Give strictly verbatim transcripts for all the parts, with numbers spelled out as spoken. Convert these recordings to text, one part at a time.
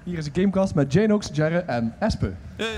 Hier is een Gamecast met Janox, Jerre en Espe. Hey.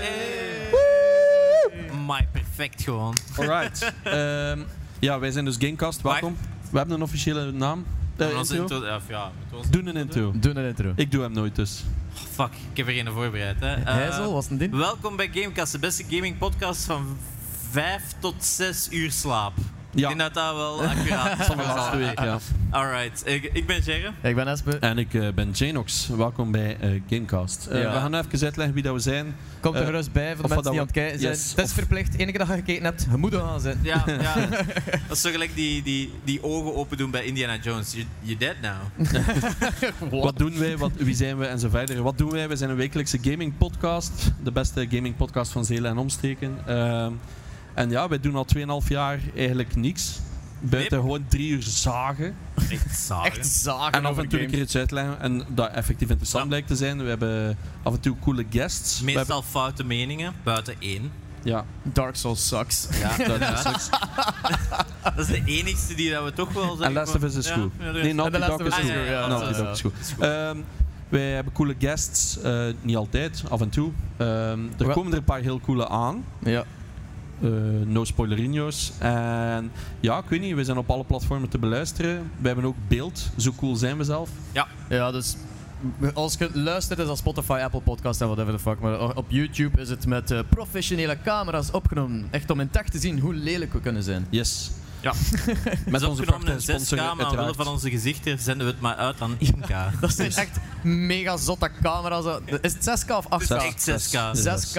My perfect gewoon. Alright. um, ja, wij zijn dus Gamecast. Welkom. We hebben een officiële naam. Uh, intro. Intro, ja, ja, Doe een intro. Doe een intro. Ik doe hem nooit dus. Oh, fuck, ik heb er geen voorbereid. Hè. Uh, Hijzel, was het een ding? Welkom bij Gamecast, de beste gaming podcast van vijf tot zes uur slaap. Ja. Ik denk dat dat wel accuraat is. Van de laatste week, ja. Alright, ik, ik ben Jerre. Ik ben Espe. En ik uh, ben Janox. Welkom bij uh, Gamecast. Uh, Ja. We gaan even uitleggen wie dat we zijn. Kom er Uh, gerust bij voor de of wat mensen die aan dat het kijken zijn. yes, Het is of- verplicht. Enige dat je gekeken hebt, je moet er aan zijn. Ja, ja. Dat is zo gelijk die, die, die ogen open doen bij Indiana Jones. You, you're dead now. Wat doen wij? Wat, wie zijn we? En zo verder. Wat doen wij? We zijn een wekelijkse gaming podcast. De beste gaming podcast van Zeelen en omstreken. Uh, en ja, wij doen al twee komma vijf jaar eigenlijk niks. Buiten Nee. gewoon drie uur zagen. Echt saai. Echt zaken En af over en toe een keer games. iets uitleggen. En dat effectief interessant Ja. blijkt te zijn. We hebben af en toe coole guests. We Meestal hebben- foute meningen, buiten één. ja, Dark Souls sucks. Ja, dat is sucks. Dat is de enigste die dat we toch wel zeggen. En Last of Us is Ja, goed. ja, ja. Nee, Naughty En The Dog Last is of Us goed. is goed, ja, Naughty dat is- Dog is goed. is goed. Ehm, wij hebben coole guests. eh, niet altijd, af en toe. Ehm, er Wel- komen er een paar heel coole aan. Ja. Uh, no spoilerinho's. En ja, ik weet niet, we zijn op alle platformen te beluisteren. We hebben ook beeld, zo cool zijn we zelf. Ja, dus als je luistert is dat Spotify, Apple Podcast en whatever the fuck. Maar op YouTube is het met uh, professionele camera's opgenomen. Echt om in tech te zien hoe lelijk we kunnen zijn. Yes. Ja. Met Met onze opgenomen in prachtige zes K, sponsor, maar omwille uiteraard. van onze gezichten zenden we het maar uit aan één K. Dat zijn echt mega zotte camera's. Is het zes K of acht K? Het is echt zes K. zes K.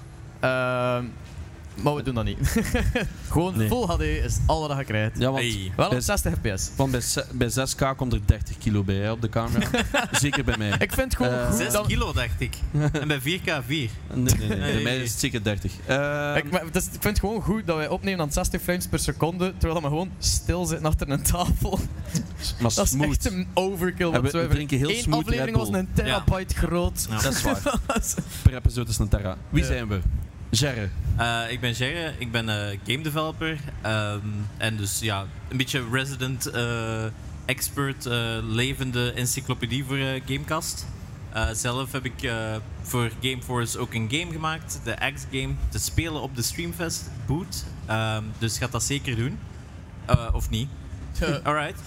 Ehm, maar we doen dat niet. Gewoon Nee. Full H D is al wat je krijgt. Ja, want Hey. Wel op bij, zestig F P S. want bij, ze- bij zes K komt er dertig kilo bij hè, op de camera. Zeker bij mij. Ik vind het gewoon Eh, goed zes dat- kilo dacht ik. En bij vier K vier. Nee, nee, nee. Bij Nee. mij is het zeker dertig. Ehm, Ik, maar het is- ik vind het gewoon goed dat wij opnemen aan zestig frames per seconde, terwijl we gewoon stil zitten achter een tafel. maar Dat is smooth. echt een overkill. En we- we whatsoever. drinken heel Eén smooth aflevering Red was Bull. een terabyte groot. Ja. Dat is waar. Per episode is een terra. Wie Ja. zijn we? Jerre. Uh, ik ben Jerre, ik ben uh, game developer. Um, en dus ja, een beetje resident uh, expert, uh, levende encyclopedie voor uh, Gamecast. Uh, zelf heb ik uh, voor Gameforce ook een game gemaakt, de X-game, te spelen op de Streamfest boot. Um, dus gaat dat zeker doen. Uh, of niet. Alright.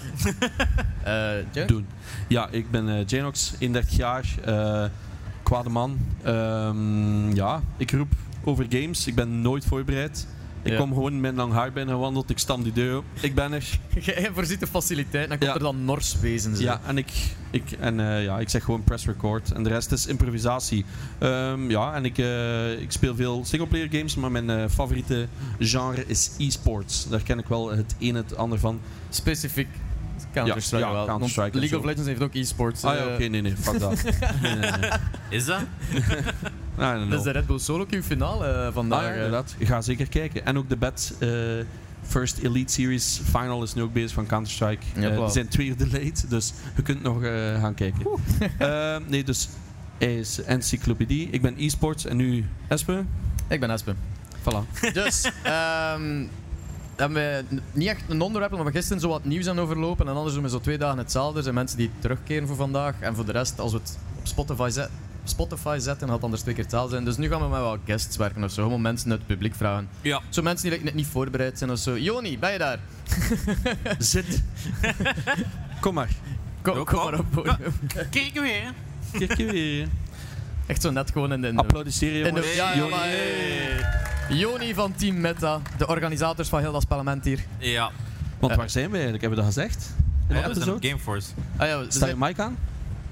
Eh, Jack? Doen. Ja, ik ben uh, Janox, eenendertig jaar, uh, kwade man. Ehm, ja, ik roep over games. Ik ben nooit voorbereid. Ik Ja. kom gewoon met lang haar binnen gewandeld. Ik stam die deur op. Ik ben er. Jij voorziet de faciliteit en dan komt Ja. er dan Nors wezen. Zo. Ja, en ik, ik, en, uh, ja, ik zeg gewoon press record. En de rest is improvisatie. Um, ja, en ik, uh, ik speel veel singleplayer games, maar mijn uh, favoriete genre is e-sports. Daar ken ik wel het een en het ander van. Specifiek Counter-Strike Ja, ja, wel. Want Counter-Strike en League of zo. Legends heeft ook e-sports. Ah ja, eh, oké, okay, nee, nee, fuck dat. Nee, nee, nee. Is dat? I don't know. Dat is de Red Bull Solo Queue finale eh, Ah, vandaag. ja, eh. inderdaad. Ga zeker kijken. En ook de Bad uh, First Elite Series Final is nu ook bezig van Counter-Strike. Ja, Uh, blauw. die zijn twee uur delayed, dus je kunt nog uh, gaan kijken. Uh, nee, dus hij is encyclopedie. Ik ben e-sports en nu Espe. Ik ben Espe. Voilà. Dus, ehm hebben we n- niet echt een onderwerp, maar we gisteren zo wat nieuws aan overlopen en anders doen we zo twee dagen hetzelfde. Er zijn mensen die terugkeren voor vandaag en voor de rest, als we het op Spotify, zet, Spotify zetten, dan gaat het anders twee keer hetzelfde zijn. Dus nu gaan we met wat guests werken of zo, gewoon mensen uit het publiek vragen. Ja. Zo mensen die net niet voorbereid zijn of zo. Joni, ben je daar? Zit. Kom maar. Kom, Yo, kom kom. maar op podium. Kijk weer. Kijk weer. Echt zo net gewoon in de... In de Applaudisseren, in de- jongens. ja, ja, Joni. maar, hey. Joni van Team Meta, de organisators van heel dat spellement hier. Ja. Want waar zijn we eigenlijk? Hebben we dat gezegd? In de Ja, we zijn op episode? Gameforce. Ah, ja, we Staat je zijn- mic aan?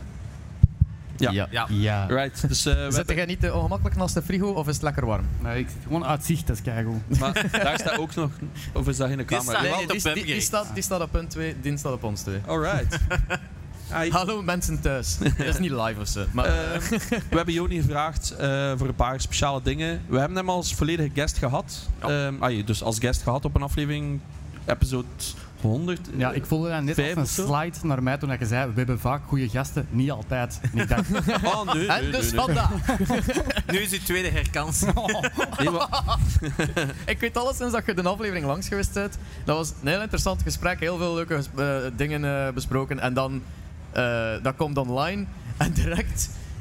Ja. ja. Ja. Ja. Right. Dus, uh, we Zit jij niet te ongemakkelijk naast de frigo of is het lekker warm? Nou, ik zit gewoon uitzicht, dat is keigoed. maar daar staat ook nog... Of is dat in de Die camera? staat- Ja. Nee, die, op die, web die, gericht. staat, die staat op punt twee, die staat op ons twee. Alright. Hi. Hallo mensen thuis. Dat is niet live of zo. Maar, Uh, we hebben Joni gevraagd uh, voor een paar speciale dingen. We hebben hem als volledige guest gehad. Ja. Um, ah, dus als guest gehad op een aflevering, episode honderd. Ja, ik voelde dan net Vijf als een of zo? slide naar mij toen je zei, we hebben vaak goede gasten, niet altijd. En ik dacht, Oh, nee, nee, en nee, dus nee. vandaag. Nu is uw tweede herkansing. Nee, maar- Ik weet alles sinds dat je de aflevering langs geweest bent. Dat was een heel interessant gesprek. Heel veel leuke ges- uh, dingen uh, besproken. En dan, uh, dat komt online. En direct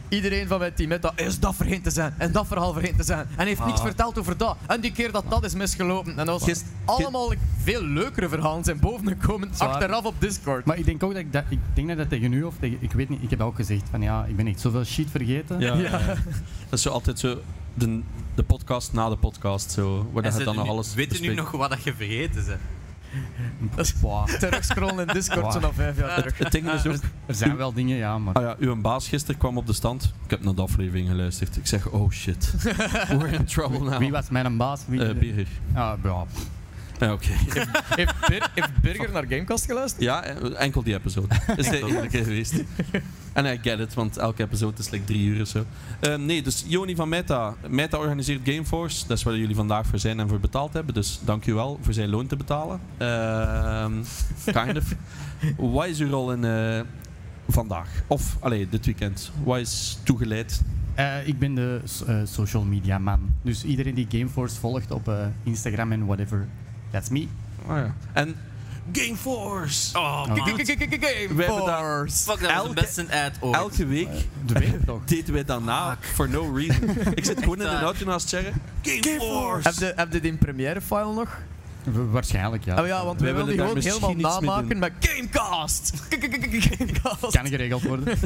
iedereen van mijn team Meta is dat vergeten te zijn en dat verhaal vergeten te zijn en heeft niks Ah. verteld over dat en die keer dat dat is misgelopen en dat was Gist- allemaal veel leukere verhalen zijn bovengekomen Zwaar. achteraf op Discord. Maar ik denk ook dat ik dat, ik denk dat dat tegen u of tegen, ik weet niet, ik heb ook gezegd van ja, ik ben echt zoveel shit vergeten. Ja, ja. ja. Dat is zo altijd zo de, de podcast na de podcast, zo, waar En je ze dan nog nu- alles weet je nu bespreekt. nog wat dat je vergeten bent? Dat is Wow. terugscrollen in Discord Wow. zo na vijf jaar terug. Het ding is ook... Er zijn wel dingen, ja, maar... Ah ja, uw baas gisteren kwam op de stand. Ik heb naar de aflevering geluisterd. Ik zeg, oh shit. We're in trouble now. Wie was mijn baas? Wie? Eh, Birger. Ah, ja. Ja, oké. Heeft, Bir- heeft Birger naar Gamecast geluisterd? Ja, eh, enkel die episode. Dat is de enige keer geweest. En I get it, want elke episode is like drie uur of zo. Ehm, nee, dus Joni van Meta. Meta organiseert Gameforce. Dat is waar jullie vandaag voor zijn en voor betaald hebben. Dus dank u wel voor zijn loon te betalen. Ehm kind of. Wat is uw rol in eh, vandaag? Of, allee, dit weekend. Wat is toegeleid? Eh, ik ben de so- eh, social media man. Dus iedereen die Gameforce volgt op eh, Instagram en whatever, that's me. Oh ja. En Gameforce! Oh, man. We hebben dat Gameforce! Fuck, dat was elke- de beste ad ooit. elke week De weet toch? deden wij dat na, for no reason. Ik zit gewoon in de auto naast Cherry. Gameforce! Heb je, heb je die première file nog? Wa- Waarschijnlijk, ja. Oh ja, want Wij wij willen willen die daar gewoon helemaal misschien iets mee namaken met Gamecast! Gamecast! Kan geregeld worden. Do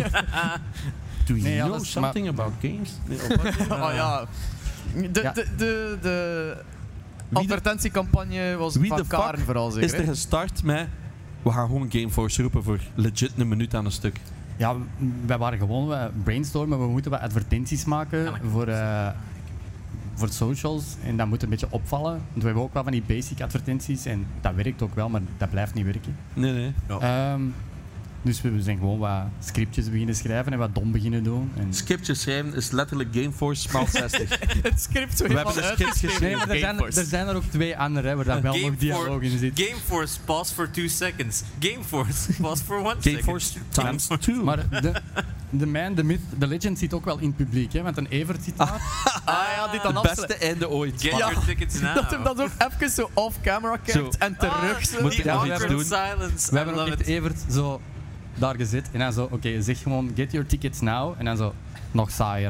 you Nee, ja, know dat is- something about games? Nee, of wat? Oh ja. De, Ja. de, de, de Wie de- advertentiecampagne was Wie van de fuck Karen vooral zeker. is er hè? gestart met... We gaan gewoon Gameforce roepen voor legit een minuut aan een stuk. Ja, wij waren gewoon uh, brainstormen. We moeten wat advertenties maken Kan ik voor, uh, voor socials. En dat moet een beetje opvallen. Want we hebben ook wel van die basic advertenties. En dat werkt ook wel, maar dat blijft niet werken. Nee, nee. Ehm, dus we zijn gewoon wat scriptjes beginnen schrijven en wat dom beginnen doen. En... Skipjes schrijven is letterlijk Gameforce maal zestig. Het script zo We helemaal hebben een script uitgeschreven. Nee, maar er zijn, Gameforce. er zijn er ook twee andere hè, waar daar wel nog Game dialoog in zit. Gameforce, pause for two seconds. Gameforce, pause for one Gameforce second. times two. Maar de, de man, de myth, de legend zit ook wel in het publiek. Hè, want een Evert zit daar. Ah ja, dit dan Het afsluiten. beste einde ooit. Get Ja. your tickets now. Dat hem dan ook even zo off-camera kijkt Zo. en terug. zo. Moet Die je nog iets awkward doen? silence. We I hebben ook love echt it. Evert zo daar gezet. En dan zo, oké, okay, zeg gewoon, get your tickets now. En dan zo, nog saaier.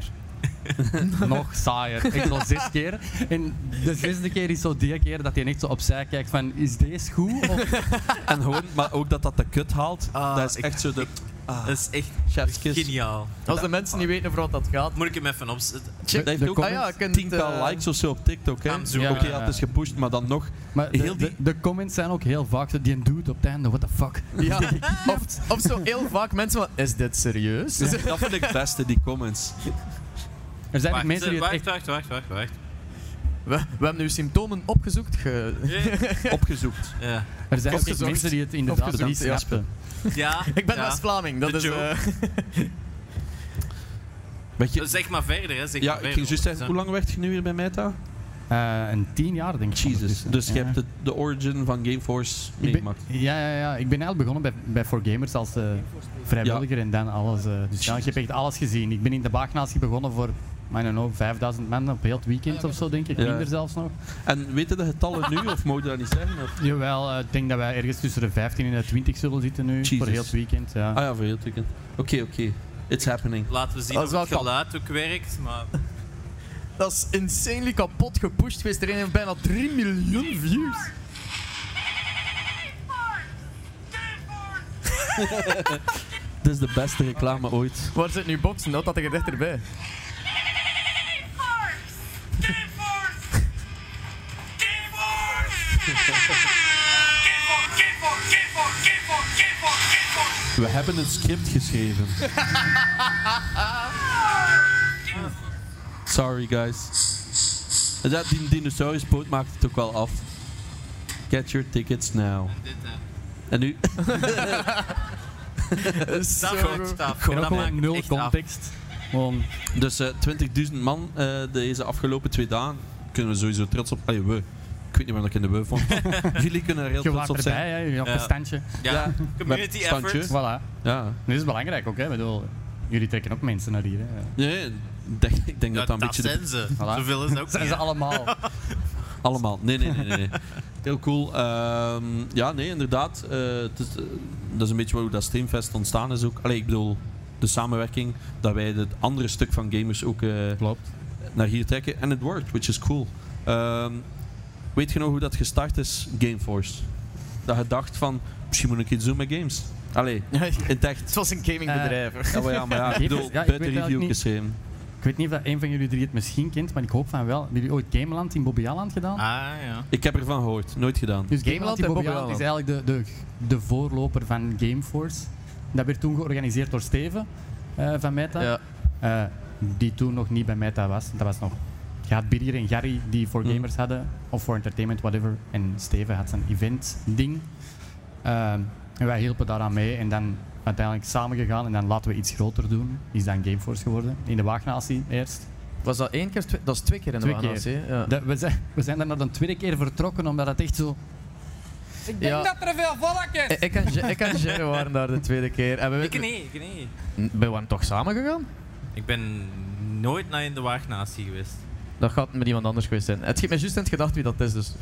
nog saaier. Echt zo zes keer. En de zesde keer is zo die keer dat hij echt zo opzij kijkt van, is deze goed? Of... En gewoon, maar ook dat dat de kut haalt. Ah, dat is ik- echt zo de... Ah, Dat is echt chefskis. geniaal. Als de mensen niet weten over wat dat gaat. Moet ik hem even opzetten? Dat heeft de ook Ah ja, je kunt, tien k eh, likes of zo op TikTok. Hè? Aan Oké, zoeken. Ja, ja, ja. het is gepusht, maar dan nog... Maar de, Heel die- de, de comments zijn ook heel vaak zo, die dude op het einde, what the fuck? Ja. Of, of zo heel vaak mensen van, is dit serieus? Dat vind ik het beste, die comments. Er zijn ook Wacht, mensen die het wacht, echt... wacht, wacht, wacht, wacht. We, we hebben uw symptomen opgezocht. Ge... Opgezocht. Ja. Er zijn ook echt Opgezocht. mensen die het inderdaad Opgezocht, niet ja. snappen. Ja. Ik ben ja. West-Vlaming, dat De is... joke. eh, Weet je, Zeg maar verder, hè. Zeg ja, maar ik verder. ging juist zeggen, hoe lang werkt je nu hier bij Meta? Uh, een tien jaar denk ik. Jesus. ondertussen. Dus je Ja. hebt de, de origin van Gameforce Ik ben, meegemaakt. ja, ja, ja, ik ben eigenlijk begonnen bij, bij For Gamers als uh, vrijwilliger en dan alles. Uh, dus ja, ik heb echt alles gezien. Ik ben in de Baagnatie begonnen voor, I don't know, vijfduizend man op heel het weekend of zo, denk ik. Ja. Minder zelfs nog. En weten de getallen nu, of mogen we dat niet zeggen? Of? Jawel, uh, ik denk dat wij ergens tussen de vijftien en de twintig zullen zitten nu. Jesus. Voor heel het weekend. Ja. Ah ja, voor heel het weekend. Oké, oké. It's happening. Laten we zien Dat of is het wel geluid ook werkt, maar... dat is insanely kapot gepusht geweest. Er heeft bijna drie miljoen views. Dit is de beste reclame ooit. Waar zit nu boksen? Dat had ik er dichterbij. We hebben een script geschreven. Sorry guys. Dat, die dinosauruspoot maakt het ook wel af. Get your tickets now. Dit, hè. En nu? Dat is Dat zo maakt goed. het af. En ook Dat maakt gewoon het nul echt af. context. Gewoon, Dus uh, twintigduizend man uh, deze afgelopen twee dagen. Kunnen we sowieso trots op. Allee, we. Ik weet niet waar ik in de we vond. Jullie kunnen er heel je trots waart op zijn. erbij, hè, je op Ja. een standje. Ja, Ja. community Met standje. effort. Voilà. Ja. Dit is belangrijk ook, hè. Ik bedoel, jullie trekken ook mensen naar hier. Hè. Nee, ik denk, ik denk Ja, dat dat een dat beetje de- zijn ze. Voilà. Zoveel is dat ook Zijn niet, ze hè. allemaal. allemaal. Nee, nee, nee, nee. nee. Heel cool. Ehm, ja, nee, inderdaad. eh, het is, eh, dat is een beetje hoe dat Streamfest ontstaan is ook. Allee, ik bedoel, de samenwerking, dat wij het andere stuk van gamers ook uh, Klopt. naar hier trekken. En het worked, which is cool. Um, weet je nog hoe dat gestart is, Gameforce? Dat je dacht van, misschien moet ik iets doen met games. Allee, in het echt. Het was een gamingbedrijf. Uh, ja, maar ja, maar ja, ik bedoel, Ja, ik buiten weet review niet. geschreven. Ik weet niet of dat een van jullie drie het misschien kent, maar ik hoop van wel. Hebben jullie ooit Gameland in Bobbejaanland gedaan? Ah, ja. Ik heb ervan gehoord, nooit gedaan. Dus Gameland Gameland in en Bobbejaanland is eigenlijk de, de, de voorloper van Gameforce. Dat werd toen georganiseerd door Steven uh, van Meta. Ja. Uh, die toen nog niet bij Meta was. Dat was nog Gaat Birger en Gary die voor Mm. gamers hadden, of voor entertainment, whatever. En Steven had zijn event-ding. Uh, en wij hielpen daaraan mee en dan uiteindelijk samen gegaan en dan laten we iets groter doen. Is dan Gameforce geworden. In de Waagnatie eerst. Was dat één keer? Twee, dat is twee keer in de Twee keer. Waagnatie, hè? Ja. De, we, zijn, we zijn dan naar de tweede keer vertrokken omdat het echt zo... Ik denk Ja. dat er veel volk is! Ik- Ik en Je- ik en Jerry waren daar de tweede keer. En we, Ik nee, ik nee. we waren toch samen gegaan? Ik ben nooit naar in de Waagnatie geweest. Dat gaat met iemand anders geweest zijn. Het heeft me juist net gedacht wie dat is, dus.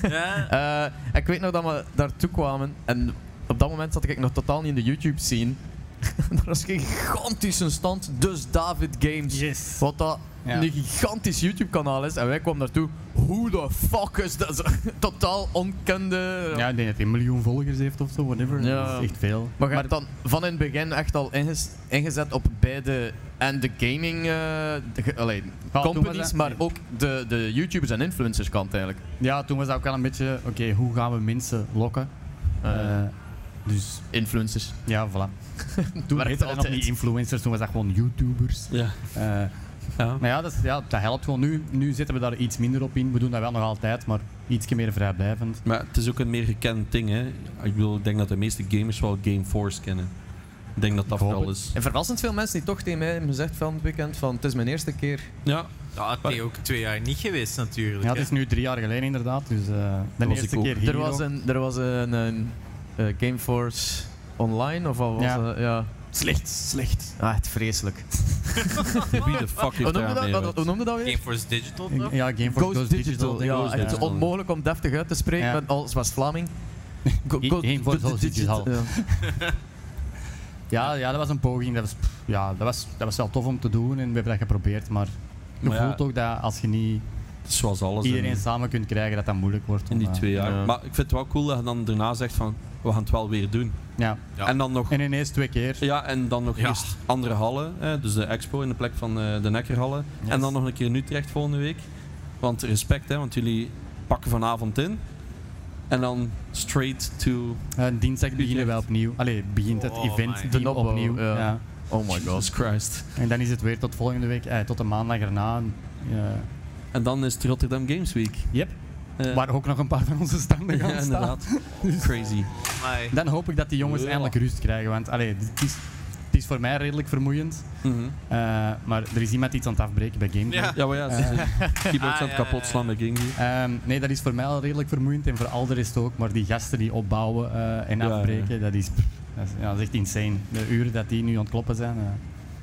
Ja, Eh, ik weet nog dat we daartoe kwamen en op dat moment zat ik nog totaal niet in de YouTube-scene. Er was een gigantische stand, dus David Games. Yes! Wat dat Ja. een gigantisch YouTube-kanaal is en wij kwamen daartoe. Hoe de fuck is dat? Zo, totaal onkende. Ja, ik denk dat hij een miljoen volgers heeft of zo, whatever. Ja. Dat is echt veel. Maar je hebt dan van in het begin echt al inges- ingezet op beide en de gaming eh, de ge- allee, Ja, toen companies, was dat- maar ook de, de YouTubers en influencers kant eigenlijk. Ja, toen was dat ook wel een beetje, oké, hoe gaan we mensen lokken? Eh, Eh, dus influencers. ja, voilà. Toen Werkt heette dat nog altijd. niet influencers, toen was dat gewoon YouTubers. Ja. Eh, Ja. maar ja dat, is- ja, dat helpt gewoon. Nu, nu zitten we daar iets minder op in. We doen dat wel nog altijd, maar iets meer vrijblijvend. Maar het is ook een meer gekend ding, hè. Ik bedoel, ik denk dat de meeste gamers wel Gameforce kennen. Ik denk dat dat Ik hoop vooral het. is. En verrassend veel mensen die toch tegen mij hebben gezegd van het weekend van het is mijn eerste keer. Ja, ja, het is ook twee jaar niet geweest natuurlijk. Ja, het hè. is nu drie jaar geleden inderdaad, dus eh, de was eerste ik ook. keer hier Er was ook. een, er was een, een eh, Gameforce online of wat was Ja. dat? Ja. Slecht, slecht. Ah, het vreselijk. wie de fuck Hoe heeft noemde daar dat, mee wat- hoe noemde dat weer? Gameforce Digital, toch? Ja, Gameforce Ghost, Goes Digital. Digital. denk ik. Ja, Ghost het is Digital. onmogelijk om deftig uit te spreken, Ja. met alles was Vlaming. Go- I- go- Gameforce go- Goes Digital. Ja. Ja, ja, dat was een poging. Dat was, pff, ja, dat, was, dat was wel tof om te doen en we hebben dat geprobeerd, maar je Maar ja, voelt ook dat als je niet zoals alles iedereen in, samen kunt krijgen, dat dat moeilijk wordt. in om, die eh, twee jaar. Ja. Maar ik vind het wel cool dat je dan daarna zegt van, we gaan het wel weer doen. Ja. Ja. En dan nog, En ineens twee keer. ja, en dan nog Ja. eerst andere hallen, hè, dus de expo in de plek van eh, de Nekkerhallen. Yes. En dan nog een keer in Utrecht volgende week. Want respect, hè, want jullie pakken vanavond in. En dan straight to Uh, dinsdag beginnen we Utrecht. opnieuw. Allee, begint het Oh, event my. team De opbouw, opnieuw. ja. Ja. Oh my god. Jesus Christ. En dan is het weer tot volgende week, eh, tot de maandag erna. Ja. En dan is het Rotterdam Games Week. Yep. Eh, Waar ook nog een paar van onze standen gaan ja, staan. inderdaad. Crazy. Amai. Dan hoop ik dat die jongens Ja. eindelijk rust krijgen, want allee, het, is, het is voor mij redelijk vermoeiend. Mhm. Uh, maar er is iemand iets aan het afbreken bij Game Jam. Ja. Ja, maar ja, ze Eh. zijn keyboards Ah, aan het ja, kapot ja, slaan ja. met Game Ehm, nee, dat is voor mij al redelijk vermoeiend en voor al de rest ook. Maar die gasten die opbouwen eh, en Ja, afbreken, dat is, dat, is, ja, dat is echt insane. De uren dat die nu aan het kloppen zijn. eh.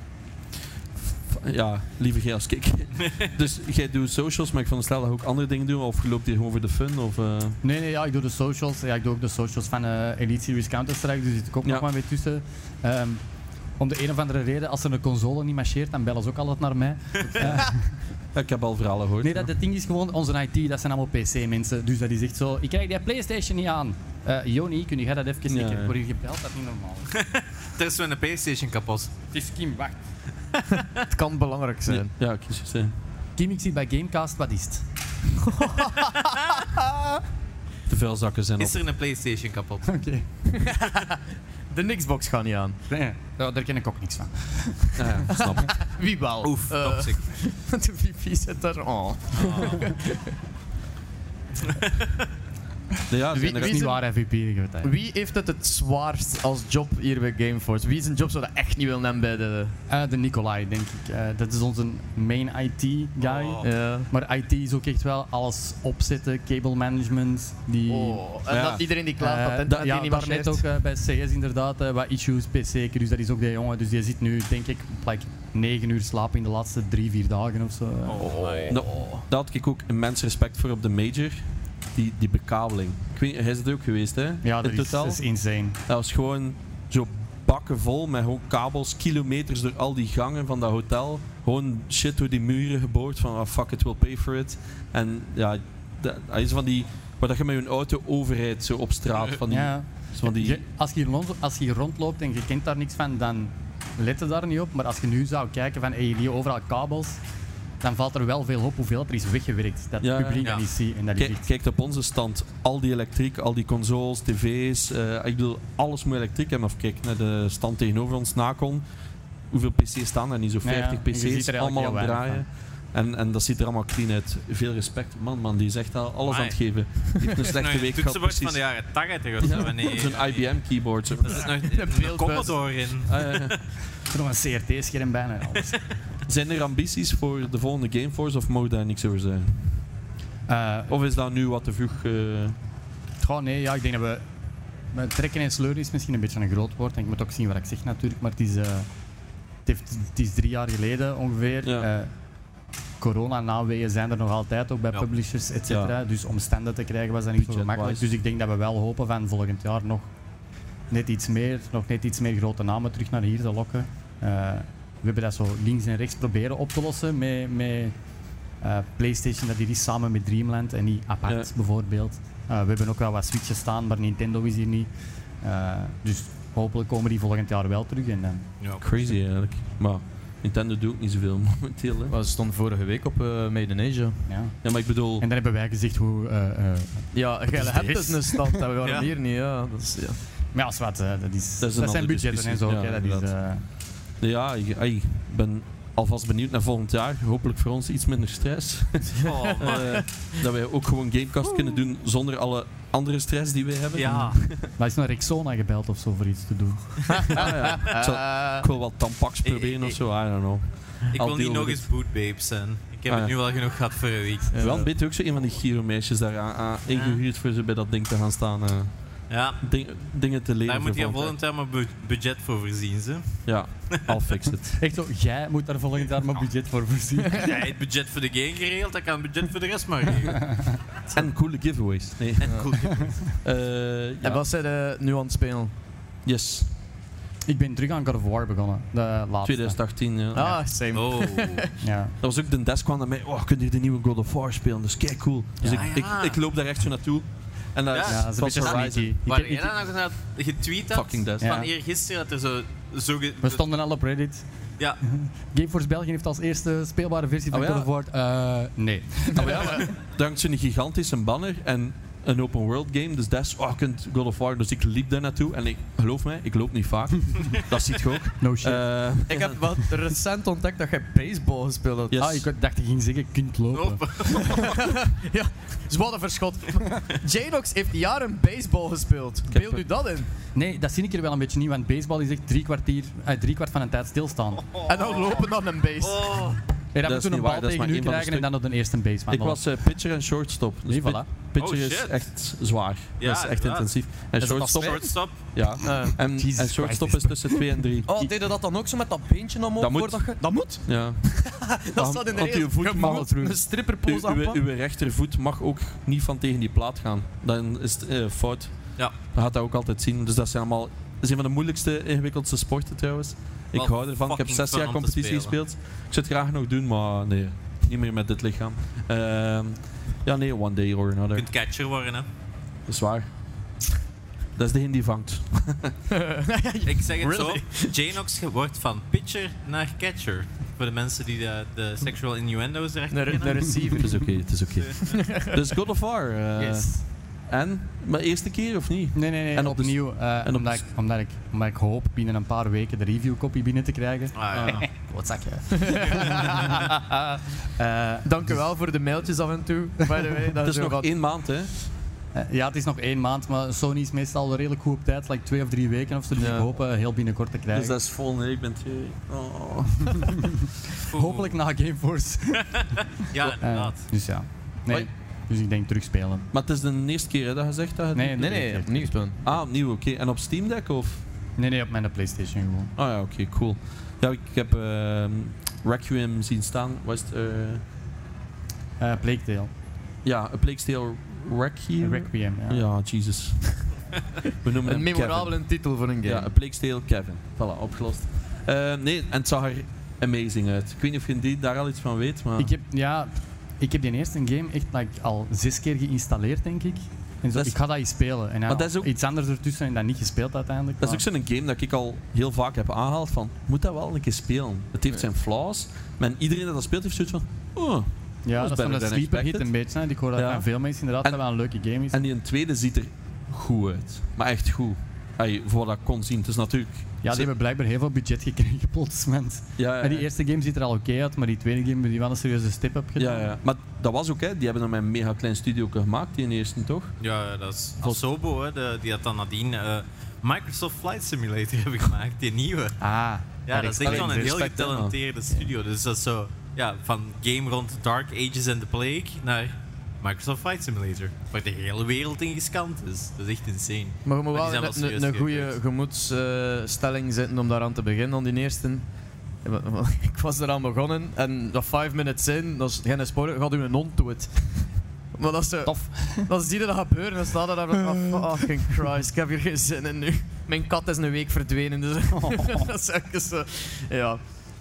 Ja, liever jij als ik. Dus jij doet socials, maar ik veronderstel dat je ook andere dingen doet. Of je loopt hier gewoon voor de fun. Of, eh, Nee, nee, ja, ik doe de socials. Ja, ik doe ook de socials van eh, Elite Series Counter-Strike, dus zit ik ook Ja. nog maar mee tussen. Ehm, om de een of andere reden, als er een console niet marcheert, dan bellen ze ook altijd naar mij. Eh, ja, ik heb al verhalen gehoord. nee, dat, het ding is gewoon, onze I T, dat zijn allemaal P C-mensen. Dus dat is echt zo, ik krijg die PlayStation niet aan. Uh, Joni, kun jij dat even... Ja, Ik ja. word hier gebeld, dat is niet normaal. Er is zo'n PlayStation kapot. Het is Kim, wacht. Het kan belangrijk zijn. Ja, ik kies het. Kim, ik zit bij Gamecast, wat is het? De vuilzakken zijn op. Is er een PlayStation kapot? Oké. De Xbox gaat niet aan. Nee, ja, daar ken ik ook niks van. Ja, ja, snap ik. Wie wel? Oef, Eh, toxic. de wifi zit daar. Oh. Ja, Wie- zijn Dat er- is niet zijn- waar, M V P. Ik weet dat. Wie heeft het het zwaarst als job hier bij Gameforce? Wie is een job zou dat echt niet willen hebben bij de... Eh, de Nicolai, denk ik. Eh, dat is onze main I T-guy. Oh. Ja. Maar I T is ook echt wel alles opzetten, cable management. Die, Oh, en Ja. dat iedereen die klaar Eh, patent da- dat ja, die niet daarnet marcheert. ook eh, bij C S inderdaad, eh, wat issues, P C, dus dat is ook die jongen. Dus die zit nu, denk ik, op like, negen uur slapen in de laatste drie, vier dagen of zo. eh. Oh, my. Nou, daar had ik ook immens respect voor op de Major. Die, die bekabeling. Ik weet, hij is het ook geweest, hè? Ja, dat in is, totaal. dat is insane. Dat was gewoon zo bakken vol met gewoon kabels, kilometers door al die gangen van dat hotel. Gewoon shit door die muren geboord van oh, fuck it, we'll pay for it. En ja, dat is van die, waar dat je met je auto overrijdt zo op straat. Van die, Ja. van die, Je- als, je hier rond, als je hier rondloopt en je kent daar niks van, dan let je daar niet op. Maar als je nu zou kijken van hey, die overal kabels, dan valt er wel veel op hoeveel er is weggewerkt. Dat Ja, het publiek ja. dat niet ziet. En dat is Kijk, echt- kijk op onze stand, al die elektriek, al die consoles, tv's, eh, ik bedoel, alles moet elektriek hebben. Of kijk naar de stand tegenover ons, Nacon. Hoeveel pc's staan er niet? Zo Ja, ja. vijftig En je ziet pc's, er eigenlijk allemaal aan het heel weinig draaien. En, en dat ziet er allemaal clean uit. Veel respect. Man, man, die is echt al alles aan het Amai. geven. Die heeft een slechte week gehad, toetsenbord van precies. de jaren tachtig of zo. Ja, Nee, zo'n I B M keyboard. Zo. Er zit nog een Commodore in. Ah, ja, ja. Er is nog een C R T-scherm bijna alles. Zijn er ambities voor de volgende Gameforce of mogen daar niks over zeggen? Eh, Of is dat nu wat te vroeg? eh, Gewoon nee, ja, ik denk dat we... maar trekken en sleuren is misschien een beetje een groot woord. En ik moet ook zien wat ik zeg natuurlijk. Maar het is, eh, het heeft, het is drie jaar geleden ongeveer. Ja. Eh, corona-naweeën zijn er nog altijd, ook bij Ja. publishers, et cetera. Ja. Dus om standen te krijgen was dat niet zo Budget-wise. gemakkelijk. Dus ik denk dat we wel hopen van volgend jaar nog net iets meer, nog net iets meer grote namen terug naar hier te lokken. Eh, we hebben dat zo links en rechts proberen op te lossen met, met eh, PlayStation, dat hier is samen met Dreamland en niet apart Ja. bijvoorbeeld. Eh, we hebben ook wel wat Switches staan, maar Nintendo is hier niet. Eh, dus hopelijk komen die volgend jaar wel terug. En dan Ja. crazy eigenlijk. Maar Nintendo doet ook niet zoveel momenteel. Hè. We stonden vorige week op uh, Made in Asia. ja. Ja, maar ik bedoel... En dan hebben wij gezegd hoe. eh, eh, Ja, jij is hebt dit? dus een stand, dat we waren Ja. hier niet. Ja, dat is, ja. maar ja, als wat, eh, dat, is, Dat dat, is een zijn andere budgetten en zo. discussie. hè, Ja, dat is, inderdaad. eh, Ja, ik, ey, ik ben alvast benieuwd naar volgend jaar. Hopelijk voor ons iets minder stress. Oh, man. Eh, dat wij ook gewoon Gamecast kunnen doen zonder alle andere stress die wij hebben. Ja. maar is naar Rexona gebeld of zo voor iets te doen? Ah, ja. Ik, zal- ik wil wat Tampax proberen of zo, I don't know. Ik I'll wil niet deal nog with eens bootbabe zijn. Ik heb Ah, het ja. nu wel genoeg gehad voor een week. Ja. Wel een beetje ook zo een van die Giro-meisjes daar aan, aan ingehuurd voor ze bij dat ding te gaan staan. eh, Ja, ding- dingen te leren. daar moet voor je volgend volgend jaar maar bu- budget voor voorzien. Ze. jaar. Ja, I'll fix it. Echt zo, jij moet daar volgend jaar maar budget voor voorzien. Jij hebt budget voor de game geregeld, dan kan het budget voor de rest maar regelen. En coole giveaways. Nee. En cool. Eh, En ja. wat zijn er nu aan het spelen? Yes, Ik ben terug aan God of War begonnen. De laatste. twintig achttien. Ja. Ah, same. Oh. Ja. Dat was ook de desk kwam naar mij. Oh, kun je de nieuwe God of War spelen? Dat is kei cool. Dus Ja, ik, ja. Ik, ik loop daar echt zo naartoe. En dat Ja. is, Ja, dat is een was beetje Horizon. sneaky. Ik Waar heb- jij ik- dan nog naar getweet had, Fucking desk. Ja. van eergisteren, dat er zo... zo ge- We stonden al op Reddit. Ja, Gameforce België heeft als eerste speelbare versie van Oh ja. God of War. Eh, nee. Ah, maar ja, maar daar hangt zo'n gigantische banner en een open world game. Dus dat is, oh, je kunt God of War. Dus ik liep daar naartoe. En ik, geloof mij, ik loop niet vaak. Dat ziet je ook. No shit. Eh, Ik heb wat recent ontdekt dat jij baseball gespeeld had. Yes. Ah, ik dacht je ging zeggen, kunt lopen. lopen. Ja, dus wat een verschot. Janox heeft jaren baseball gespeeld. heb- Beeld u dat in? Nee, dat zie ik er wel een beetje niet, want baseball is echt drie, kwartier, eh, drie kwart van een tijd stilstaan. En dan lopen dan een base. Oh. En dan Dat is moet je niet een waar, bal dat is tegen maar u één van de krijgen en dan op de eerste base. ik was eh, pitcher en shortstop. Dus Nee, pit- voilà. pitcher Oh, is shit. echt zwaar. Ja, dat is echt inderdaad. intensief. En dat shortstop, Shortstop. ja. Eh, En, Jesus en shortstop Christ. is tussen twee en drie. oh, deed je dat dan ook zo met dat beentje omhoog? Dat moet. voordat je... Dat moet? Ja. Dat staat in de Want uw regel. voet Je mag moet terug. een stripperpoos Uw, uw, aanpakken. uw rechtervoet mag ook niet van tegen die plaat gaan. Dan is het eh, fout. Ja. Dat gaat dat ook altijd zien. Dus dat zijn allemaal... Dat is een van de moeilijkste, ingewikkeldste sporten trouwens. Ik Wel hou ervan. Ik heb fucking zes fun jaar om te competitie spelen. gespeeld. Ik zou het graag nog doen, maar nee. Niet meer met dit lichaam. Ehm, ja, nee, one day or Je another. kunt catcher worden, hè. Dat is waar. Dat is degene die vangt. Ik zeg het Really? zo, Janox wordt van pitcher naar catcher. Voor de mensen die de, de sexual innuendo's er echt Een, re- een kennen. receiver. Het is oké, het is oké. Dus God of War. eh, Yes. En? Maar eerste keer of niet? Nee, nee, nee. En En op de s- opnieuw. eh, en op omdat, de s- ik, omdat, ik, omdat ik hoop binnen een paar weken de reviewcopy binnen te krijgen. Ah, ja. Wat zak je? Eh, Dank u wel voor de mailtjes af en toe. By the way, dat Het is zo nog wat- één maand, hè? Eh, ja, het is nog één maand, maar Sony is meestal redelijk goed op tijd. Like twee of drie weken of zo. Dus Ja. ik hoop eh, heel binnenkort te krijgen. Dus dat is volgende week, bent je... Oh. Hopelijk na Gameforce. Ja, Eh, inderdaad. dus ja. Nee. Hoi. Dus ik denk terugspelen. Maar het is de eerste keer hè, dat je zegt dat je het Nee, doet? Nee, nee, opnieuw gespeeld. Ah, opnieuw, oké. En op Steam Deck of? Nee, nee, op mijn PlayStation gewoon. Oh ja, oké, cool. Ja, ik heb ehm, Requiem zien staan. Wat is het? eh, Eh Plague Tale. ja, A Plague Tale Requiem? Requiem, ja. Ja, Jesus. We noemen Een hem Kevin. memorabele titel voor een game. Ja, een Plague Kevin. Voilà, opgelost. Uh, nee, en het zag er amazing uit. Ik weet niet of je die, daar al iets van weet, maar... Ik heb, ja, ik heb die eerste game echt like, al zes keer geïnstalleerd, denk ik. En zo, Dat is- ik ga dat eens spelen. En ja, Maar dat is ook- iets anders ertussen en dat niet gespeeld uiteindelijk. Dat is ook zo'n game dat ik al heel vaak heb aangehaald van, moet dat wel een keer spelen. Het heeft zijn flaws, maar iedereen dat dat speelt heeft zoiets van, oh. Ja, was dat is van better de than sleeper hit expected. een beetje. Hè. Ik hoor dat Ja. van veel mensen inderdaad En- dat wel een leuke game is. En die een tweede ziet er goed uit. Maar echt goed. Ay, voor wat ik kon zien. Het is natuurlijk... Ja, die hebben blijkbaar heel veel budget gekregen, plots. Mens. Ja, ja, Maar die ja. eerste game ziet er al oké uit, maar die tweede game hebben die wel een serieuze step-up gedaan. Ja, ja. Maar dat was ook, hè. Die hebben dan met een mega klein studio gemaakt, die eerste, toch? Ja, dat is Asobo, hè, de, die had dan nadien uh, Microsoft Flight Simulator hebben gemaakt, die nieuwe. Ah, Ja, dat is echt Allee, wel een heel respect, hè, getalenteerde studio. Dus dat is zo, ja, van game rond Dark Ages and the Plague naar Microsoft Flight Simulator. Waar de hele wereld in gescand is. Dat is echt insane. Maar je moet Maar wel die zijn wel een, serieus een, een goede geëvalueerd. gemoedsstelling zetten om daaraan te beginnen, aan die eerste. Ik was eraan begonnen en dat vijf minuten in, dat is geen spoiler, gaat u een hond dood. Maar dat is zo, tof. dan zie je dat gebeuren en dan staat er daar oh, fucking Christ, ik heb hier geen zin in nu. Mijn kat is een week verdwenen, dus dat is echt zo, ja.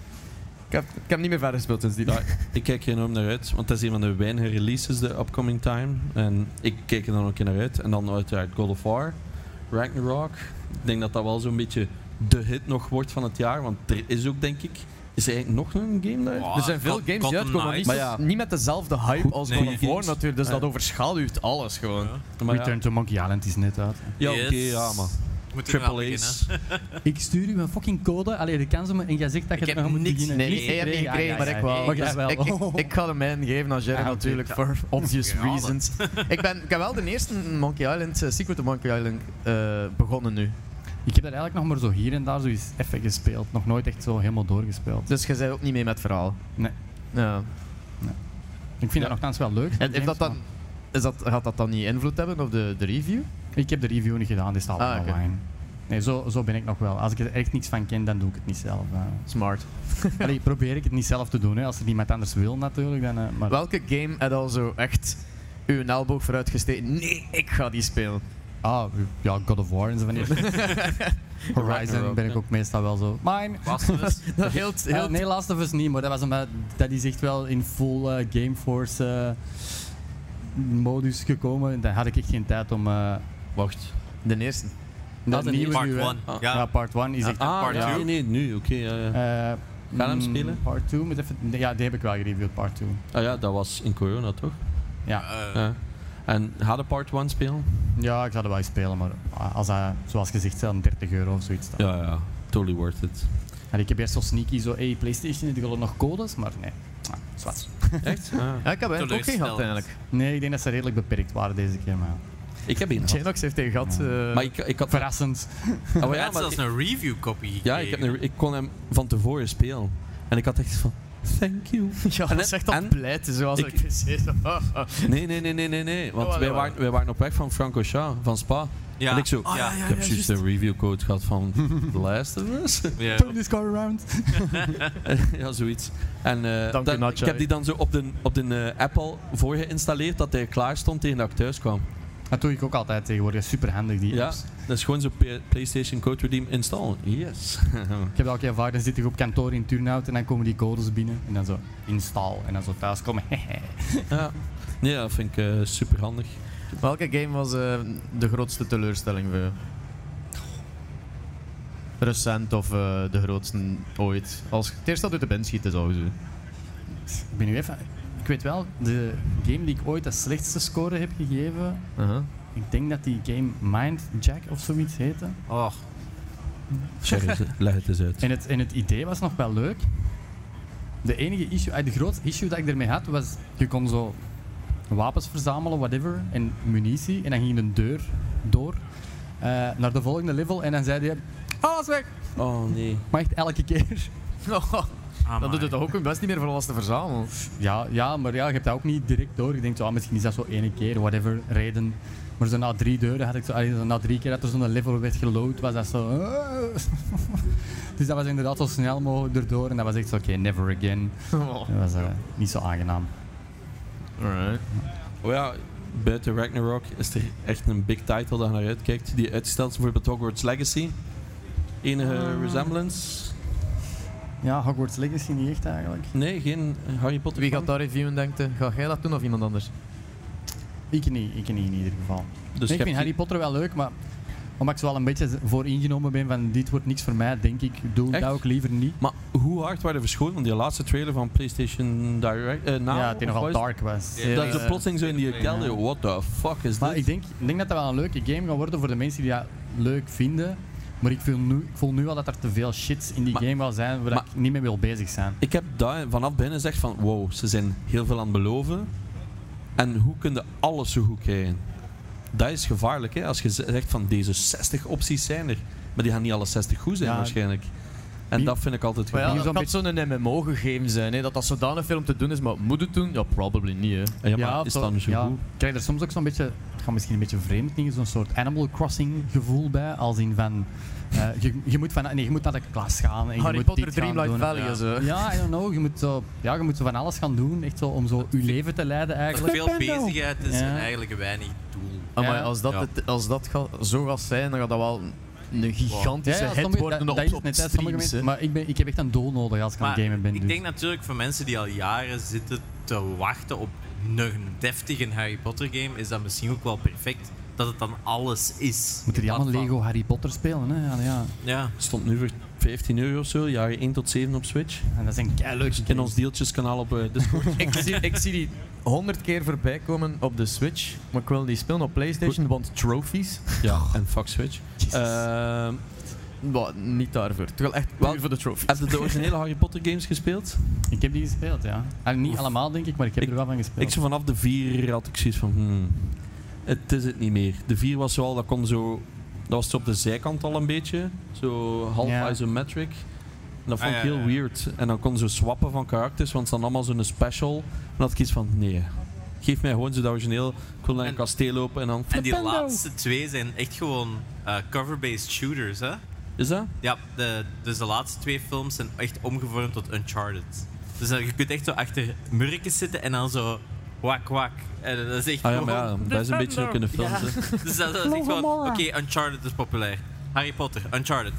Ik heb, ik heb niet meer verder gespeeld sinds die dag. Ik kijk er enorm naar uit, want dat is een van de weinige releases de upcoming time. En ik kijk er dan ook naar uit. En dan uiteraard God of War, Ragnarok. Ik denk dat dat wel zo'n beetje de hit nog wordt van het jaar. Want er is ook, denk ik... Is er eigenlijk nog een game daar? Wow. Er zijn veel God- games God die uitkomen, maar niet, Maar ja. niet met dezelfde hype Goed, als nee, God of War games. natuurlijk, dus Ja. dat overschaduwt alles gewoon. Ja. Maar ja, Return to Monkey Island is net uit. ja oké, Yes. ja, maar... Moet er wel Triple A's. beginnen. Ik stuur u een fucking code, allee, de kans om en jij zegt dat je Ik het heb nog moet niks- beginnen. Nee, Niks ik heb niet gekregen, maar ik wel. Maar jij Dus wel. ik, ik, ik ga de mijne geven aan Jerry Ja, natuurlijk, ja. for obvious Ja, reasons. ik, ben, ik heb wel de eerste Monkey Island, uh, Secret of Monkey Island, uh, begonnen nu. Ik heb dat eigenlijk nog maar zo hier en daar zo eens even gespeeld. Nog nooit echt zo helemaal doorgespeeld. Dus je bent ook niet mee met het verhaal. Nee. Ja. Ik vind Ja. dat nogthans wel leuk. En heeft dat dan, is dat, gaat dat dan niet invloed hebben op de, de review? Ik heb de review niet gedaan, die staat Ah, al oké. online. Nee, zo, zo ben ik nog wel. Als ik er echt niks van ken, dan doe ik het niet zelf. eh. Smart. Allee, probeer ik het niet zelf te doen. Hè. Als er iemand anders wil, natuurlijk. Dan, eh, maar Welke game heb je al zo echt uw elleboog vooruit gesteken? Nee, ik ga die spelen. Ah, ja, God of War en zo van die. Horizon ben ik ook meestal wel zo. Mine! Last of Us. Dat heel, Eh, heel nee, Last of Us niet, maar dat was omdat dat is echt wel in full eh, Gameforce eh, modus gekomen. En dan had ik echt geen tijd om. eh Wacht. de eerste. dat de nieuwe Part nu, hè. one. Ah. Ja, Ja. part one is echt. Ah, part ja, two? nee, nee, nu, oké. ja, ja. eh, Ga hem mm, spelen? Part two, moet even, ja, die heb ik wel gereviewd, part two. Ah ja, dat was in corona, toch? Ja. Eh, Ja. En ga de part one spelen? ja, ik zou er wel eens spelen, maar als dat, zoals gezegd, zo'n dertig euro of zoiets staat. Ja, ja. Totally worth it. En ik heb eerst zo sneaky, zo, hey, PlayStation, die willen nog codes, maar nee. Ah, zwart. Echt? Ah. Ja, ik heb eigenlijk ook geen gehad eigenlijk. Nee, ik denk dat ze redelijk beperkt waren deze keer, maar Ik heb één gehad. Genox heeft hij gehad. eh, Maar ik, ik had... verrassend. Oh, Hij ja, had maar zelfs ik, een review copy ja, ik, heb een, ik kon hem van tevoren spelen. En ik had echt van... Thank you. ja, en- dat is echt al en- pleiten, zoals ik- ik, ik zei. Zo, ah, ah. Nee, nee, nee, nee, nee, nee. Want Oh, wij, allee, waren, wij waren op weg van Francorchamps, van Spa. Ja. En ik zo... Ah, ja, ik heb juist een reviewcode gehad van The Last of Us. Ja. Turn this car around. Ja, zoiets. En eh, Dank u, dan- ik Natja. heb die dan zo op de, op de eh, Apple voor geïnstalleerd dat hij klaar stond tegen dat ik thuis kwam. Dat doe ik ook altijd tegenwoordig. Super handig die Ja, apps. dat is gewoon zo P- PlayStation Code Redeem install. Yes. Ik heb elke keer vaak, dan zit ik op kantoor in Turnhout en dan komen die codes binnen en dan zo install en dan zo thuis komen. Ja. Nee, dat vind ik uh, super handig. Welke game was eh, de grootste teleurstelling voor je? Recent of eh, de grootste ooit? Als het eerst dat uit de band schiet is sowieso. Ik ben nu even. Ik weet wel, de game die ik ooit de slechtste score heb gegeven, Uh-huh. ik denk dat die game Mindjack of zoiets heette. Oh, Sherry, leg het eens uit. En het, en het idee was nog wel leuk. De enige issue, eh, de grootste issue dat ik ermee had, was je kon zo wapens verzamelen, whatever, en munitie, en dan ging een deur door eh, naar de volgende level en dan zei hij, alles weg! Oh nee. Maar echt elke keer. Dan doet het toch ook best niet meer voor alles te verzamelen. Ja, ja, maar ja, je hebt dat ook niet direct door. Je denkt, zo, ah, misschien is dat zo ene keer, whatever, reden. Maar zo na drie deuren had ik zo, allee, zo na drie keer dat er zo'n level werd geload, was dat zo... Dus dat was inderdaad zo snel mogelijk erdoor en dat was echt zo, oké, never again. Oh. Dat was eh, niet zo aangenaam. Alright. Oh ja, buiten Ragnarok is er echt een big title dat je naar uitkijkt. Die uitgesteld is bijvoorbeeld Hogwarts Legacy. Enige Uh. resemblance? Ja, Hogwarts Legacy niet echt eigenlijk. Nee, geen Harry Potter. Wie fan? gaat daar reviewen, denkt je? Ga jij dat doen of iemand anders? Ik niet, ik niet in ieder geval. Dus ik je vind hebt Harry Potter wel leuk, maar omdat ik zo wel een beetje voor ingenomen ben van dit wordt niks voor mij, denk ik, doe Echt? dat ook liever niet. Maar hoe hard waren de verschoten van die laatste trailer van PlayStation Direct? Uh, Now, ja, die of nogal wat is- dark was. Ja, Dat ja. is plotseling zo in die kelder. What the fuck is Maar dit? ik denk, ik denk dat dat wel een leuke game gaat worden voor de mensen die dat leuk vinden. Maar ik voel nu, ik voel nu wel dat er te veel shit in die Maar- game wil zijn waar maar- ik niet mee wil bezig zijn. Ik heb daar vanaf binnen gezegd van wow, ze zijn heel veel aan het beloven. En hoe kun je alles zo goed krijgen? Dat is gevaarlijk, hè? Als je zegt van deze zestig opties zijn er. Maar die gaan niet alle zestig goed zijn Ja. waarschijnlijk. En Wie- dat vind ik altijd Maar ja, gevaarlijk. zo'n het kan zo'n M M O gegeven zijn, hè, dat dat zodanig veel om te doen is, maar moet het doen? Ja, probably niet. Hè. Ja, maar is zo- dat nu zo ja. goed? Ik krijg er soms ook zo'n beetje, het gaat misschien een beetje vreemd klinken, zo'n soort Animal Crossing gevoel bij. Als in van, eh, je, je, moet van nee, je moet naar de klas gaan en je Harry moet Potter dit gaan Dreamlight doen. Valley Ja. en zo. Ja, I don't know. Je moet, zo, ja, je moet zo van alles gaan doen, echt zo, om zo je leven te leiden eigenlijk. Veel bezigheid is Ja. en eigenlijk weinig doel. Ah, maar Ja. als dat, Ja. het, als dat gaat, zo gaat zijn, dan gaat dat wel een gigantische hit sommige- worden dat, op, dat is op net, hè, sommige streams. mensen, hè. maar ik, ben, ik heb echt een doel nodig als ik aan Maar het gamen ben. ik dus. denk natuurlijk voor mensen die al jaren zitten te wachten op een deftige Harry Potter game, is dat misschien ook wel perfect dat het dan alles is. Moeten die In allemaal plaats van- Lego Harry Potter spelen? Hè? Ja, ja. Ja. Stond nu voor vijftien euro of zo, jaren één tot zeven op Switch. En dat zijn keileuke In ons deeltjeskanaal op eh, Discord. ik, zie, ik zie die honderd keer voorbij komen op de Switch, maar ik wil die spelen op PlayStation, want trophies. Ja, en fuck Switch. Ehm, Maar niet daarvoor. Het wil echt Wel, puur voor de trophies. heb je de originele Harry Potter games gespeeld? Ik heb die gespeeld, ja. En niet allemaal, denk ik, maar ik heb Ik- er wel van gespeeld. Ik zo vanaf de vier had ik zoiets van, hmm, het is het niet meer. De vier was zo al, dat kon zo, dat was zo op de zijkant al een beetje, zo half Ja. isometric. En dat vond Ah, ik ja, heel ja. weird. En dan kon zo swappen van karakters, want ze hadden allemaal zo'n special. En dan had ik iets van, nee, geef mij gewoon zo dat origineel. Ik wil naar een En- kasteel lopen en dan... En die Flipendo. laatste twee zijn echt gewoon eh, cover-based shooters, hè? Is dat? Ja, de, dus de laatste twee films zijn echt omgevormd tot Uncharted. Dus dan, je kunt echt zo achter murkjes zitten en dan zo wak wak. En dat is echt Ah ja, gewoon... maar ja, dat is een beetje ook in de films. Ja. hè. Dus dat, dat is echt gewoon... Oké, Uncharted is populair. Harry Potter, Uncharted.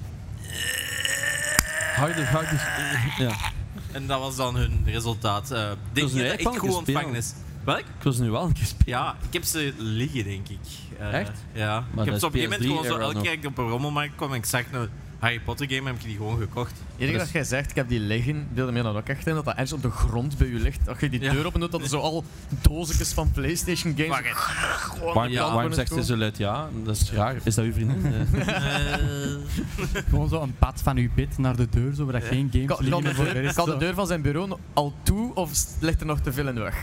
Harder, harder. Ja. En dat was dan hun resultaat. Uh, denk is je nu dat echt echt wel een goed keer ontvangen spelen. is? Welk? Ik was nu wel een keer spelen. Ja, ik heb ze liggen, denk ik. Eh, Echt? Ja. Maar Ik heb dat ze op is een gegeven moment P S drie gewoon zo... era Elke nog. keer dat ik op een rommelmarkt kwam en ik zag een Harry Potter game, heb ik die gewoon gekocht. Iedere keer dat jij zegt, ik heb die liggen, beelde me dan ook echt in dat dat ergens op de grond bij je ligt. Als je die Ja. deur open doet, dat er zo al doosjes van PlayStation games... Wacht, gewoon Waarom, die Ja, waarom anderen zegt ze komen. zo luid ja? Dat is raar. Is dat uw vriendin? Eh, Eh, Gewoon zo een pad van uw bed naar de deur, zodat Ja. geen games Kan, kan, liggen de voor de deur, rest. kan de zo. deur van zijn bureau al toe of s- ligt er nog te veel in de weg?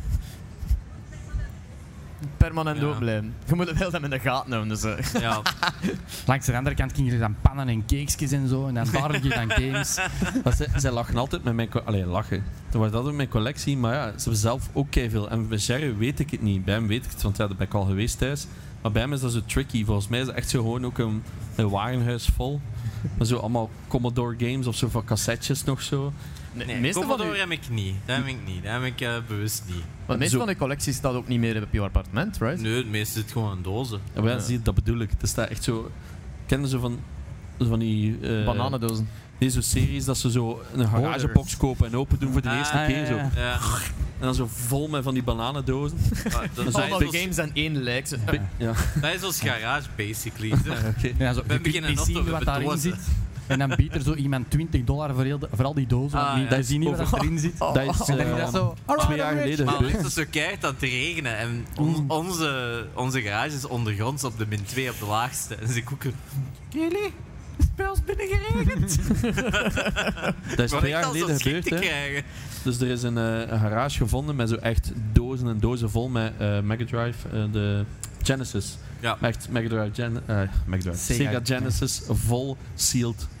Permanent Ja. open blijven. Je moet het wel dat in de gaten houden. Dus, eh. ja. Langs de andere kant gingen er dan pannen en cakesjes en zo. En dan daar liggen dan games. maar ze, zij lachen altijd met mijn... co- Allee, lachen. Er wordt altijd mijn collectie, maar ja, ze hebben zelf ook veel. En bij Jerry weet ik het niet. Bij hem weet ik het, want ja, daar ben ik al geweest thuis. Maar bij hem is dat zo tricky. Volgens mij is dat echt zo gewoon ook een, een warenhuis vol. Maar zo allemaal Commodore games of zo van cassettes nog zo. Nee, Nee, meeste van, Commodore uw, heb ik niet. Dat heb ik niet. Dat heb ik eh, bewust niet. want de meeste Zo. van de collectie staat ook niet meer op je appartement, right? Nee, het meeste zit gewoon in dozen. En ja, Ja. zie je, dat bedoel ik. Het staat echt zo... Kennen ze van... zo Van die... eh, Bananendozen. Deze series dat ze zo een garagebox kopen en open doen voor de Ah, eerste ja, keer. ja, Zo. ja. Ja. En dan zo vol met van die bananendozen. Maar dat, zijn Allemaal dat, is, games en één lijkt. ze. Ja, dat is ons garage, basically. oké. Ja, zo, We je kunt beginnen niet nog zien te wat daarin bedozen. zit. En dan biedt er zo iemand twintig dollar voor, heel de- voor al die dozen. Ah, want niet, ja. dat is niet wat Over- er erin zit. Dat is En dan is eh, dat zo... twee jaar geleden Maar gebeurd. het is zo keihard aan het regenen en on- onze, onze garage is ondergronds op de min twee op de laagste. En ze koeken... Jullie? Het spel is binnen geregend. Dat is twee jaar geleden gebeurd, te hè. krijgen. Dus er is een, eh, een garage gevonden met zo echt dozen en dozen vol met eh Mega Drive, eh, de Genesis. Ja. Echt Mega Drive, Gen eh, Mega Drive. Sega. Sega Genesis, vol sealed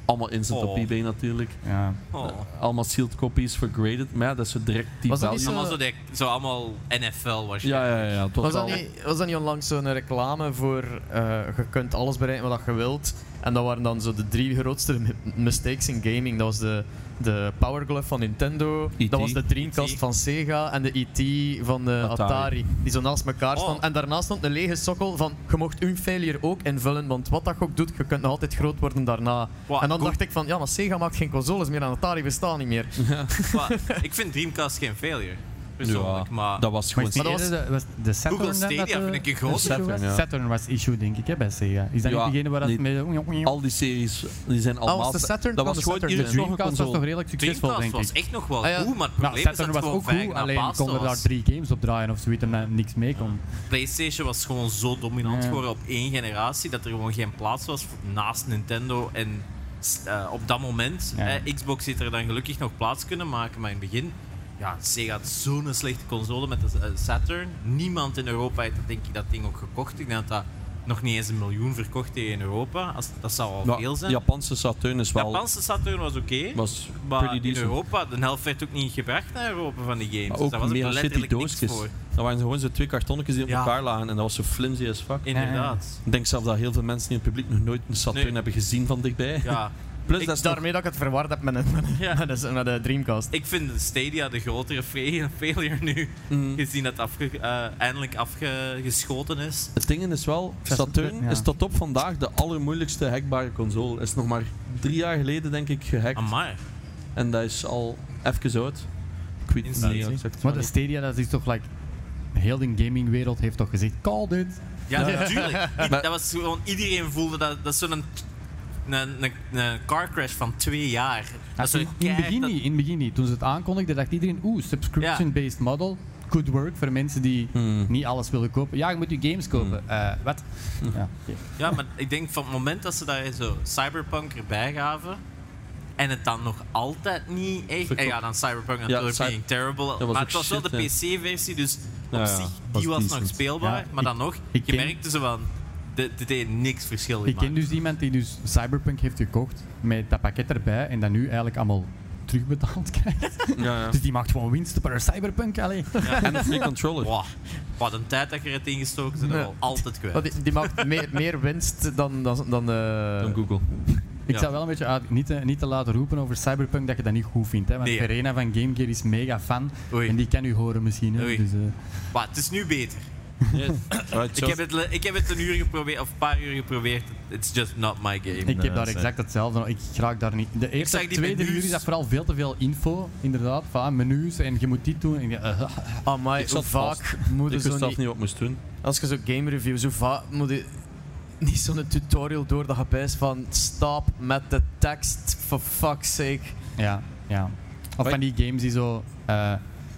allemaal instant Oh. op eBay natuurlijk. Ja. Oh. Uh, allemaal sealed copies for graded. Maar ja, dat is zo direct die Was dat value. niet Allemaal zo, direct- zo allemaal N F L waarschijnlijk. Ja, ja, ja. Tot Was dat, wel. niet, was dat niet onlangs zo'n reclame voor uh, je kunt alles bereiken wat je wilt? En dat waren dan zo de drie grootste mi- mistakes in gaming. Dat was de, de Power Glove van Nintendo, E T. dat was de Dreamcast E T. van Sega en de E T van de Atari. Atari. Die zo naast elkaar staan. Oh. En daarnaast stond een lege sokkel van je mocht uw failure ook invullen, want wat dat je ook doet, je kunt nog altijd groot worden daarna. Wow, en dan goed. dacht ik van, ja, maar Sega maakt geen consoles meer en Atari bestaat niet meer. Maar ik vind Dreamcast geen failure. Persoonlijk, Ja, maar... dat was Maar gewoon... is die Maar dat ene de, was de Saturn Google dat- Stadia dat, eh, vind ik een dat grote issue Saturn, was? ja. Saturn was issue, denk ik, hè, bij Sega. Is dat Ja, niet degene waar dat nee. mee... Al die series, die zijn allemaal... was de Saturn? dat Van was de gewoon Saturn, iedere ja. nog een Dreamcast was toch console. redelijk succesvol, Dreamcast denk was ik. echt nog wel Ah, ja. goed, maar het Nou, probleem is dat Saturn het was gewoon ook goed, vijf na alleen pasta konden daar was. drie games op draaien of zoiets en daar niks mee kon. PlayStation was gewoon zo dominant Ja. geworden op één generatie dat er gewoon geen plaats was voor- naast Nintendo en uh, op dat moment. Ja. Eh, Xbox heeft er dan gelukkig nog plaats kunnen maken, maar in het begin, ja, Sega had zo'n slechte console met de uh, Saturn. Niemand in Europa heeft denk ik dat ding ook gekocht. Ik denk dat dat nog niet eens een miljoen verkocht heeft in Europa. Als, dat zou al Maar veel zijn. de Japanse Saturn is De wel... Japanse Saturn was oké, was maar pretty in decent. Europa, de helft werd ook niet gebracht naar Europa van die games. Maar Dus ook daar was ook meer shitty letterlijk niks doosjes. voor. Dat waren gewoon zo twee kartonnetjes die op Ja. elkaar lagen en dat was zo flimsy as fuck. Inderdaad. Ik denk zelf dat heel veel mensen in het publiek nog nooit een Saturn Nee. hebben gezien van dichtbij. Ja. Plus, Ik- dat is nog- Daarmee dat ik het verward heb met een, met een, Ja. met een, met een Dreamcast. Ik vind de Stadia de grotere fa- failure nu, Mm. gezien dat het afge, uh, eindelijk afgeschoten is. Het ding is wel, Dat is- Saturn ja. is tot op vandaag de allermoeilijkste hackbare console. Is nog maar drie jaar geleden denk ik gehackt. Amai. En dat is al even oud. Ik weet Insane. niet exact. Maar de Stadia, dat is toch like... Heel de gamingwereld heeft toch gezegd, call dit. Ja, natuurlijk. I- Maar- dat was gewoon, iedereen voelde dat, dat is zo'n een, een, een, een car crash van twee jaar. Dat is in, zo'n in het kei- begin dat- niet, in het begin niet. Toen ze het aankondigden, dacht iedereen, oeh, subscription-based model. Could work voor mensen die Hmm. niet alles willen kopen. Ja, je moet je games kopen. Eh, wat? Ja, oké. Ja, maar ik denk van het moment dat ze daar zo Cyberpunk erbij gaven en het dan nog altijd niet echt... Verkocht. En ja, dan Cyberpunk natuurlijk Cy- being terrible. was Maar ook het was wel de shit, P C-versie, dus Ja, op ja, zich, was die was nog decent. speelbaar. Ja, maar dan ik- nog, ik je ken- merkte zo van... Dit dit deed niks verschil in Ik ken dus iemand die dus Cyberpunk heeft gekocht met dat pakket erbij en dat nu eigenlijk allemaal terugbetaald krijgt. Ja, ja. Dus die maakt gewoon winst per Cyberpunk. Allee. En een free controller. Wow. Wat een tijd dat je het ingestoken zijn, Nee. wel altijd kwijt. Maar die, die maakt meer, meer winst dan, dan, dan, eh, Dan Google. Ik Ja. zou wel een beetje uit, niet, te, niet te laten roepen over Cyberpunk dat je dat niet goed vindt. Hè? Want Nee. Verena van Game Gear is mega fan Oei. en die kan u horen misschien. Hè? Oei. Dus, eh, Maar het is nu beter. Yeah. Right, Ik heb, het, le- ik heb het een uur geprobeerd, of een paar uur geprobeerd. It's just not my game. ik heb daar dat is exact hetzelfde. Ik raak daar niet. De eerste, zag die tweede menus. uur is dat vooral veel te veel info, inderdaad. Van menus en je moet dit doen. En je, uh, amai, Ik hoe zat vaak moet je Ik zo wist zelf niet... niet wat ik moest doen. Als je zo game reviews, hoe vaak moet je niet zo'n tutorial door dat je bijst van stop met de tekst, for fuck's sake. ja, ja. Of Hoi. van die games die zo. eh,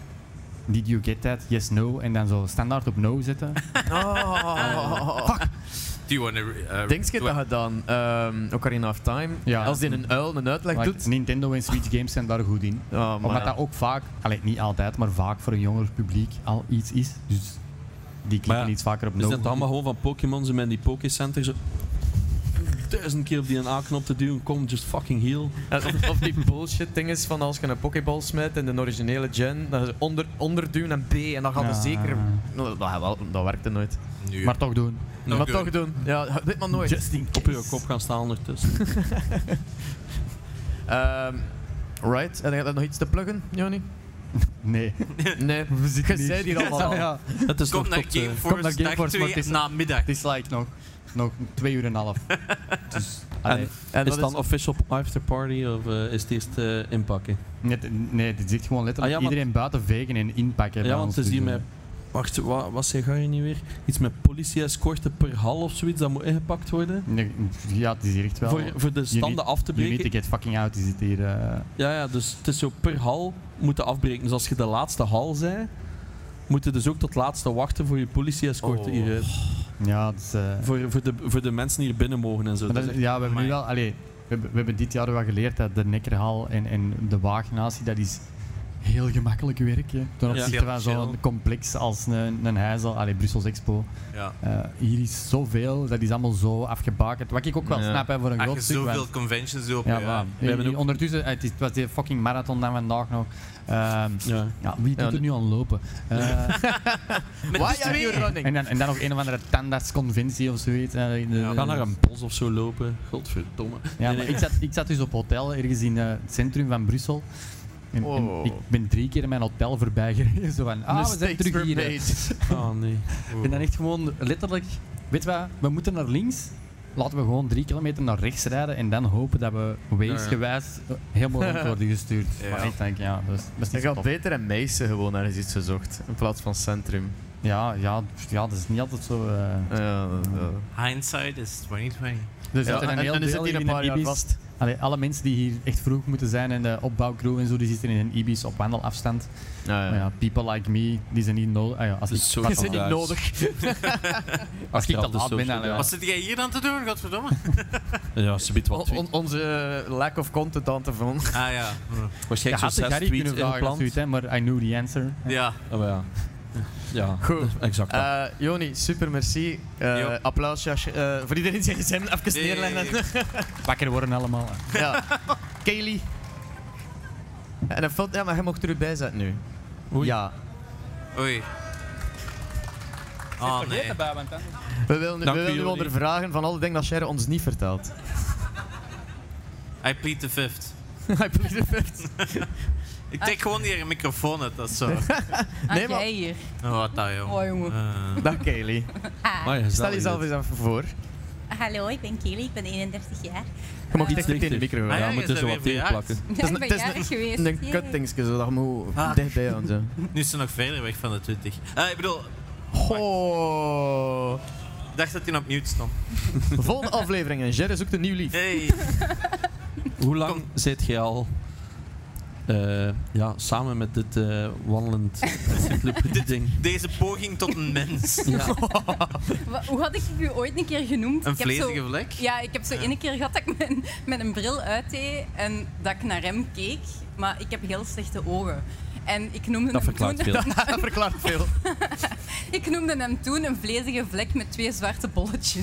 did you get that? Yes, no. En dan zo standaard op no zetten. Oh. Do you wanna, uh, Denk je do dat gedaan? Um, Ocarina of Time. Ja. Als die een uil een uitleg Like, doet. Nintendo en Switch games zijn daar goed in. Oh, Omdat maar dat ook vaak, allee, niet altijd, maar vaak voor een jonger publiek al iets is. Dus die klikken Maar ja, iets vaker op We no. zijn het allemaal gewoon van Pokémon, ze met die Pokécenter zo duizend keer op die A-knop te duwen, kom, just fucking heal. En Of, of die bullshit ding is van als je een Pokéball smijt in de originele gen, dan is het onder, onderduwen en B en dan gaat het Ja. zeker... Nou, dat, wel, dat werkte nooit. Nu. Maar toch doen. Nog maar doen. toch doen. Ja, weet maar nooit. Just in Op je kop gaan staan ondertussen. Ehm, right, en heb je nog iets te pluggen, Joni? Nee. Nee, We zitten je hier. zei hier allemaal al. Ja. Het is Kom nog naar tot... eh, Gameforce, kom naar dag Gameforce, maar twee het is- namiddag. Het is like nog, nog twee uur en een half. Dus, allee. En is wat het dan official afterparty of eh, is het eerst eh, inpakken? Nee, het- nee, dit zit gewoon letterlijk Ah, ja, maar- iedereen buiten vegen en inpakken. bij Ja, want ons, het is dus, hier eh, met... Wacht, wat, wat zeg je niet weer? Iets met politie-escorten per hal of zoiets, dat moet ingepakt worden? nee, ja, het is hier echt wel. Voor, voor de You standen need- af te You need breken. to get fucking out, is het hier. eh. Ja, ja, dus het is zo per hal moeten afbreken. Dus als je de laatste hal zei, moet je dus ook tot laatste wachten voor je politie-escorten Oh. hier. eh, Ja, dus, eh, Voor, voor, de, voor de mensen die hier binnen mogen en zo. maar Dat dat- is echt- ja, we hebben nu Amai. wel. Allee, we, hebben, we hebben dit jaar wel geleerd dat de Nekkerhal en, en de Waagnatie, dat is heel gemakkelijk werken. Ten opzichte Ja. van zo'n Chill. complex als een, een Heijzel, allee, Brussels Expo. Ja. Uh, hier is zoveel, dat is allemaal zo afgebakend. Wat ik ook wel Ja. snap hè, voor een Als groot je stuk. zoveel want- conventions doet op Ja, je... maar We hebben ook- ondertussen, het, is, het was die fucking marathon dan vandaag nog. Ehm, Ja. ja, wie doet Ja, er nu aan lopen? Uh, Met Why de are you twee. running? en, dan, en dan nog een of andere tandartsconventie of zoiets. Uh, de- Ja, ga naar een bos of zo lopen. Godverdomme. Ja, Nee, maar nee. ik zat, ik zat dus op hotel ergens in uh, het centrum van Brussel. En, en Oh. ik ben drie keer in mijn hotel voorbij gereden. Zo van, ah, we zijn Mistakes terug were hier. made. Oh nee. En dan echt gewoon letterlijk, weet je wat, we moeten naar links. Laten we gewoon drie kilometer naar rechts rijden en dan hopen dat we Waze-gewijs helemaal rond worden gestuurd. Ja. Maar ik denk, ja, dat is, dat is Je niet zo gaat tof. beter in Meissen gewoon ergens iets gezocht, in plaats van centrum. Ja, ja, ja, dat is niet altijd zo. Uh, Ja, ja. Hindsight is twintig twintig. er Ja, zit er en, een heel en is deel het hier in een paar een jaar Ibis. vast. Allee, alle mensen die hier echt vroeg moeten zijn en de opbouwcrew en zo, die zitten in een Ibis op wandelafstand. Ja, Maar ja, people like me, die zijn niet nodig. Ah ja, als Dat ik, is zo Dat is niet Duits. nodig. als ik Ja, te dat is laat zo ben, dan... zo ja. Wat zit jij hier dan te doen, godverdomme? Ja, ze biedt wat On- tweet. on- onze lack of content aan te vullen. Ah ja. Je Waarschijnlijk had zo'n de zes Gary tweets kunnen vragen of ingepland. zoiets, hè, maar I knew the answer. Ja. Oh, ja. Ja, Goed. exact. dat. Eh, Joni, super merci. Uh, Jo. applausje als je- eh, voor iedereen zijn gezin. Even Nee. neerleggen. Wakker worden allemaal. hè. Ja. Kaylee. En een foto, ja, maar hij mocht er erbij zetten nu. Oei. Ja. Oei. Oh nee. We willen, we Dank u, willen nu Joni. ondervragen van alle dingen dat Sherry ons niet vertelt. I plead the fifth. Hij plead the fifth. Ik trek gewoon hier een microfoon uit, dat is zo. Nee, Nee, maar- jij hier. Oh, wat nou, joh. Oh, jongen. Eh, Dag Kaylee. Ah. Maar ja, Stel jezelf eens even voor. Hallo, ik ben Kelly, ik ben eenendertig jaar. Je mag Eh, dichter tegen de micro gaan. Ah, Ja, ja, we je moeten zo bent wat weer tegenplakken. Ja, is een- ik ben het is jarig geweest. Een Yay. kutdingetje, zo dat moet Ah. dichtbij aan zo. nu is ze nog verder weg van de twintig. Eh, ik bedoel, Oh. ik dacht dat hij op mute stond. Volgende aflevering en Jerry zoekt een nieuw lief. Hey. Hoe lang zit jij al eh, ja, samen met dit eh, wandelend encyclopedie-ding? Deze poging tot een mens. Wa- Hoe had ik u ooit een keer genoemd? Een Ik heb zo- vlezige vlek. Ja, ik heb zo ene keer gehad dat ik met, met een bril uitdeed en dat ik naar hem keek, maar ik heb heel slechte ogen. En ik noemde, Dat hem verklaart toen, veel. Dat verklaart veel. ik noemde hem toen een vlezige vlek met twee zwarte bolletjes.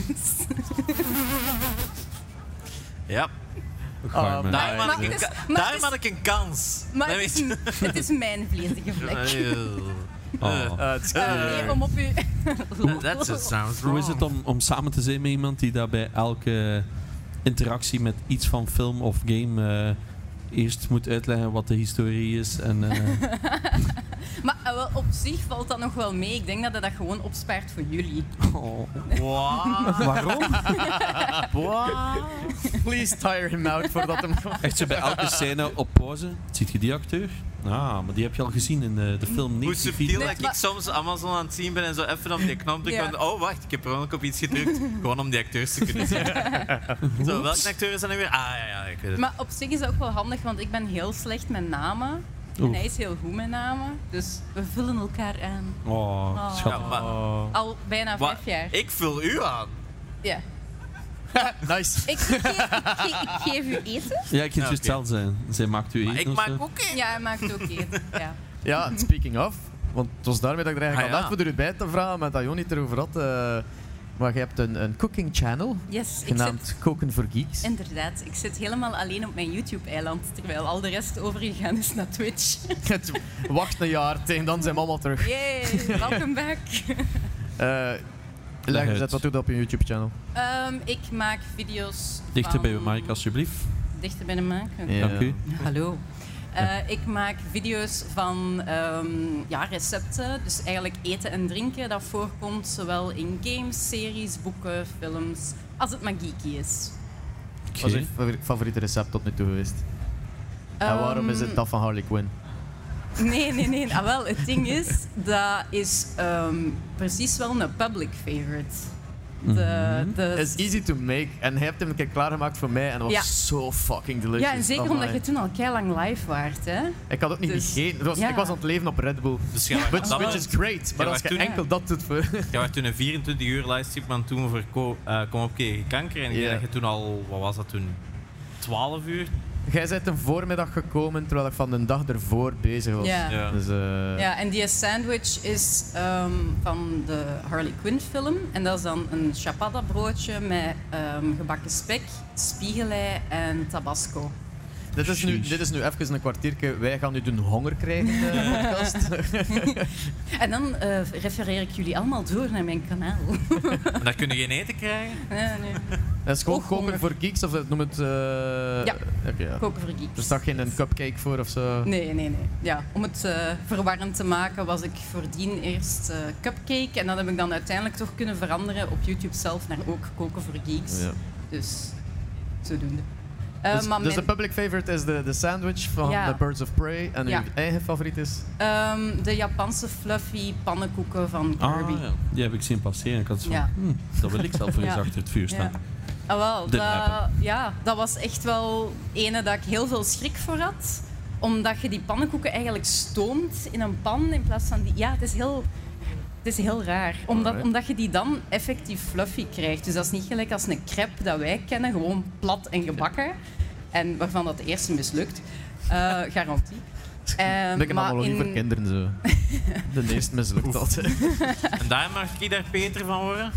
Ja, Gaar, man. daarom had maar ik het een is- ka- maar daarom het had ik een kans. Maar Dat het is, weet je. een- het is mijn vlezige vlek. Oh. Eh, het is- Eh, nee, om op u... That just sounds wrong. Hoe is het om, om samen te zijn met iemand die daar bij elke interactie met iets van film of game eh, eerst moet uitleggen wat de historie is? En, eh, Maar eh, wel, op zich valt dat nog wel mee. Ik denk dat hij dat gewoon opspaart voor jullie. oh. Wow. Waarom? Please tire him out voordat hem... Echt zo bij elke scène op pauze. Ziet je die acteur? Ah, maar die heb je al gezien in de, de film Hoe Niet subtiel Nee, dat ik maar- soms Amazon aan het zien ben en zo even op die knop druk. Ja. van, oh, wacht, ik heb er ook op iets gedrukt. Gewoon om die acteurs te kunnen zien. Zo, welke acteur is dat nu weer? Ah, ja, ja, ik weet het. Maar op zich is dat ook wel handig, want ik ben heel slecht met namen. En Oeh. hij is heel goed met namen. Dus we vullen elkaar aan. Oh, Oh. schat. Ja, maar, Al bijna Wa- vijf jaar. ik vul u aan. Ja. Nice. Ik, ik, geef, ik, ge- ik geef u eten. Ja, ik kan Ja, juist oké. hetzelfde zijn. Zij maakt u Maar eten ik of maak zo. ook één. Ja, hij maakt ook eten. Ja. Ja, speaking of. Want het was daarmee dat ik er eigenlijk Ah, aan ja. dacht voor erbij te vragen, met dat Joni het erover had. eh, maar je hebt een, een cooking channel, Yes, ik genaamd zit... Koken voor Geeks. Inderdaad, ik zit helemaal alleen op mijn YouTube-eiland, terwijl al de rest overgegaan is naar Twitch. Wacht een jaar, tegen dan zijn we allemaal terug. Yay, welcome back. Eh leg eens uit. uit, wat doe je op je YouTube-channel? Ehm, ik maak video's Dichter van... bij uw mic, alsjeblieft. Dichter bij de mic? Oké. Dank u. Hallo. Eh, ik maak video's van ehm, ja, recepten, dus eigenlijk eten en drinken. Dat voorkomt zowel in games, series, boeken, films, als het maar geeky is. Wat is je favori- favoriete recept tot nu toe geweest? En waarom is het dat van Harley Quinn? Nee, nee, nee. Ah, wel, het ding is, dat is ehm, precies wel een public favorite. De, de, It's easy to make. En hij hebt hem een keer klaargemaakt voor mij en dat was Ja. zo fucking delicious. ja, en zeker Amai. omdat je toen al keilang live waart, hè. Ik had ook niet Dus- gegeten. Het was, ja. Ik was aan het leven op Red Bull. Dus jij Which, was, which is great. Maar Ja, als je maar toen- enkel dat doet voor... jij was toen een vierentwintig uur livestream aan het doen voor ko, uh, Kom op tegen kanker. En ik Ja. denk dat je toen al, wat was dat toen? twaalf uur jij bent een voormiddag gekomen terwijl ik van de dag ervoor bezig was. Ja. Ja. Dus, uh, Ja, en die sandwich is um, van de Harley Quinn film. En dat is dan een ciabatta broodje met um, gebakken spek, spiegelei en tabasco. dit, is nu, dit is nu even een kwartiertje. Wij gaan nu doen honger krijgen in de podcast. En dan uh, refereer ik jullie allemaal door naar mijn kanaal. Maar daar kun je geen eten krijgen. nee, nee. Dat is gewoon Ook koken honger. voor geeks of noem het... Uh, Ja. Oké, ja. Koken voor geeks. Er staat geen een cupcake voor of zo? Nee, nee, nee. Ja, om het uh, verwarrend te maken was ik voordien eerst uh, cupcake. En dat heb ik dan uiteindelijk toch kunnen veranderen op YouTube zelf naar ook koken voor geeks. Ja. Dus zodoende. Uh, Dus, maar dus de mijn- public favorite is de, de sandwich van Ja. de Birds of Prey. En Ja. uw eigen favoriet is? um, de Japanse fluffy pannenkoeken van Kirby. Ah, ja. Die heb ik zien passeren. Ik had zo van, Ja. hmm, dat wil ik zelf wel eens Ja. achter het vuur staan. Ja. Ah, wel, Didn't dat, happen. ja, dat was echt wel ene dat ik heel veel schrik voor had. Omdat je die pannenkoeken eigenlijk stoomt in een pan in plaats van die... Ja, het is heel, het is heel raar. Omdat, Alright. omdat je die dan effectief fluffy krijgt. Dus dat is niet gelijk als een crepe dat wij kennen. Gewoon plat en gebakken. En waarvan dat de eerste mislukt. Uh, garantie. Um, Ik heb maar allemaal in- liever kinderen zo. De eerste mislukt altijd. En daar mag ik daar Peter van worden.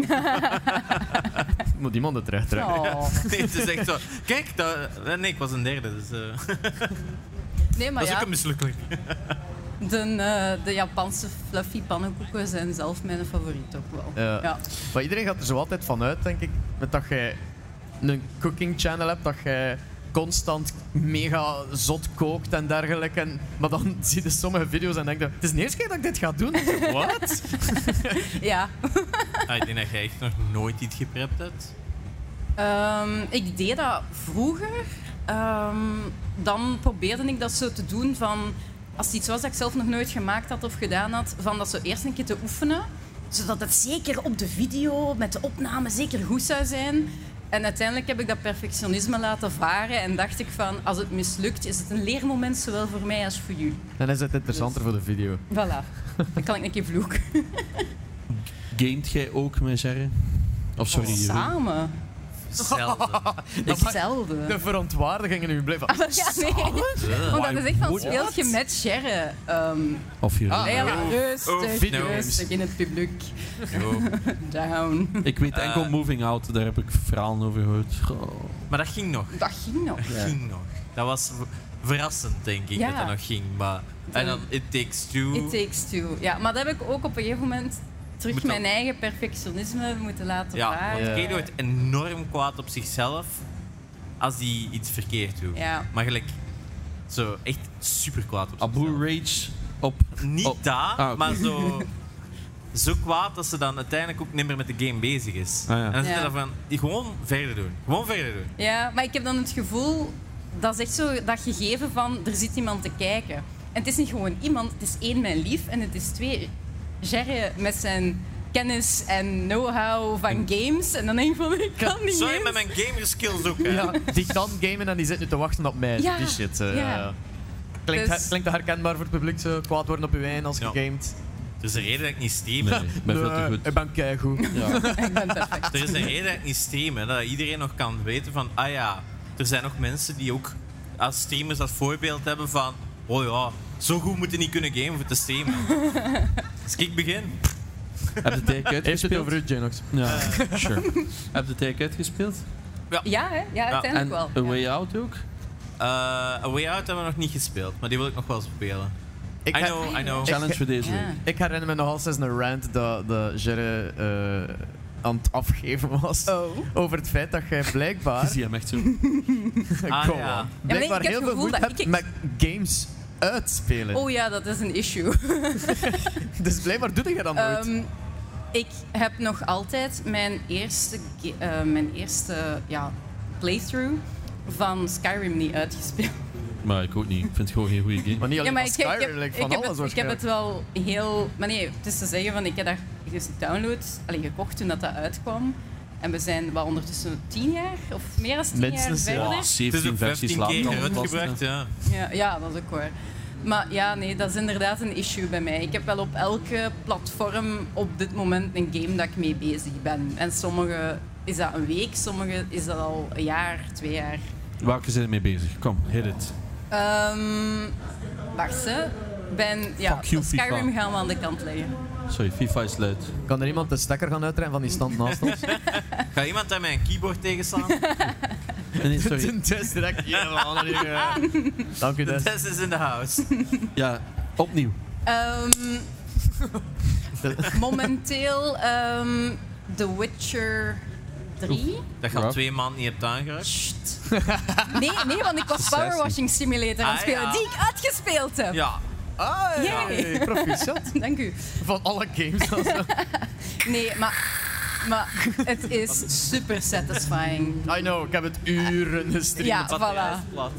Moet iemand het terecht trekken. Oh. Nee, het is echt zo. Kijk, dat, nee, ik was een derde, dus uh, Nee, maar dat is ja, ook een mislukking. de, uh, de Japanse fluffy pannenkoeken zijn zelf mijn favoriet ook wel. Ja. Ja. Maar iedereen gaat er zo altijd van uit, denk ik, met dat jij een cooking channel hebt, dat jij constant mega zot kookt en dergelijke. En, maar dan zie je sommige video's en denk je, het is de eerste keer dat ik dit ga doen. Wat? Ja. Ah, ik denk dat jij echt nog nooit iets geprept hebt. Um, ik deed dat vroeger. Um, dan probeerde ik dat zo te doen van... Als het iets was dat ik zelf nog nooit gemaakt had of gedaan had, van dat zo eerst een keer te oefenen. Zodat het zeker op de video, met de opname, zeker goed zou zijn. En uiteindelijk heb ik dat perfectionisme laten varen en dacht ik van, als het mislukt, is het een leermoment zowel voor mij als voor jullie. Dan is het interessanter voor de video. Voilà. Dan kan ik een keer vloeken. Gamet jij ook met Jerry? Of sorry, Jeroen? Samen. Zelden. Hetzelfde. De verontwaardiging in uw blik van... Ja, nee. Want dat is echt van speeltje met Sherry. Um, Of Jeroen? Ah, heel Oh, rustig, videogames. rustig in het publiek. Oh. Down. Ik weet enkel Eh. Moving Out, daar heb ik verhalen over gehoord. Goh. Maar dat ging nog. Dat ging nog. Dat ging nog. Dat was v- verrassend, denk ik, Ja. dat dat nog ging. Maar, en dan It Takes Two. It takes two. Ja, maar dat heb ik ook op een gegeven moment terug Moet dan- mijn eigen perfectionisme moeten laten Ja, varen. want Ja. Kato wordt enorm kwaad op zichzelf als hij iets verkeerd doet. Ja. Maar gelijk, zo echt super kwaad op Abu zichzelf. Rage op... Niet op- dat, Ah, oké. maar zo, zo kwaad dat ze dan uiteindelijk ook niet meer met de game bezig is. Ah, ja. En dan zit Ja. je dan van, die gewoon verder doen. Gewoon verder doen. Ja, maar ik heb dan het gevoel, dat is echt zo dat gegeven van, er zit iemand te kijken. En het is niet gewoon iemand, het is één, mijn lief, en het is twee, Jerry met zijn kennis en know-how van games. En dan denk ik van, ik kan niet Sorry eens. met mijn gamer skills ook. Hè. Ja, die kan gamen en die zit nu te wachten op mij. Ja, Die shit. eh, ja. ja. Klinkt, Dus- klinkt dat herkenbaar voor het publiek, zo kwaad worden op je wijn als je Ja. gamet? Er is een reden dat ik niet stream. Nee, ik ben veel te Nee, goed. ik ben keigoed. Ja. Ik ben perfect. Er is een reden dat ik niet stream. Hè, dat iedereen nog kan weten van, ah ja, er zijn nog mensen die ook als streamers als voorbeeld hebben van, oh ja, zo goed moet je niet kunnen gamen voor te streamen. Dus ik begin. Heb je Take Out Heeft het gespeeld? over u, Janox? Ja, sure. Heb je Take Out gespeeld? Ja, hè? Ja, uiteindelijk En wel. A Ja. Way Out ook? Uh, A Way Out hebben we nog niet gespeeld, maar die wil ik nog wel eens spelen. Ik, I her- know, I know. Challenge voor deze Ja. week. ik herinner me nog altijd een rant dat, dat Jerry eh, aan het afgeven was. Oh. Over het feit dat jij blijkbaar, Ik zie hem echt zo. Ah, Come ja. on. ik heb blijkbaar het heel veel gevoel moeite dat hebt ik- met games uitspelen. Oh ja, dat is een issue. Dus blijkbaar doe je dat nooit. Ehm, ik heb nog altijd mijn eerste, ge- eh, mijn eerste ja, playthrough van Skyrim niet uitgespeeld. Maar ik ook niet. Ik vind het gewoon geen goede game. maar niet alleen Ja, van ik, ik, Skyrim, heb, like ik, van heb alles het, ik heb waarschijnlijk. het wel heel... Maar nee, het is te zeggen van, ik heb dat gedownload, allee, gekocht toen dat, dat uitkwam. En we zijn wel ondertussen tien jaar, of meer dan tien Minstens, jaar ja. verder. Het is zeventien ook versies vijftien later. keer al uitgebracht, ja. Ja, ja, dat is ook waar. Maar ja, nee, dat is inderdaad een issue bij mij. Ik heb wel op elke platform op dit moment een game dat ik mee bezig ben. En sommige is dat een week, sommige is dat al een jaar, twee jaar. Welke zijn er mee bezig? Kom, hit it. Um, wacht, hè. Ben, ja, Fuck you, Skyrim FIFA. gaan we aan de kant leggen. Sorry, FIFA is luid. Kan er iemand de stekker gaan uitrijden van die stand naast ons? Ga iemand daar met een keyboard tegenslaan? Nee, sorry. De test direct. Ja, we gaan er hier, eh. Dank u, The Des. test is in the house. Ja, opnieuw. Um, momenteel um, The Witcher drie. Dat je al Ja. twee maanden niet hebt aangeraakt. Sst. Nee, nee, want ik was Power Washing Simulator aan het Ah, spelen, ja. die ik uitgespeeld heb. Ja. Ah, ja. Yay. Hey, proficiat. Dank u. Van alle games. dan zo. Nee, maar, maar het is super satisfying. I know, ik heb het uren gestreamd. Ja, Batterij is voilà. plat.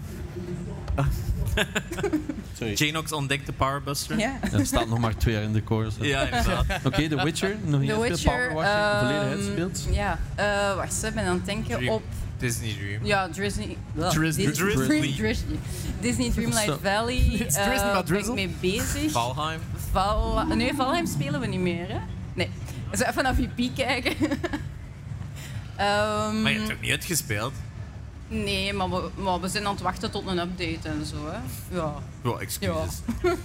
Sorry. Janox ontdekt de Powerbuster. Ja. Er staat nog maar twee jaar in de core. zo. Ja, inderdaad. Oké, The Witcher. Nog niet The veel Witcher, Powerwashing, volledig ehm, uitgespeeld. ja, eh wacht, ik ben aan het denken Dream. op... Disney Dream. Ja, Disney... Drizzly. Disney, Drizzly. Disney. Disney Dreamlight Zo. Valley. It's eh, Drizzly, maar ben ik drizzle. mee bezig. Valheim. Val... Nee, Valheim spelen we niet meer, hè? Nee. Dus even naar V P kijken. Ehm, Maar je hebt het ook niet uitgespeeld? nee, maar we, maar we zijn aan het wachten tot een update en zo, hè. Ja. Oh, excuses.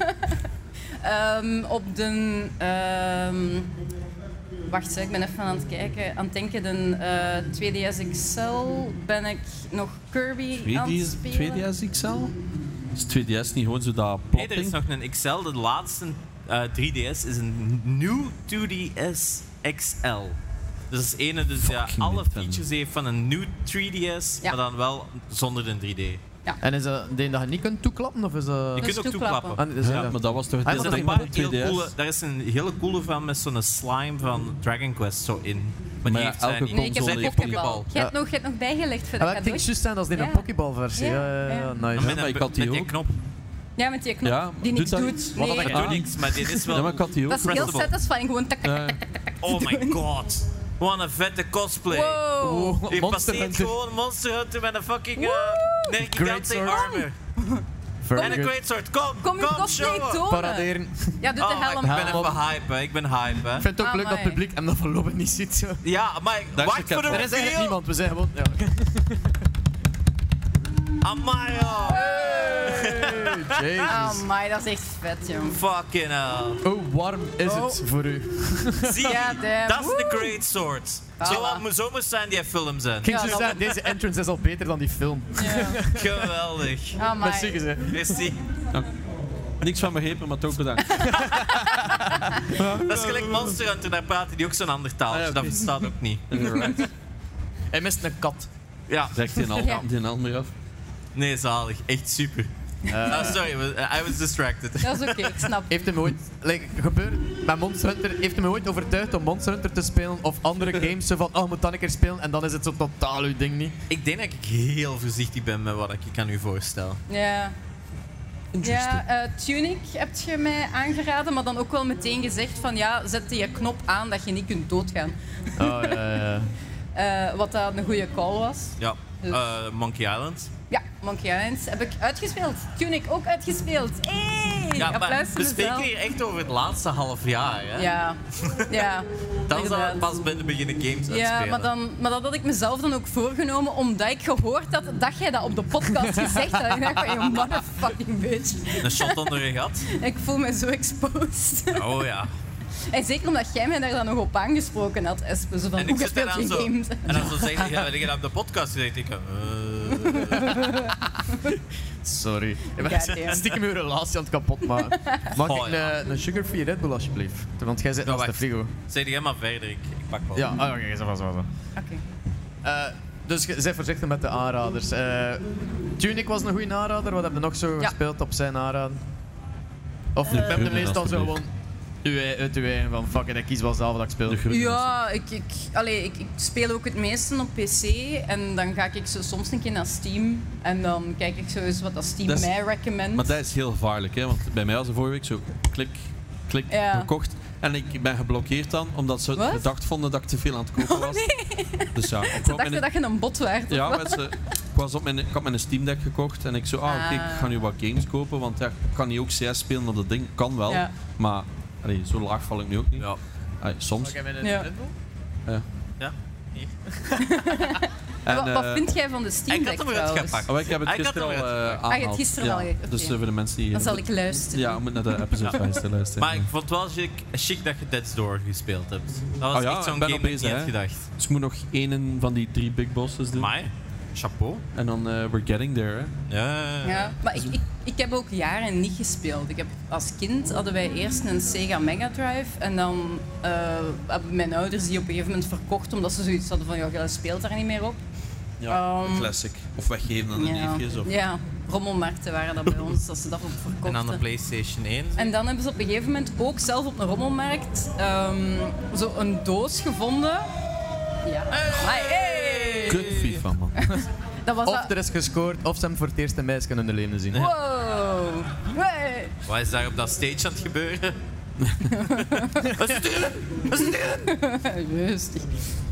Ehm, op de... ehm, wacht, hè, ik ben even aan het kijken. Aan het denken, de eh, twee D S X L ben ik nog Kirby aan het spelen. twee D S X L? Is twee D S niet gewoon zo dat Nee, er is plotting? nog een X L. De laatste uh, drie D S is een nieuw twee D S X L. Dus dat is ene, dus ja, Fucking alle Nintendo. features heeft van een nieuw drie D S, Ja. maar dan wel zonder de drie D. En is dat een dat je niet kunt toeklappen? Of is dat... Je Dus kunt ook toeklappen. toeklappen. Ah, dus Ja, dat- maar dat was toch Ah, het Er dat zijn is een ding paar van de heel twee D S? coole, daar is een hele coole van met zo'n slime van Dragon Quest zo in. Maar, Maar die ja, heeft zij elke niet. Nee, ik heb console een Zij heeft heeft die. Pokéball. Pokéball. Je hebt nog, je hebt nog bijgelegd voor Ah, dat ik denk cadeautje. juist zijn, dat is in een Ja. Pokéball-versie. Ja, Ja, ja, ja, ja. nice. Maar Ja, met maar een- ik had die met die ook. knop. Ja, met die knop Ja, die niks doet dat doet. iets? Wat Nee. dat Ah. doet niks, maar dit is wel... Ja, maar ik had die ook. Dat is heel Pressable. satisfying. Gewoon tak, tak, Ja. tak, tak, tak, tak. Oh my god. Wat een vette cosplay. Wow. Je Monster passeert Hunter. gewoon Monster Hunter met een fucking uh, Great Nergigante sword. armor. Very En een good. great sword. Kom, Kom je kom, cosplay show up. tonen. Paraderen. Ja, doe de Oh, helm ik ben aan. even hype, hè. Ik ben hype, hè. Ik vind het ook leuk dat het Amai. publiek hem dat voorlopig niet ziet. Zo. Ja, maar Daar is wacht de voor de cat. Er is eigenlijk reveal. niemand, we zijn gewoon... Ja. Amai, joh. Hey, Jezus. Amai, dat is echt vet, jong. Fucking hell. Hoe warm is het voor u? Zie, Ja, damn. dat is de Woe. great sword. Voilà. Zo, mo- zo moest zijn die film zijn. Ik Ja, zou dat- zeggen, deze entrance is al beter dan die film. Ja. Geweldig. Amai. Dat zeggen ze. Merci. Niks van begrepen, maar toch bedankt. Dat is gelijk Monster Hunter, daar praten die ook zo'n ander taaltje. Ah, ja, oké. Dat verstaat ook niet. Right. Hij mist een kat. Ja, Zegt die een Ja. al, die een al meer af. nee, zalig. Echt super. Ah, sorry, we- I was distracted. Dat is oké, ik snap. Heeft hem ooit... Like, gebeurd met Monster Hunter... Heeft hem ooit overtuigd om Monster Hunter te spelen? Of andere games? Zo van, oh, moet dan een keer spelen? En dan is het zo totaal uw ding niet. Ik denk dat ik heel voorzichtig ben met wat ik aan u voorstel. Ja. Ja, eh, Tunic heb je mij aangeraden, maar dan ook wel meteen gezegd van ja, zet die knop aan dat je niet kunt doodgaan. Oh, ja, ja. Eh, wat dat een goede call was. Ja, Dus- eh, Monkey Island. Ja, Monkey Island heb ik uitgespeeld. Tunic ook uitgespeeld. Hey, Ja, maar applaus voor we spreken mezelf. hier echt over het laatste half jaar. Hè? Ja, ja. Dan zou inderdaad. het pas bij de beginnen games uitspelen. Ja, maar, dan, maar dat had ik mezelf dan ook voorgenomen, omdat ik gehoord had dat jij dat op de podcast gezegd had. Ik dacht van, je motherfucking bitch. Een shot onder je gat. Ik voel me zo exposed. Oh ja. En zeker omdat jij mij daar dan nog op aangesproken had, Espe. Zo van, En hoe ik zit speelt daar je dan zo. games? En dan zo zeggen, ja, ik heb op de podcast gezegd. Ik, eh, Sorry. Ik Goddamn. ben stiekem uw relatie aan het kapot maken. Mag Oh, ik ja. een, een sugar-free Red Bull alsjeblieft? Want jij zit Ja, naast de wacht. frigo. zeg jij maar verder, ik, ik pak wel. Ja, ah, oké, zo was zo. Oké. Uh, dus je- zij voorzichtig met de aanraders. Uh, Tunic was een goede aanrader. Wat heb je nog zo Ja. gespeeld op zijn aanraden? Of De we hebben groene, meestal zo alsjeblieft. gewoon uw- uit uw eigen van fuck it, ik kies wel zelf wat ik speel. De groene. Ja, ik, ik, allee, ik, ik speel ook het meeste op P C en dan ga ik zo soms een keer naar Steam en dan kijk ik zo eens wat dat Steam Dat is- mij recommend. Maar dat is heel gevaarlijk, hè? Want bij mij was er vorige week zo klik, klik, Ja. gekocht. En ik ben geblokkeerd dan, omdat ze Wat? gedacht vonden dat ik te veel aan het kopen was. Dus ja, ik, Ze kwam dachten met dat je een bot werd. een, ja, of wat? met ze, ik, was op mijn, ik had mijn Steam Deck gekocht en ik zo, ah oké, ik ga nu wat games kopen, want ja, ik kan niet ook C S spelen op dat ding, kan wel. Ja. Maar allee, zo laag val ik nu ook niet. Ja. Allee, soms. Mag ik even een Ja. Red Bull? Ja? Hier. En, wat, wat uh, vind jij van de Steam Ik Deck had hem eruit trouwens? gepakt. oh, ik heb het Ik had gisteren al hem uh, eruit aangehaald. Ah, je hebt het gisteren ja. al, oké. Dus uh, voor de mensen die... Dan zal ik luisteren. Ja, om naar de episode vijf te luisteren. Maar ik vond het wel chic, chic dat je Dead's Door gespeeld hebt. Dat was Oh ja, echt ik zo'n ben game al dat ik bezig, niet had hè. gedacht. Dus ik moet nog één van die drie big bosses doen. Maar, chapeau. En dan uh, we're getting there, hè. Ja, ja, ja. Ja, maar ik, ik, ik heb ook jaren niet gespeeld. Ik heb, als kind hadden wij eerst een Sega Mega Drive en dan uh, hebben mijn ouders die op een gegeven moment verkocht omdat ze zoiets hadden van ja, je speelt daar niet meer op. Ja, Um, classic. Of weggeven aan de Ja, neefjes. Of... ja, rommelmarkten waren dat bij ons, dat ze dat op verkochten. En dan de PlayStation één. zeg. En dan hebben ze op een gegeven moment ook zelf op een rommelmarkt um, zo een doos gevonden. Ja. Maar, hey! Kut FIFA, man. Dat was Of dat... er is gescoord, of ze hem voor het eerst een meisje in de leven zien. Wow! Hey! Wat is daar op dat stage aan het gebeuren? Wat is dit? Wat is dit? Rustig.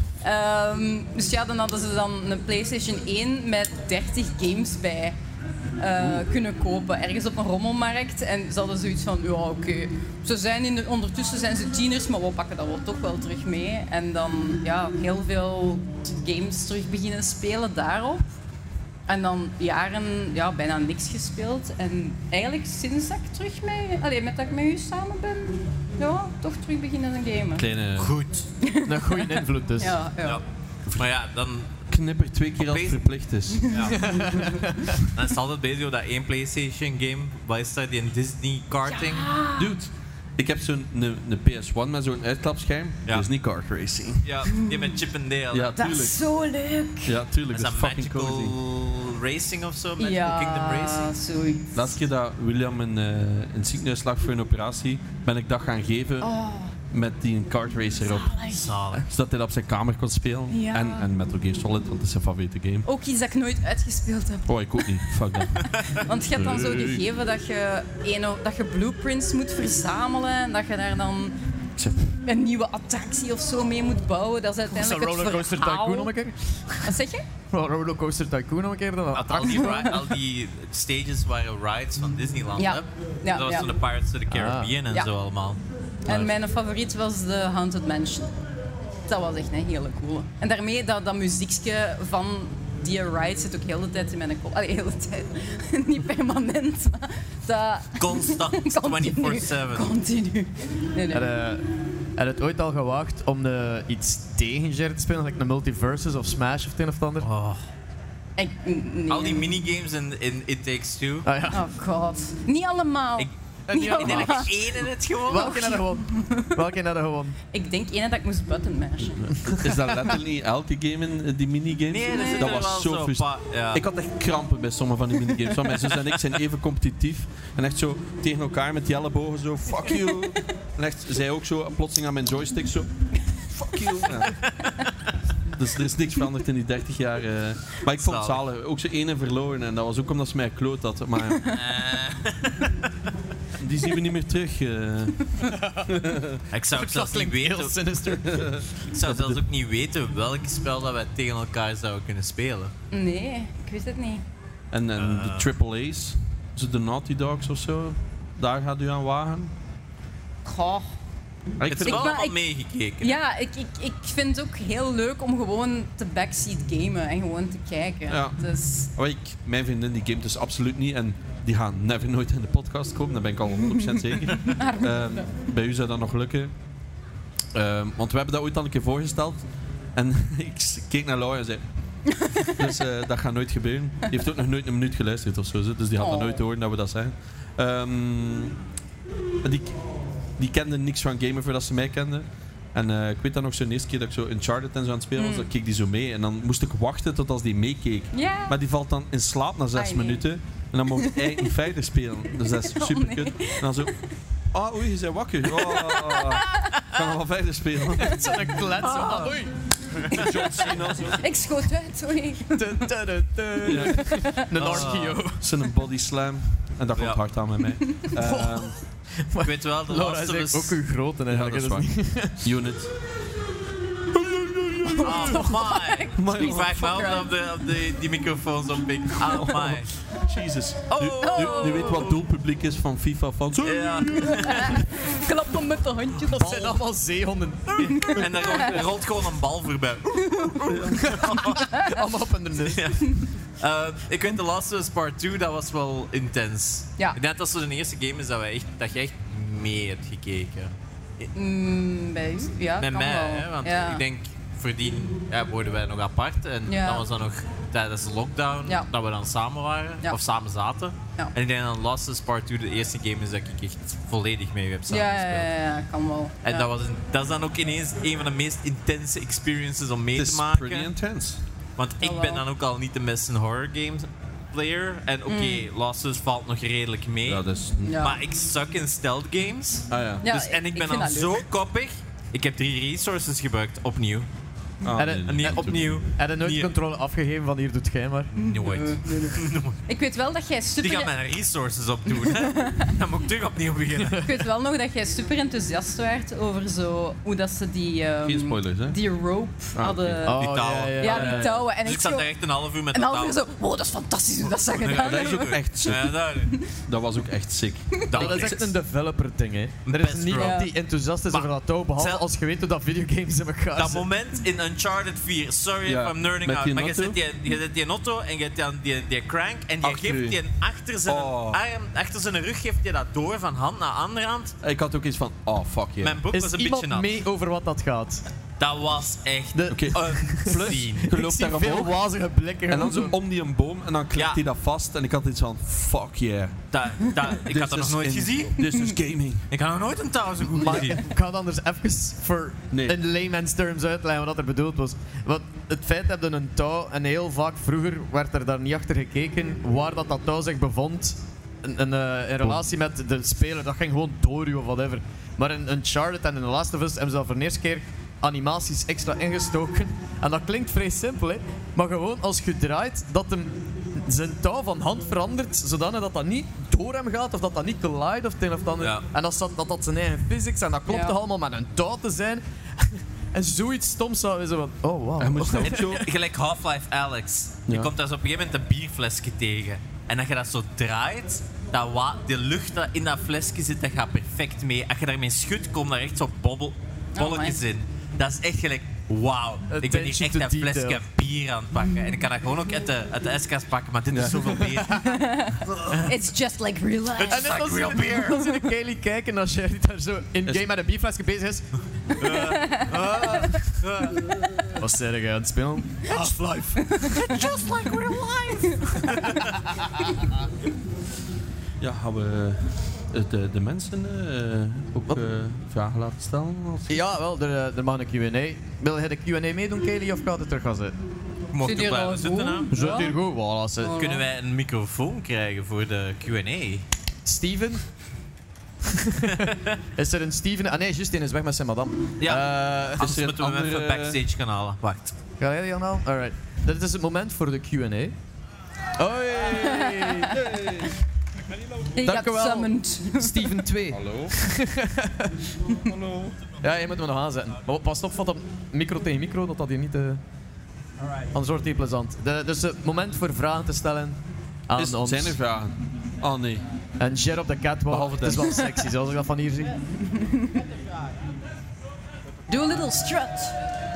Um, dus ja, dan hadden ze dan een PlayStation één met dertig games bij uh, kunnen kopen. Ergens op een rommelmarkt. En ze hadden zoiets van, ja oké. Okay. Ze zijn in de, ondertussen zijn ze tieners, maar we pakken dat wel toch wel terug mee. En dan ja, heel veel games terug beginnen spelen daarop. En dan jaren ja, bijna niks gespeeld. En eigenlijk sinds dat ik terug mee, allee, met dat ik met u samen ben, ja, toch terug beginnen te gamen. Kleine Goed. Een goede invloed dus. Ja, ja. Ja. Maar ja, dan, knipper twee keer als het Play- verplicht is. ja. dan is het altijd bezig op dat één PlayStation game. Wat is dat? Die een Disney karting? Dude, ik heb zo'n een, een P S één met zo'n uitklapscherm. Ja. Disney Kart Racing. Ja, die met Chip and Dale. Ja, Dat tuurlijk. is zo leuk. Ja, tuurlijk. Is Dat dat is fucking Magical cozy. Racing of zo? Magical Ja, Kingdom Racing? zoiets. De laatste keer dat William een, uh, een ziekenhuis lag voor een operatie, ben ik dat gaan geven Oh, met die een kart racer op. zalig. Zalig. Zodat hij dat op zijn kamer kon spelen. Ja. En, en Metal Gear Solid, want dat is zijn favoriete game. Ook iets dat ik nooit uitgespeeld heb. Oh, ik ook niet. Fuck dat. Want je hebt dan zo Nee. gegeven dat je, een, dat je blueprints moet verzamelen en dat je daar dan Zeg, een nieuwe attractie of zo mee moet bouwen. Dat is Is dat uiteindelijk het Rollercoaster verhaal. Tycoon nog een keer? Wat zeg je? Rollercoaster Tycoon nog een keer? Dan Al attractie. die, ri- al die stages waren rides van Disneyland, Ja. hè? Ja, dat was ja. van de Pirates of the Caribbean en Ja. zo allemaal. En mijn favoriet was de Haunted Mansion. Dat was echt een hele coole. En daarmee dat, dat muziekje van die ride zit ook heel de tijd in mijn kop. Allee, heel de tijd. Niet permanent, maar dat... Constant, Continu. vierentwintig zeven. Continu. Nee, nee. Heb je heb je het ooit al gewaagd om de, iets tegen Jared te spelen? Like een Multiversus of Smash of het een of het ander? Oh. Ik, nee. Al die minigames in, in It Takes Two. Ah, ja. Oh god. Niet allemaal. Ik- Niet niet Ik denk allemaal. dat je één in het gewoon. Welke had je gewoon? Welke had je gewoon? Ik denk ene dat ik moest button mashen. is dat letterlijk niet elke game in uh, die minigames? Nee, dat, zit dat er was wel zo zo frustrerend. pa- ja. Ik had echt krampen bij sommige van die minigames. Want mijn zus en ik zijn even competitief. En echt zo tegen elkaar met die ellebogen zo, fuck you. En echt, zij ook zo plotseling aan mijn joystick zo, fuck you. Ja. Dus er is niks veranderd in die dertig jaar. Uh. Maar ik vond het Zalig. zalig. Ook zo ene verloren. En dat was ook omdat ze mij kloot had. Maar Eh, die zien we niet meer terug. Uh. ik zou ook zelfs niet Heel weten. sinister. Ik zou zelfs ook niet weten welk spel dat wij tegen elkaar zouden kunnen spelen. Nee, ik weet het niet. En, en de triple A's. Zo de Naughty Dogs of zo. Daar gaat u aan wagen. Goh. Maar ik Het is vind wel maar allemaal ik- meegekeken. Ja, ik, ik, ik vind het ook heel leuk om gewoon te backseat gamen en gewoon te kijken. Ja. Dus Oh, ik, mijn vriendin die gamet dus absoluut niet en die gaan never nooit in de podcast komen, daar ben ik al honderd procent zeker. Ehm, bij u zou dat nog lukken. Ehm, want we hebben dat ooit al een keer voorgesteld en ik s- keek naar Laura en zei... dus eh, dat gaat nooit gebeuren. Die heeft ook nog nooit een minuut geluisterd of zo, zo, dus die had dat Oh. nooit horen dat we dat zeggen. Ehm, maar die, die kende niks van gamen voordat ze mij kende. En eh, ik weet dan nog zo'n eerste keer dat ik zo Uncharted en zo aan het spelen was, Mm. dan keek die zo mee. En dan moest ik wachten tot als die meekeek. ja. Maar die valt dan in slaap na zes Ai, nee. minuten. En dan mocht ik eigenlijk niet verder spelen. Dus dat is Oh, super nee. kut. En dan zo... Ah, oei, je bent wakker. Oh, gaan we wel verder spelen. Zo'n klets. Ah. Oei. John Cena zo. Ik schoot uit, sorry. Ja. Een Archeo. Zo'n body slam. En dat komt Ja. hard aan met mij. Ehm, Ik weet wel, de Laura Last is of ook Us... uw grote ja, eigenlijk. dat is hè, waar. niet- Unit. Oh my! My Ik vraag me af of de, of de, die microfoons oppikt. Oh my. Jesus. Oh. Nu, nu, nu weet wat doelpubliek is van FIFA fans. Ja. Klap hem met de handjes. Dat zijn allemaal zeehonden. En er rolt, er rolt gewoon een bal voorbij. Allemaal op hun neus. Ja. Uh, ik weet de Last of Us Part twee, dat was wel intens. Ja. Ik denk dat dat zo de eerste game is dat, we echt, dat je echt mee hebt gekeken. Mm, bij, ja, Met kan mij, wel. hè, want ja. ik denk, voordien ja, worden wij nog apart. En Ja. dat was dan nog tijdens de lockdown Ja. dat we dan samen waren, Ja. of samen zaten. Ja. En ik denk dat Last of Us Part twee de eerste game is dat ik echt volledig mee heb Ja, samengespeeld. ja, ja, ja, kan wel. En ja. dat, was een, dat is dan ook ineens een van de meest intense experiences om mee Het te is maken. pretty intense. Want ik wel. ben dan ook al niet de beste horror game player. En oké, okay, Last of Us valt nog redelijk mee. Ja, dat is... Ja. Maar ik suck in stealth games. Ah ja. Ja, dus, en ik ben vind dan dat zo leuk. koppig. Ik heb drie resources gebruikt, opnieuw. Ah, En nee, het- nee, En niet nee, opnieuw. Heb je nooit Nee. controle afgegeven van hier doet jij maar? Nooit. Ik weet wel dat jij Die super... gaan mijn resources opdoen. Hè. Dan moet ik terug opnieuw beginnen. Ik weet wel nog dat jij super enthousiast werd over zo, hoe dat ze die, ehm, Geen spoilers, hè? die rope Ah, hadden. oké. Die touwen. Ja, die touwen. En Dus ik ik zat zo... daar echt een half uur met En de dan weer touwen. zo, wow, dat is fantastisch hoe dat ze gedaan Ja, Dat is hebben. ook echt sick. Ja, daar. Dat was ook echt sick. Dat is echt een developer ding, hè. Er is Best niemand bro. die enthousiast is Maar- over dat touw, behalve Zel- als je weet hoe dat videogames in elkaar Dat zitten. moment in Uncharted vier, sorry Ja, if I'm nerding met out, die maar je auto? zet die, je zet die auto en je hebt dan die, die crank en die Achter u. geeft die achter zijn, Oh. arm, achter zijn rug geeft hij dat door van hand naar andere hand. Ik had ook iets van, oh fuck yeah. Mijn broek Is was een iemand beetje nat. mee over wat dat gaat? Dat was echt De- Oké. unseen. Je Ik loopt zie daar veel omhoog wazige blikken. en dan gewoon zo om die een boom en dan klikt Ja. hij dat vast en ik had iets van, fuck yeah. Dat, dat, ik This had dat nog is nooit in- gezien. This is gaming. Ik had nog nooit een touw zo goed Maar gezien. ik ga het anders even voor Nee. in layman's terms uitleggen wat er bedoeld was. Want het feit dat je een touw, en heel vaak vroeger werd er daar niet achter gekeken waar dat, dat touw zich bevond. In, in, eh, in relatie met de speler, dat ging gewoon door je of whatever. Maar in Uncharted en in The Last of Us hebben ze dat voor de eerste keer animaties extra ingestoken. En dat klinkt vrij simpel, hè. Maar gewoon als je draait, dat hem zijn touw van hand verandert, zodanig dat dat niet door hem gaat of dat dat niet collide of het een of het ander. Ja. En dat, zat, dat dat zijn eigen physics en dat klopt Ja. toch allemaal met een touw te zijn. En zoiets stoms zou zijn van, oh wow. Hij moest En zo, gelijk Half-Life Alyx. Je Ja. komt daar zo op een gegeven moment een bierflesje tegen. En als je dat zo draait, dat wa- de lucht dat in dat flesje zit, dat gaat perfect mee. Als je daarmee schudt, komen daar echt zo bobbel, bolletjes in. Dat is echt gelijk, wauw. Ik ben hier Attention echt to een flesje detail. bier aan het pakken. En ik kan dat gewoon ook uit de, uit de ijskast pakken, maar dit is zoveel bier. It's just like real life. En net als real in, beer. als in een Kaylee kijken als Sherry daar zo in-game met een bierflesje bezig is. Wat zeg je aan het spelen? Half-Life. Just like real life. Ja, gaan we eh, de, de mensen eh, ook eh, vragen laten stellen? Als... Ja, wel, er, eh, er mag een Q en A. Wil jij de Q en A meedoen, Kaylee, of gaat het terug gaan zitten? Mocht Zit ook hier bij al we zitten, hè. goed? We zitten Ja. hier goed. Voilà, ze- Oh. Kunnen wij een microfoon krijgen voor de Q en A? Steven? Is er een Steven? Ah nee, juist, die is weg met zijn madame. Ja. Eh, Anders is er een moeten we hem even andere- backstage gaan halen. Wacht. Ga jij die aanhalen? Alright. Dit is het moment voor de Q en A. Hoi! He Dank got u wel. summoned. Steven twee. Hallo? Hallo? Ja, je moet hem nog aanzetten. Maar pas op, vat op micro tegen micro, dat dat hier niet... Uh... Anders wordt het niet plezant. De, dus het moment voor vragen te stellen aan Is, ons. zijn er vragen? Oh nee. En Jer op de catwalk, Behalve het is dat. wel sexy, zoals ik dat van hier zie. Do a little strut.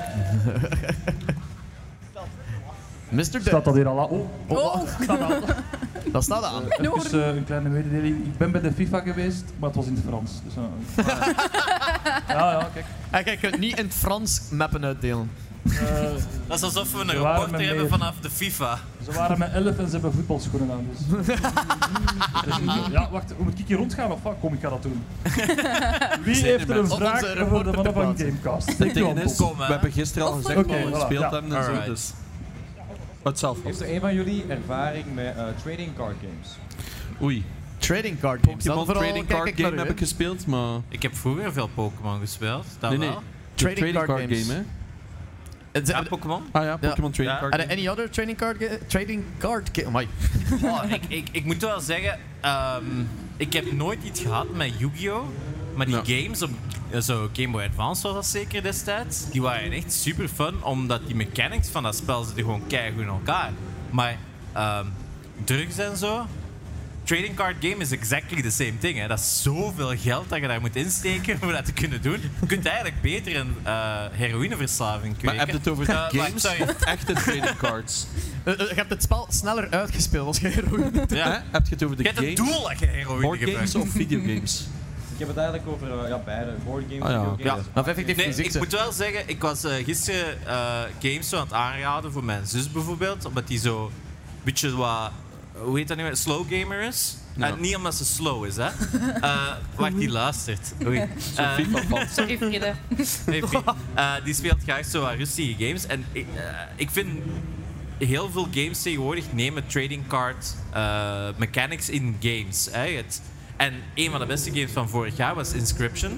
mister Staat Duck. dat hier al aan? Oh, Oh, Dat staat aan. mijn dus oren. eh, een kleine mededeling. Ik ben bij de FIFA geweest, maar het was in het Frans. Dus, eh, ja, ja, kijk. En kijk, je kunt niet in het Frans mappen uitdelen. Eh, Dat is alsof we een Ze waren reporter met hebben meer. vanaf de FIFA. ze waren met elf en ze hebben voetbalschoenen aan. Dus. Dus, ja, wacht, moet ik hier rondgaan of wat? Kom, ik ga dat doen. Wie Zijn heeft er er een mensen? Op onze vraag over de reporter mannen van te plaatsen. Gamecast? Het Steek je ding hand is, op. Kom, hè. we hebben gisteren al Of gezegd oké, dat we voilà, gespeeld ja. hebben en zo, Alright. dus... Wat zelf Heeft er een van jullie ervaring met eh, trading card games? Oei. Trading card games. Dan Pokémon vooral Trading kijk Card ik naar Game u, heb hè. ik gespeeld, maar... Ik heb vroeger veel Pokémon gespeeld. Dat Nee, nee. wel. De Trading card games. Game, hè? Het- Ja, Pokémon. Ah ja, Pokémon Trading Ja. Card Are Game. there any other trading card ga- trading card game? Amai. Oh, ik, ik, ik moet wel zeggen, ehm, ik heb nooit iets gehad met Yu-Gi-Oh! Maar die Ja. games op eh, zo Game Boy Advance was dat zeker destijds. Die waren echt super fun, omdat die mechanics van dat spel zitten gewoon keigoed in elkaar. Maar ehm, drugs en zo, trading card game is exactly the same thing. Hè. Dat is zoveel geld dat je daar moet insteken om dat te kunnen doen. Je kunt eigenlijk beter een uh, heroïneverslaving kweken. Maar heb je het over Uh, maar, games sorry. of echte trading cards? Uh, uh, je hebt het spel sneller uitgespeeld als je heroïne. Ja. Hè? Heb je het over de Je hebt het games? doel dat je heroïne Board gebruikt. games of videogames? Ik heb het eigenlijk over uh, ja, beide. Board games Ah, ja. en videogames. Maar effectief Nee, muziek. ik moet wel zeggen, ik was uh, gisteren uh, games zo aan het aanraden voor mijn zus bijvoorbeeld, omdat die zo een beetje wat, hoe heet dat nu weer, slow gamer is. Ja. Uh, niet omdat ze slow is, hè. Uh, wacht, die luistert. Oei. Uh, Sorry, Friede. nee, Fie- uh, die speelt graag zo wat rustige games. En ik, uh, ik vind heel veel games tegenwoordig nemen trading card uh, mechanics in games. Hè. Het, en een van de beste games van vorig jaar was Inscription.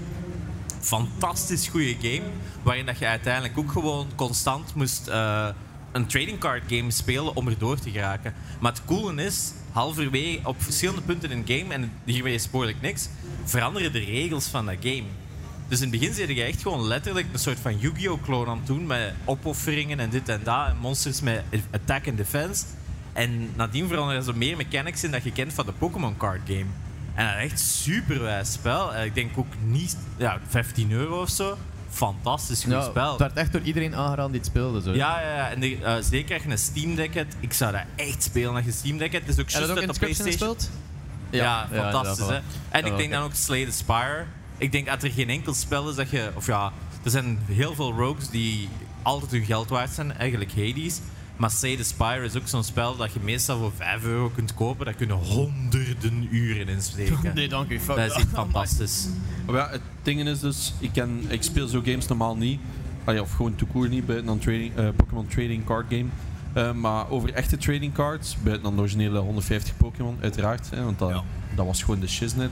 Fantastisch goede game, waarin dat je uiteindelijk ook gewoon constant moest uh, een trading card game spelen om erdoor te geraken. Maar het coole is, halverwege op verschillende punten in een game, en hiermee spoil ik niks, veranderen de regels van dat game. Dus in het begin zit je echt gewoon letterlijk een soort van Yu-Gi-Oh! Clone aan het doen met opofferingen en dit en dat, en monsters met attack en defense. En nadien veranderen er zo meer mechanics in dat je kent van de Pokémon card game. En dat is echt super wijs spel. Ik denk ook niet, ja, vijftien euro of zo. Fantastisch goed Ja, spel. het werd echt door iedereen aangeraden die het speelde. Zo. Ja, ja, ja. En de, uh, zeker als je een Steam Deck hebt. Ik zou dat echt spelen als je Steam Deck hebt. Het is ook Heb je juist dat ook uit in de Inscription PlayStation. gespeeld? Ja, fantastisch, ja, hè. En Ja, ik denk oké. dan ook Slay the Spire. Ik denk dat er geen enkel spel is dat je... Of ja, er zijn heel veel rogues die altijd hun geld waard zijn. Eigenlijk Hades. Maar Slay the Spire is ook zo'n spel dat je meestal voor vijf euro kunt kopen. Daar kunnen honderden uren in steken. Nee, dank u. Fuck Dat is echt fantastisch. Maar ja, het ding is dus, ik, ken, ik speel zo games normaal niet. Allee, of gewoon tout court niet, buiten dan trading, uh, Pokémon Trading Card Game. Uh, maar over echte trading cards, buiten dan de originele honderdvijftig Pokémon, uiteraard. Hè, want dat, Ja. dat was gewoon de shiznit.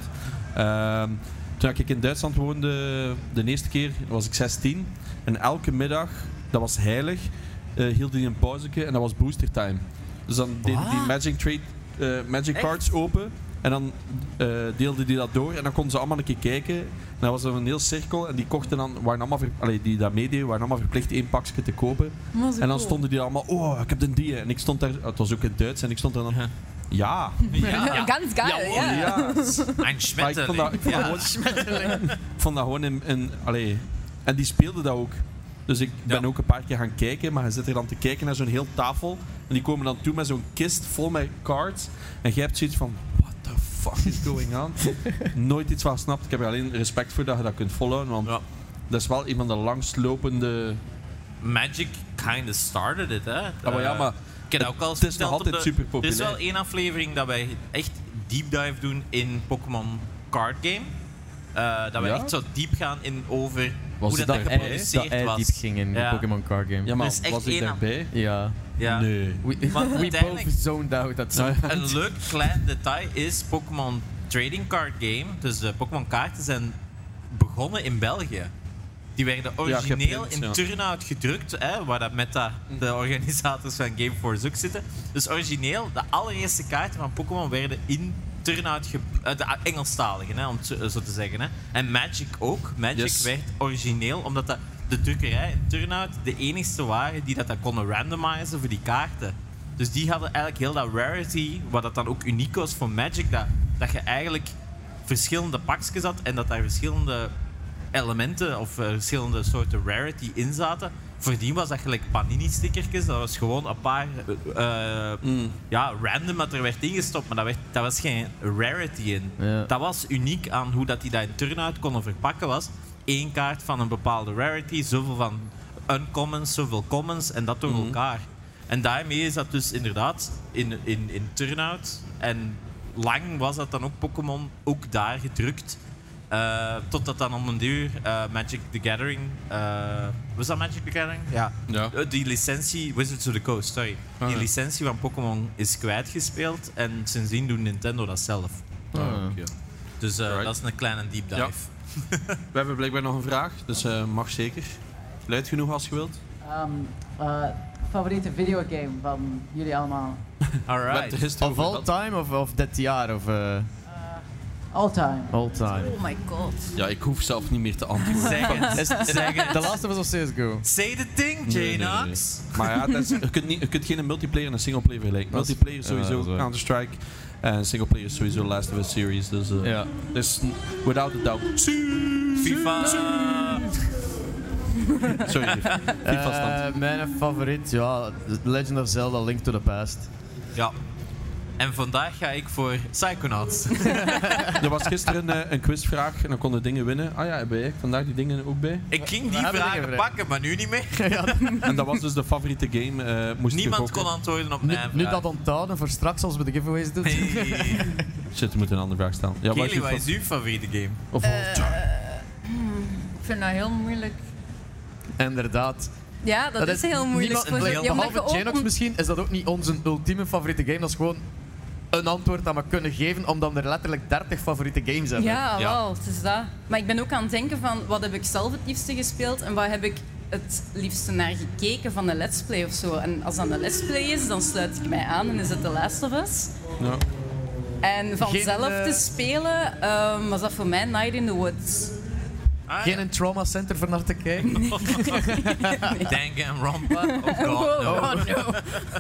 Uh, toen ik in Duitsland woonde, de eerste keer, was ik zestien. En elke middag, dat was heilig, uh, hield hij een pauzeke en dat was booster time. Dus dan deden die Magic, trade, uh, magic cards open. En dan uh, deelde die dat door en dan konden ze allemaal een keer kijken. En dat was dan een heel cirkel en die kochten dan, waren allemaal ver, allee, die dat meededen, waren allemaal verplicht één pakje te kopen. En dan stonden die allemaal, oh, ik heb de die. En ik stond daar, het was ook in Duits, en ik stond daar dan, ja. Ja. Ganz geil, ja. Ja. Een Maar ik vond dat, schmetterling. ik vond dat gewoon, ik vond dat gewoon in, in allee, en die speelde dat ook. Dus ik ben Ja. ook een paar keer gaan kijken, maar je zit er dan te kijken naar zo'n heel tafel. En die komen dan toe met zo'n kist vol met cards. En jij hebt zoiets van, what the fuck is going on? Nooit iets van snapt. Ik heb er alleen respect voor dat je dat kunt volhouden, want Ja. dat is wel een van de langstlopende... Magic kind of started it, hè. Ah, maar ja, Uh, maar ik heb dat ook al eens het is nog verteld op altijd de- super Er populair. is wel één aflevering dat wij echt deep dive doen in Pokémon Card Game. Uh, dat wij Ja? echt zo diep gaan in over Was hoe het dat, dat dat hij, geproduceerd dat hij was. diep ging in de Ja. Pokémon card game? Ja, maar Er is echt was ik één daarbij? Ja. Ja. Nee. We, Maar we uiteindelijk- both zoned out at some point. Een leuk klein detail is Pokémon Trading Card Game. Dus de Pokémon kaarten zijn begonnen in België. Die werden origineel geprint, in ja. Turnhout gedrukt, hè, waar dat Meta, de organisators van Gameforce ook zitten. Dus origineel, de allereerste kaarten van Pokémon werden in Turnhout, ge- uh, de Engelstaligen, hè, om het zo, zo te zeggen. Hè. En Magic ook. Magic Yes. werd origineel, omdat dat de drukkerij in Turnhout de enigste waren die dat, dat konden randomizen voor die kaarten. Dus die hadden eigenlijk heel dat rarity, wat dat dan ook uniek was voor Magic, dat, dat je eigenlijk verschillende pakjes had en dat daar verschillende elementen of uh, verschillende soorten rarity in zaten. Voordien was dat gelijk Panini-stickertjes, dat was gewoon een paar uh, Mm. ja, random dat er werd ingestopt, maar dat, werd, dat was geen rarity in. Ja. Dat was uniek aan hoe dat die dat in turnout konden verpakken was. Eén kaart van een bepaalde rarity, zoveel van uncommons, zoveel commons en dat door Mhm. elkaar. En daarmee is dat dus inderdaad in, in, in turnout. En lang was dat dan ook Pokémon ook daar gedrukt. Uh, totdat dan om een duur uh, Magic the Gathering... Uh, was dat Magic the Gathering? Ja. Ja. Uh, die licentie... Wizards of the Coast, sorry. Ah, die ja. licentie van Pokémon is kwijtgespeeld. En sindsdien doet Nintendo dat zelf. Ah, oké. Dus uh, Alright. dat is een kleine deep dive. Ja. We hebben blijkbaar nog een vraag, dus uh, mag zeker. Luid genoeg als je wilt. Um, uh, favoriete videogame van jullie allemaal? We hebben Alright. het er gisteren Of over all gehad. time of, of dit jaar? Of, uh, All time. all time. Oh my god. Ja, ik hoef zelf niet meer te antwoorden. Zeg het. Is, is Zeg het. de laatste was of C S G O? Say the thing, Nee, nee, nee. J-Nox. Maar ja, dat is, je, kunt niet, je kunt geen multiplayer en een singleplayer vergelijken. Dat is- Multiplayer ja, sowieso, dat is waar. Counter-Strike. En singleplayer is sowieso Last of Us series. Dus, uh, Ja. dus without a doubt. FIFA! Sorry, FIFA stand. Uh, mijn favoriet, ja, Legend of Zelda: Link to the Past. Ja. En vandaag ga ik voor Psychonauts. Er was gisteren uh, een quizvraag en dan konden dingen winnen. Ah ja, heb jij vandaag die dingen ook bij? Ik ging We die hebben vragen dingen pakken, maar nu niet meer. Ja, En dat was dus de favoriete game. Uh, moest je Niemand gokken. kon antwoorden op nu, mijn nu vraag. dat onthouden voor straks als we de giveaways doen. Hey. Shit, we moeten een andere vraag stellen. Ja, Kelly, je wat is fa- uw favoriete game? Of, Ik vind dat heel moeilijk. Inderdaad. Ja, dat, is heel moeilijk. niemand- Voor zo- Be- ja, omdat behalve je ook- Genox misschien, is dat ook niet onze ultieme favoriete game. Dat is gewoon een antwoord dat we kunnen geven, omdat we er letterlijk dertig favoriete games hebben. Ja, Ja. wel, het is dat. Maar ik ben ook aan het denken van wat heb ik zelf het liefste gespeeld en wat heb ik het liefste naar gekeken van de Let's Play of zo. En als dat een Let's Play is, dan sluit ik mij aan en is het The Last of Us. ja. En van Geen, zelf eh, te spelen ehm, was dat voor mij Night in the Woods. Ah, Geen een trauma center voor naar te kijken. Danganronpa? Oh god, Oh, no. oh, no.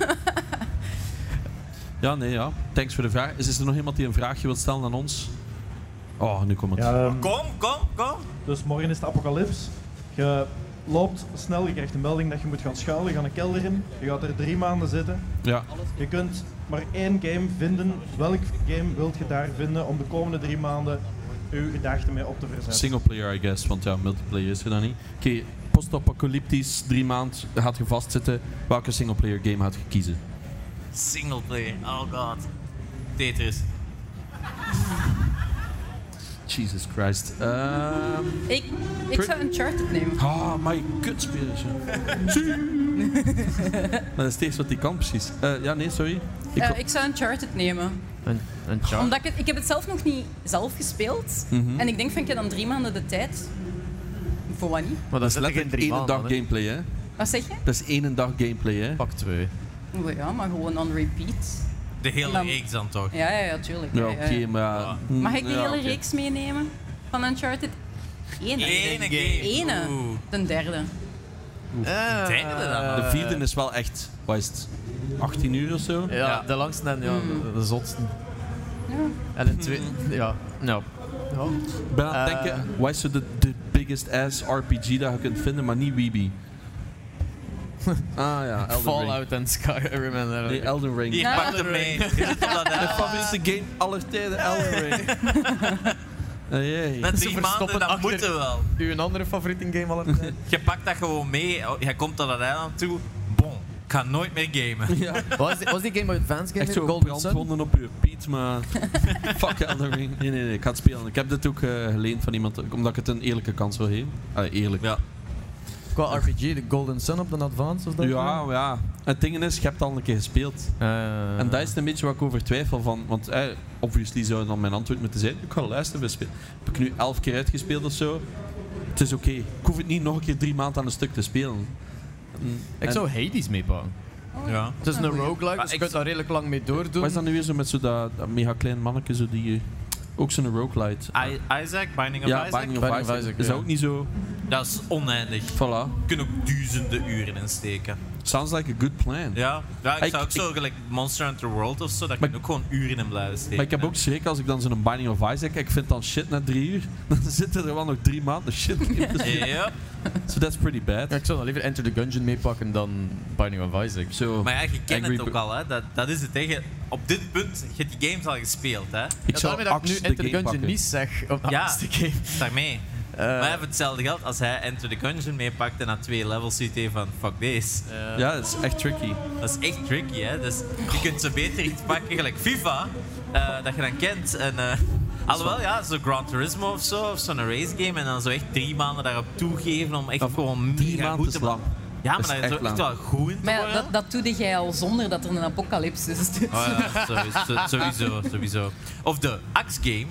ja, nee, ja. Thanks voor de vraag. Is, is er nog iemand die een vraagje wil stellen aan ons? Oh, nu komt het. Ja, ehm, Kom, kom, kom. dus morgen is de apocalyps. Je loopt snel, je krijgt een melding dat je moet gaan schuilen, je gaat een kelder in, je gaat er drie maanden zitten. Ja. Je kunt maar één game vinden. Welk game wilt je daar vinden om de komende drie maanden uw gedachten mee op te verzetten? Singleplayer, I guess, want ja, multiplayer is er dan niet. Oké, okay, post-apocalyptisch, drie maanden gaat je vastzitten. Welke singleplayer game gaat je kiezen? Singleplayer, oh god. Tetris. Jesus Christ. Ehm Ik, ik zou Uncharted nemen. Ah, my kutspelers. Dat is het eerste wat die kan, precies. Uh, ja, nee, sorry. Ik Eh, wa- ik zou Uncharted nemen. Een, een char. Omdat ik, het, ik heb het zelf nog niet zelf gespeeld. Mhm. En ik denk van ik heb dan drie maanden de tijd. Voor wat niet? Maar dat dat is is letterlijk letterlijk geen één drie dag maanden. hè. gameplay, hè? Wat zeg je? Dat is één dag gameplay, hè? Pak twee. Oh ja, maar gewoon on repeat. De hele Dan- reeks dan toch? Ja, ja, ja, tuurlijk. Ja, Ja, oké, ja, ja. maar... Ja. Mag ik de Ja, hele oké. reeks meenemen van Uncharted? Eén. Ene game. Ene. Oeh. De derde. Uh, Derde dan? De vierde is wel echt, wat is het, achttien uur of zo? Ja, Ja. de langste en ja, Mm. de, de zotste. Ja. En de tweede, ja. Nou. Ja. Ik ben aan het Eh. denken, wat is zo de, de biggest ass R P G dat je kunt vinden, maar niet Weeby? Ah ja, Elden Ring. Fallout en Skyrim en Nee, dergelijke. Elden Ring. Hier, pak hem mee. Je zit op dat Mijn eiland. favoriete game aller tijden, Elden Ring. Uh, jee. Met Ze drie maanden, verstoppen dat achter- moet er wel. Uw andere favoriete game aller tijden? Je pakt dat gewoon mee, jij komt naar dat eiland toe. Bon, ik ga nooit meer gamen. Ja. Was die, was die game Advanced Game? Echt zo Golden Sun? brandwonden op je Piet, maar... Fuck Elden Ring. Nee, nee, nee, ik ga het spelen. Ik heb dit ook uh, geleend van iemand, omdat ik het een eerlijke kans wil geven. Ah, eerlijk. Ja. Qua R P G, de Golden Sun op de Advance of dat? Ja, ja. Het ding is, je hebt al een keer gespeeld. Uh, En dat is een beetje wat ik over twijfel van. Want eh, obviously zou dan mijn antwoord moeten zijn: ik ga luisteren spelen. Heb ik nu elf keer uitgespeeld of zo? Het is oké. Ik hoef het niet nog een keer drie maanden aan een stuk te spelen. Mm, Ik en- zou Hades meepakken. Ja. Het is een roguelike, Maar dus je ik- kunt daar redelijk lang mee doordoen. Wat is dat nu weer zo met zo dat, dat mega klein manneke, zo die, eh, ook zo'n roguelite? I- Isaac, Binding of Ja, Isaac. Binding of Binding of Isaac. Isaac, Is dat ja. ook niet zo? Dat is oneindig. Voilà. Je kunt ook duizenden uren insteken. Sounds like a good plan. Ja, ja ik Ik- zou ook ik- zo gelijk Monster Hunter World of zo, dat Maar- je ook gewoon uren in blijven steken. Maar ik heb ook schrik als ik dan zo'n Binding of Isaac, ik vind dan shit na drie uur, dan zitten er wel nog drie maanden shit in. Ja, So that's pretty bad. Ja, ik zou dan liever Enter the Gungeon meepakken dan Binding of Isaac. So, maar ja, je kent Angry het ook Bi- al, hè. Dat, dat is het. Hè. Je- Op dit punt, je hebt die games al gespeeld, hè. ik Ja, zou daarmee dat ik nu Axe de Enter the game Gungeon pakken. niet zeg op de Ja. laatste game. Daarmee. Eh, Maar even hetzelfde geld als hij Enter the Gungeon meepakt en na twee levels ziet hij van fuck this. eh, Ja, dat is echt tricky. Dat is echt tricky, hè. Dus je kunt zo beter iets pakken, gelijk FIFA, eh, dat je dan kent. En, eh, alhoewel, ja, zo Gran Turismo of zo, of zo'n race game, en dan zo echt drie maanden daarop toegeven om echt Dat- gewoon Drie mega maanden goed is te lang. Ja, maar Dat is dat is echt zo echt lang. wel goed in te Maar ja, worden. dat, dat doe jij al zonder dat er een apocalyps is. Dus. Oh ja, sowieso, sowieso, sowieso. Of de Axe game.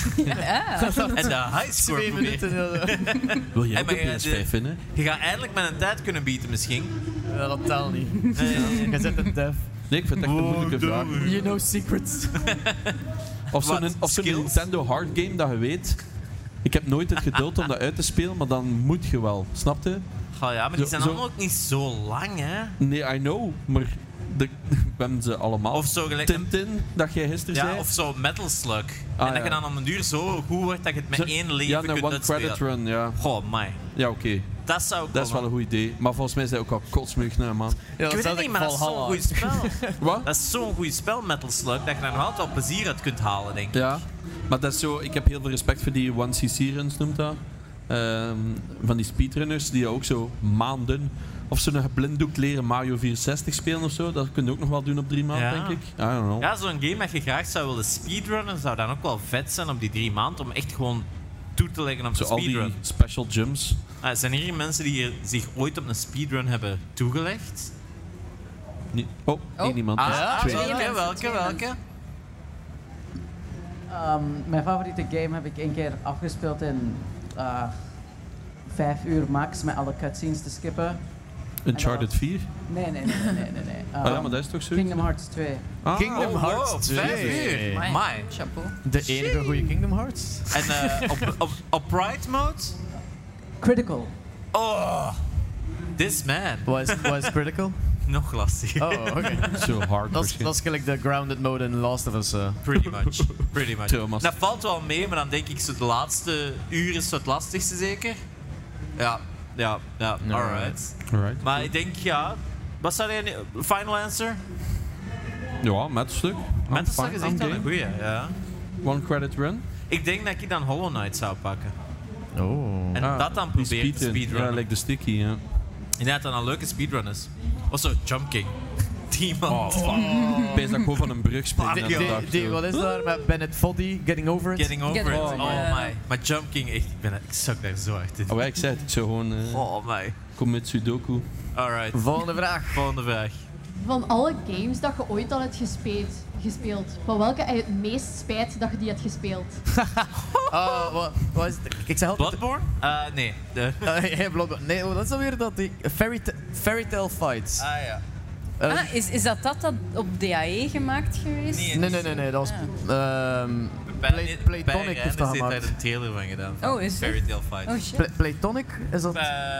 En de high score Twee movie. minuten. Ja, Wil jij Hey, ook maar een ja, P S de- vijf vinden? Je gaat eindelijk met een tijd kunnen bieden misschien. Ja, dat telt niet. Eh, Je zet een dev. Nee, ik vind het echt een moeilijke vraag. You know secrets. Of zo'n Wat? of zo'n Skills? Nintendo hard game dat je weet. Ik heb nooit het geduld om dat uit te spelen, maar dan moet je wel. Snap je? Goh, ja, maar die Zo- zijn zo- allemaal ook niet zo lang, hè. Nee, I know, maar de, hebben ze allemaal. Of zo gelijk een- Tintin, dat jij gisteren Ja, zei. of zo Metal Slug. Ah, en dat ja. je dan om een duur zo goed wordt dat je het met Zo- één leven Ja, kunt een one-credit uitspelen. run, ja. Goh, my. Ja, oké. Dat zou Dat is wel een goed idee. Maar volgens mij is dat ook al kotsmug, nee, man. Ja, Ik weet het niet, maar dat is zo'n goed spel. Wat? Dat is zo'n goed spel, Metal Slug, dat je daar nog altijd wel plezier uit kunt halen, denk ik. Ja, maar dat is zo, ik heb heel veel respect voor die one C C runs, noemt dat. Ehm, van die speedrunners die ook zo maanden of ze een geblinddoekt leren Mario vierenzestig spelen of zo. Dat kun je ook nog wel doen op drie maanden, Ja. denk ik. I don't know. Ja, zo'n game dat je graag zou willen speedrunnen, zou dan ook wel vet zijn op die drie maanden om echt gewoon toe te leggen op Zo de al die speedrun. special jumps. Ah, zijn hier mensen die hier zich ooit op een speedrun hebben toegelegd? Nee. Oh, één iemand. Ah, Dus ja, twee. twee welke, mensen, welke, twee welke? Ehm, mijn favoriete game heb ik één keer afgespeeld in uh, vijf uur max met alle cutscenes te skippen. Uncharted vier? Nee, nee, nee, nee, nee. nee. Ah ja, Ehm, maar dat is toch zo? Kingdom Hearts twee. Ah, Kingdom Oh, Hearts wow, twee. vijf uur. Amai. Amai. Chapeau. De enige goede Kingdom Hearts. En eh, op, op, op Pride mode? Critical. Oh, this man. Wat is, wat is critical? Nog lastig. Oh, oké. Zo hard. Dat is, dat is gelijk de grounded mode in Last of Us. eh. Pretty much. Pretty much. Thomas. Dat valt wel mee, maar dan denk ik zo de laatste uur is zo het lastigste zeker. Ja, ja, ja, Ja. alright. Alright. Maar ik denk, ja... Wat zou je... Final answer? Ja, met een stuk. Met Fine, een is echt I'm wel een game. goeie, ja. One credit run. Ik denk dat ik dan Hollow Knight zou pakken. Oh. En Ah, dat dan die proberen te speedrun. speedrunnen. Ja, like de sticky, ja. Ik denk dat dat een leuke speedrun is. Of zo, Jump King. Die man. Oh, fuck. Wees dat ik gewoon van een brug springen. Die, en die, dat dacht die, zo. wat is daar met Bennett Foddy, Getting Over It? Getting over Getting it. over it, Oh ja. my. Maar Jump King, echt, ik, ben, ik zak daar zo hard in. Oh, ja, ik zei het. Ik zou gewoon... eh Oh my. kom met Sudoku. Alright. Volgende vraag. Volgende vraag. Van alle games dat je ooit al hebt gespeeld, gespeeld van welke heb je het meest spijt dat je die hebt gespeeld? Ah, wat, wat is het? Ik zeg altijd... Bloodborne? Uh, nee. De... Uh, ja, Bloodborne. Nee, dat is alweer dat die... Fairy, ta- Fairy Tale Fights. Ah ja. Eh, Ah, is, is dat dat, dat op D A E gemaakt geweest? Nee, nee, nee, nee, nee, dat was... ehm, Bij- Play- bij Playtonic Rijn heeft dat heeft daar gemaakt. een trailer van gedaan. Van Oh, is het? Fairy Tale Fight. Oh shit. Play- Playtonic? Is dat... Uh,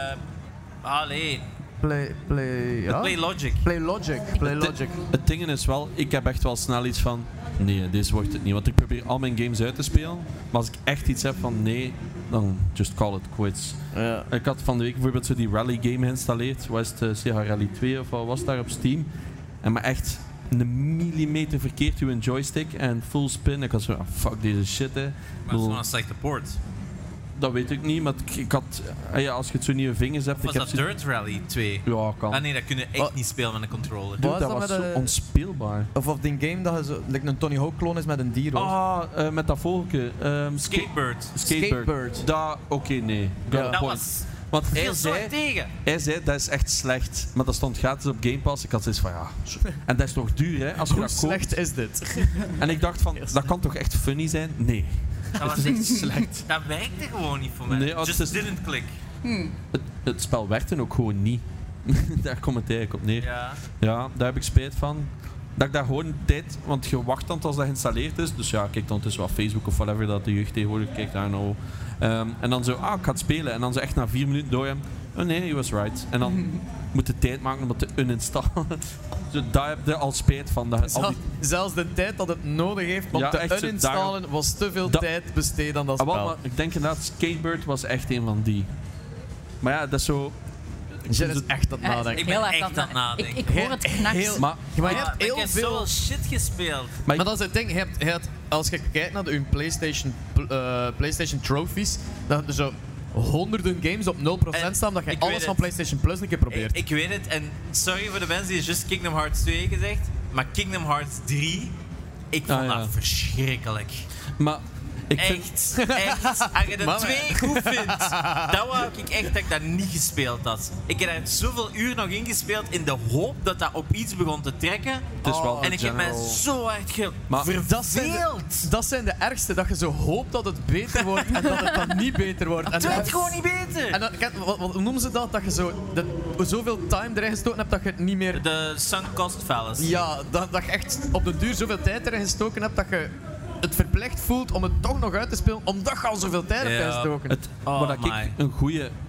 allee. Play... Play... Ja? Play Logic. Play Logic. Play Het- Logic. Het ding is wel, ik heb echt wel snel iets van... Nee, deze wordt het niet. Want ik probeer al mijn games uit te spelen. Maar als ik echt iets heb van nee, dan just call it quits. Ja. Ik had van de week bijvoorbeeld zo die rally game geïnstalleerd. Wat is het? eh, Sega Rally twee of wat was daar op Steam. En maar echt een millimeter verkeerd uw joystick en full spin. Ik had zo, ah, fuck deze shit hè. Maar dat is Bedoel, gewoon een slechte port. dat weet ik niet, maar ik, ik had... ah ja, als je het zo nieuwe vingers hebt... Of was ik dat heb zo- Dirt Rally twee? Ja, kan. Ah nee, dat kun je echt Wat? niet spelen met een controller. Dude, Wat dat is was dat zo met de- onspeelbaar. Of of die game dat je zo... Like een Tony Hawk clone is met een dier. hoor. Ah, eh, met dat vogeltje. ehm, ska- Skatebird. Skatebird. Skatebird. Dat, oké, nee. Got Ja. a Dat point. was Want hij heel zwaar zei, tegen. hij zei, dat is echt slecht. Maar dat stond gratis op Game Pass. Ik had zoiets van, ja... zo- En dat is toch duur, hè? Als je Hoe dat koopt. slecht is dit? En ik dacht van, dat kan toch echt funny zijn? Nee. Dat was echt slecht. Dat werkte gewoon niet voor mij. Nee, als Just het is- didn't click. Het, het spel werkte ook gewoon niet. Daar komt het eigenlijk op neer. Ja. Ja, daar heb ik spijt van. Dat ik daar gewoon tijd... Want je wacht dan tot dat geïnstalleerd is. Dus ja, kijk dan tussen wat Facebook of whatever dat de jeugd tegenwoordig kijkt. I don't know. Ehm, en dan zo, ah, ik ga het spelen. En dan zo echt na vier minuten door hem. Oh nee, he was right. En dan moet je tijd maken om het te uninstallen. Zo, daar heb je al spijt van. Dat je al Zelfs, die... zelfs de tijd dat het nodig heeft om Ja, te echt zo, uninstallen was te veel Dat- tijd besteed aan dat Ah, wel, spel. maar ik denk inderdaad, Skatebird was echt een van die. Maar ja, dat is zo... Jen is echt aan het Ja, nadenken. Ik ben heel erg echt aan aan het Ik, nadenken. ik hoor het knaks. Heel- Maar, Maar je Ah, hebt ik heel heb veel... zoveel shit gespeeld. maar, Maar dat is het ding, je hebt, je hebt, als je kijkt naar de, hun PlayStation, eh, PlayStation trophies, dat er zo honderden games op nul procent En staan, dat je ik alles weet van het. PlayStation Plus een keer probeert. Ik, ik weet het, en sorry voor de mensen die just Kingdom Hearts twee gezegd, maar Kingdom Hearts drie, ik vond Ah, ja. dat verschrikkelijk. maar ik vind... Echt, echt. Als je de Mama. twee goed vindt, dan wou ik echt dat ik dat niet gespeeld had. Ik heb er zoveel uur nog in gespeeld in de hoop dat dat op iets begon te trekken. Het is wel En ik heb mij general- zo hard ge... Maar- Dat zijn, de, verveeld. dat zijn de ergste, dat je zo hoopt dat het beter wordt en dat het dan niet beter wordt. En Het dan- werd gewoon niet beter. En dan, kijk, wat, wat noemen ze dat? Dat je zo de, zoveel time erin gestoken hebt dat je het niet meer... De sunk cost fallacy. Ja, dat, dat je echt op de duur zoveel tijd erin gestoken hebt dat je het verplicht voelt om het toch nog uit te spelen, omdat je al zoveel tijd hebt Ja. ingestoken. Het, Oh wat ik my. een goede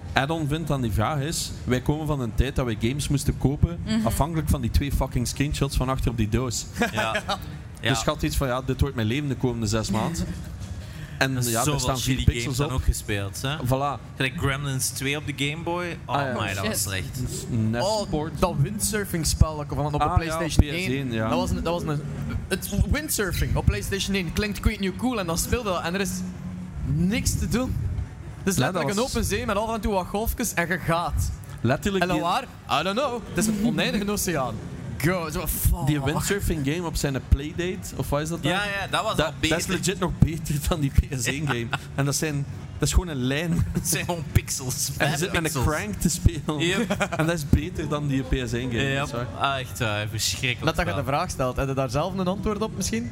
add-on vind aan die vraag is, wij komen van een tijd dat wij games moesten kopen, Mhm. afhankelijk van die twee fucking screenshots van achter op die doos. Ja. Ja. Dus je had iets van, ja, dit wordt mijn leven de komende zes maanden. En En ja, er zoveel staan vier shitty games pixels dan op. ook gespeeld. Hè? Voilà. Gelijk Gremlins twee op de Game Boy. Oh Ah, ja. my, dat Shit. was slecht. Nefsport. Oh, dat windsurfing-spel dat kwam op de Ah, PlayStation ja, op P S één. één, ja. Dat was een, dat was een, het windsurfing op PlayStation één klinkt Quite New Cool en dan speelde dat en er is niks te doen. Het is Ja, letterlijk dat een was- open zee met af en toe wat golfjes en je gaat. Letterlijk En dan die, waar? I don't know. Het is een oneindige oceaan. Go. Zo, fuck. die windsurfing game op zijn Playdate, of wat is dat dan? Ja, ja, dat was Dat, al dat beter. is legit nog beter dan die P S één game. En dat, zijn, dat is gewoon een lijn. Het zijn gewoon pixels. En je vijf zit met een pixels. crank te spelen. Yep. En dat is beter dan die P S één game. Ja, dat is waar. ah, echt uh, verschrikkelijk. Net dat je spel. de vraag stelt, heb je daar zelf een antwoord op misschien?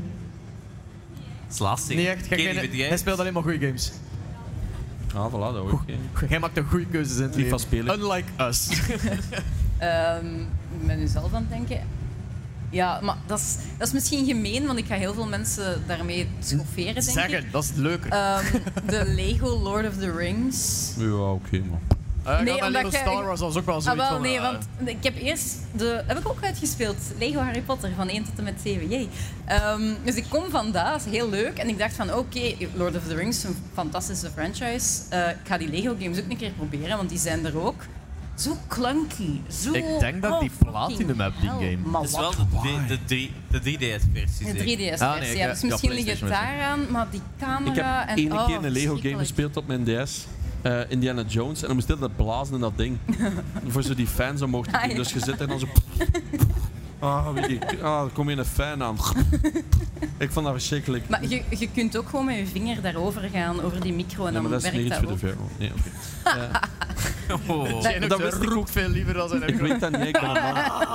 Het is lastig. Nee, echt. Jij- Geen jij- idee. Hij speelt alleen maar goede games. Ah, voilà, dat ook. hè. Jij maakt de goede keuzes in het FIFA leven. spelen. Unlike us. Ehm, ik ben nu zelf aan het denken. Ja, maar dat is, dat is misschien gemeen, want ik ga heel veel mensen daarmee schofferen, denk ik. Zeggen, dat is leuker. Ehm, de Lego Lord of the Rings. Ja, oké, man. Uh, nee, nee, omdat Lego jij- Star Wars was ook wel Ah, zoiets wel, van... nee, uh, want ik heb eerst de... Heb ik ook uitgespeeld. Lego Harry Potter, van één tot en met zeven. Jee. Ehm, dus ik kom van dat, dat is heel leuk. En ik dacht van, oké, Lord of the Rings, een fantastische franchise. Eh, ik ga die Lego games ook een keer proberen, want die zijn er ook. Zo clunky. Zo... Ik denk dat ik die oh, platinum heb, die hell. game. Maar Het is wat? wel de, de, de, de drie D S-versie. De drie D S-versie, Ah, nee, ik, ja. eh, Dus ja, misschien ligt het PlayStation daaraan, maar die camera Ik heb en... één oh, keer een Lego game verschrikkelijk. gespeeld op mijn D S. eh, Indiana Jones. En dan moest je dat blazen in dat ding. Voor zo die fans omhoog te doen. Ah, ja. Dus je zit er dan zo... Ah, weet je, ah, er komt hier een fan aan. Ik vond dat verschrikkelijk. Maar je, je kunt ook gewoon met je vinger daarover gaan, over die micro, en Ja, dan maar dat is werkt niet iets dat voor de ook. verhaal. Nee, oké. Ja. Oh. Zijn ook dat zo wist ik roep veel liever dan zijn Ik weet dat niet, ik ben een man.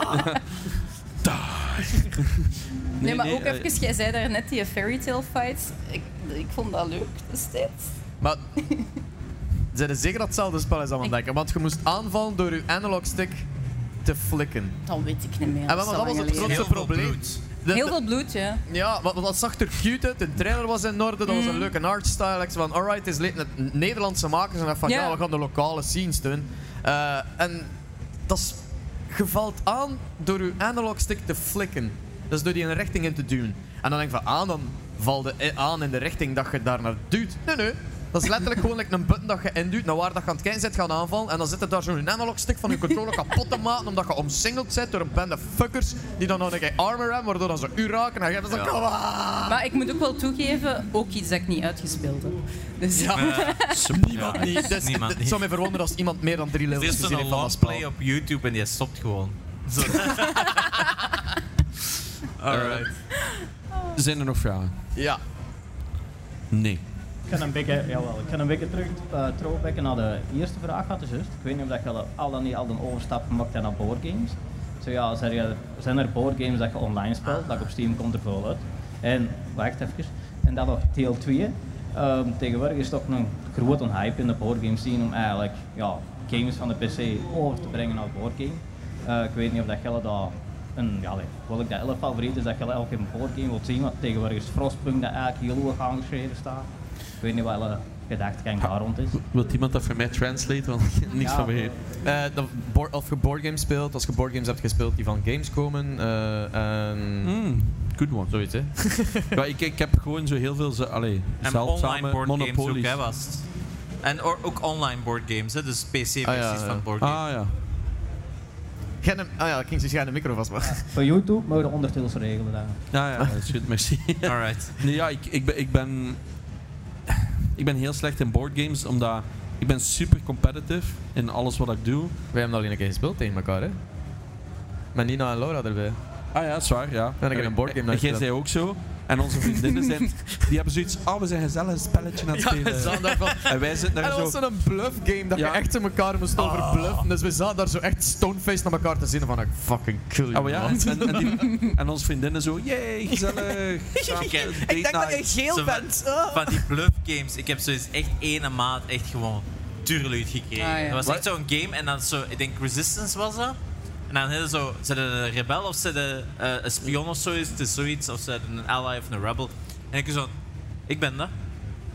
Nee, maar ook eh, even, jij zei daar net die fairy tale fights. Ik, ik vond dat leuk destijds. Maar... Zijn er zeker dat hetzelfde spel is aan het Ik- denken? Want je moest aanvallen door je analog stick te flikken. Dat weet ik niet meer. En wel, is maar al dat was lang het geleden. grootste Heel veel probleem. bloed. De- Heel de- veel bloed, ja. Ja, want want dat zag er cute uit. De trailer was in orde, dat was een leuke artstyle. Ik zei van, alright, het is le- het Nederlandse makers. En dan van, ja. Ja. we gaan de lokale scenes doen. Eh, en dat is... Je valt aan door je analog stick te flikken. Dus door die een richting in te duwen. En dan denk ik van, aan, dan valt je aan in de richting dat je daar naar duwt. Nee, nee. Dat is letterlijk gewoon like een button dat je induwt, naar waar dat je aan het kijken zit gaan aanvallen. En dan zit er daar zo'n analog stick van je controller kapot te maken, omdat je omsingeld zit door een bende fuckers die dan nog een keer armor hebben, waardoor dan ze u raken. En je hebt zo... Ja. Maar ik moet ook wel toegeven, ook iets dat ik niet uitgespeeld heb. Dus Niemand niet. Dus, Niemand het niet. zou me verwonderen als iemand meer dan drie Er levels is gezien zo'n heeft van dat long spel. play op YouTube en die stopt gewoon. Zo. Alright. Zijn er nog vragen? Ja. Nee. Ik ga een beetje, jawel, ik ga een beetje terug uh, throwbacken naar de eerste vraag had, dus juist. Ik weet niet of dat je al- al dan niet al een overstap gemaakt hebt naar boardgames. Zo ja, zijn er, zijn er boardgames dat je online speelt, dat op Steam komt er veel uit. En, wacht even, en dat nog deel twee. Um, tegenwoordig is het ook een grote hype in de boardgame scene om eigenlijk ja, games van de P C over te brengen naar boardgame. Uh, ik weet niet of dat Gelle dat een, ja, wel ik dat elf favoriet is dat Gelle elke boardgame wilt zien, want tegenwoordig is Frostpunk dat eigenlijk heel hoog aangeschreven staat. Ik weet niet wat de gedachtegang daar rond is. Wilt iemand dat voor mij translate? Want ik niks Ja, van begreep. Eh, dat board- of je boardgames speelt, als je boardgames hebt gespeeld die van games komen. eh, en... Mm, good one. Zoiets, hè? Ja, ik, ik heb gewoon zo heel veel ze- allee, En online zeldzame board games ook, monopolies. hè, was het. En or- ook online board games, hè, dus P C-versies Ah, ja, ja. van board games. Ah ja. Geen, ah ja, ik ging zo de micro vast. Maar. Voor YouTube mogen de ondertitels regelen daar. Ja, ja, dat is goed, merci. Alright. Nee, ja, ik, ik, ben, ik, ben, ik ben heel slecht in boardgames, omdat ik ben super competitive in alles wat ik doe. Wij hebben al een keer gespeeld tegen elkaar, hè? Met Nina en Laura erbij. Ah ja, dat is waar, ja. Ben ik in een boardgame En jij gespeeld. zei ook zo. En onze vriendinnen zijn, die hebben zoiets, ah, we zijn gezellig een spelletje aan het Ja, spelen. we zaten daarvan. En wij zitten En daar dat was zo... zo'n bluff game dat Ja. je echt zo elkaar moest overbluffen. Dus we zaten daar zo echt stonefaced naar elkaar te zien van ik fucking kill you. Ah, maar ja, man. en, en, die, en onze vriendinnen zo, yay, gezellig. samen, date Ik denk dat je night. geel Zo van- bent. Ah. Van die bluff games, ik heb zoiets echt ene maat echt gewoon turluid gekregen. Ah, ja. Dat was Wat? echt zo'n game en dan zo, ik denk Resistance was dat. En dan hadden ze zo, ze hadden een rebel of ze hadden eh, een spion of zoiets, het is zoiets, of ze hadden een ally of een rebel. En ik zo, ik ben dat.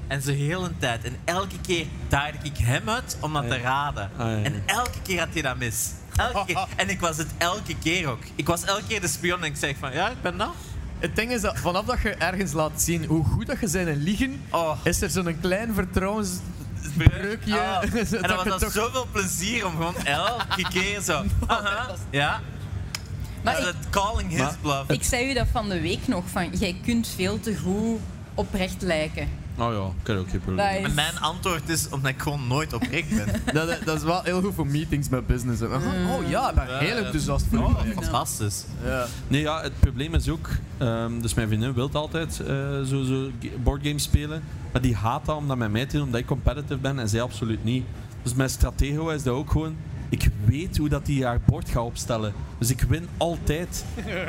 En zo heel een tijd. En elke keer daagde ik hem uit om dat te raden. Ah, ja, ja. En elke keer had hij dat mis. Elke keer. En ik was het elke keer ook. Ik was elke keer de spion en ik zeg van, ja, ik ben dat. Het ding is dat vanaf dat je ergens laat zien hoe goed dat je bent in liegen, Oh. is er zo'n klein vertrouwensbreukje. Ah. En dat dan was je dat toch- zoveel plezier om gewoon elke keer zo... Aha, ja. Maar Maar ik- het calling his Maar- bluff. Ik zei u dat van de week nog, van jij kunt veel te goed oprecht lijken. Oh ja, ik heb ook geen probleem. Dat is- En mijn antwoord is omdat ik gewoon nooit oprecht ben. dat, dat is wel heel goed voor meetings met business. Oh ja, ik ben heel enthousiast voor Oh, u. fantastisch. Ja. Nee, ja, het probleem is ook... ehm, dus mijn vriendin wil altijd eh, zo, zo ga- boardgames spelen. Maar die haat dat om dat met mij te doen, omdat ik competitive ben en zij absoluut niet. Dus met Stratego is dat ook gewoon... Ik weet hoe dat die haar bord gaat opstellen. Dus ik win altijd.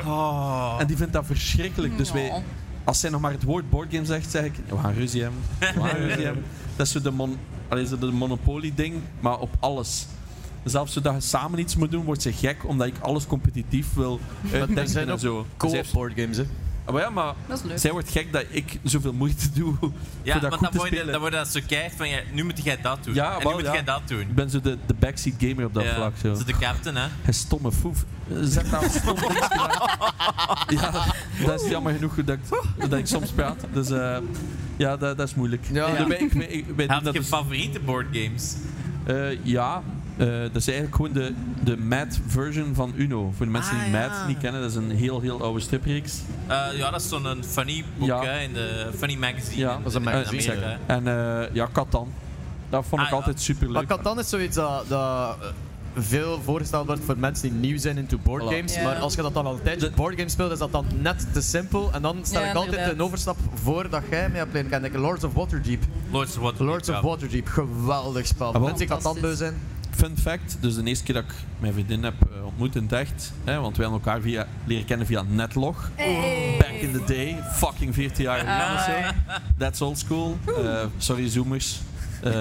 Oh. En die vindt dat verschrikkelijk. Dus wij, Oh. als zij nog maar het woord boardgame zegt, zeg ik... We gaan ruzie hebben. We gaan ruzie hebben. Dat is zo de, mon, allee, zo de Monopoly-ding, maar op alles. Zelfs zodat je samen iets moet doen, wordt ze gek, omdat ik alles competitief wil er uitdenken zijn en ook zo. Co-op Zij heeft- boardgames, hè. Ah, maar ja, maar Dat is leuk. zij wordt gek dat ik zoveel moeite doe Ja, voor dat want goed dan te word, je, spelen. dan word je dat zo keihard van, ja, nu moet jij dat doen. Ja, en nu wel, moet ja. jij dat doen. Ik ben zo de, de backseat gamer op dat Ja, vlak. Zo. zo de captain, hè. Hij stomme foef. Zet daar een stom dingetje aan. Ja, dat is jammer genoeg dat ik, dat ik soms praat. Dus eh, ja, dat, dat is moeilijk. Ja. En wij- ik- wij- ik- wij doen Had dat je dus- favoriete boardgames? Eh, ja, eh, dat is eigenlijk gewoon de, de Mad version van Uno. Voor de mensen Ah, die ja. Mad niet kennen, dat is een heel, heel oude stripreeks. Uh, ja, dat is zo'n funny boek, Ja. hè, in de Funny Magazine. Ja, in- dat is een in magazine, Amerika, hè. En eh, ja, Catan. Dat vond ik Ah, ja. altijd super Maar leuk. Catan is zoiets dat, dat eh, veel voorgesteld wordt voor mensen die nieuw zijn into boardgames. Voilà. Ja. Maar als je dat dan al een tijdje De- boardgames speelt, is dat dan net te simpel. En dan stel Ja, ik altijd inderdaad. een overstap voor dat jij mee hebt leren kennen. Lords of Waterdeep. Lords of Waterdeep. Lords of ja. Waterdeep, geweldig spel. Ah, wel. Mensen die Catan beu zijn. Fun fact, dus de eerste keer dat ik mijn vriendin heb eh, ontmoet in het echt, hè, want wij hadden elkaar via, leren kennen via Netlog. Back in the day, fucking veertien jaar geleden of zo. That's old school. Eh, sorry zoomers. Eh,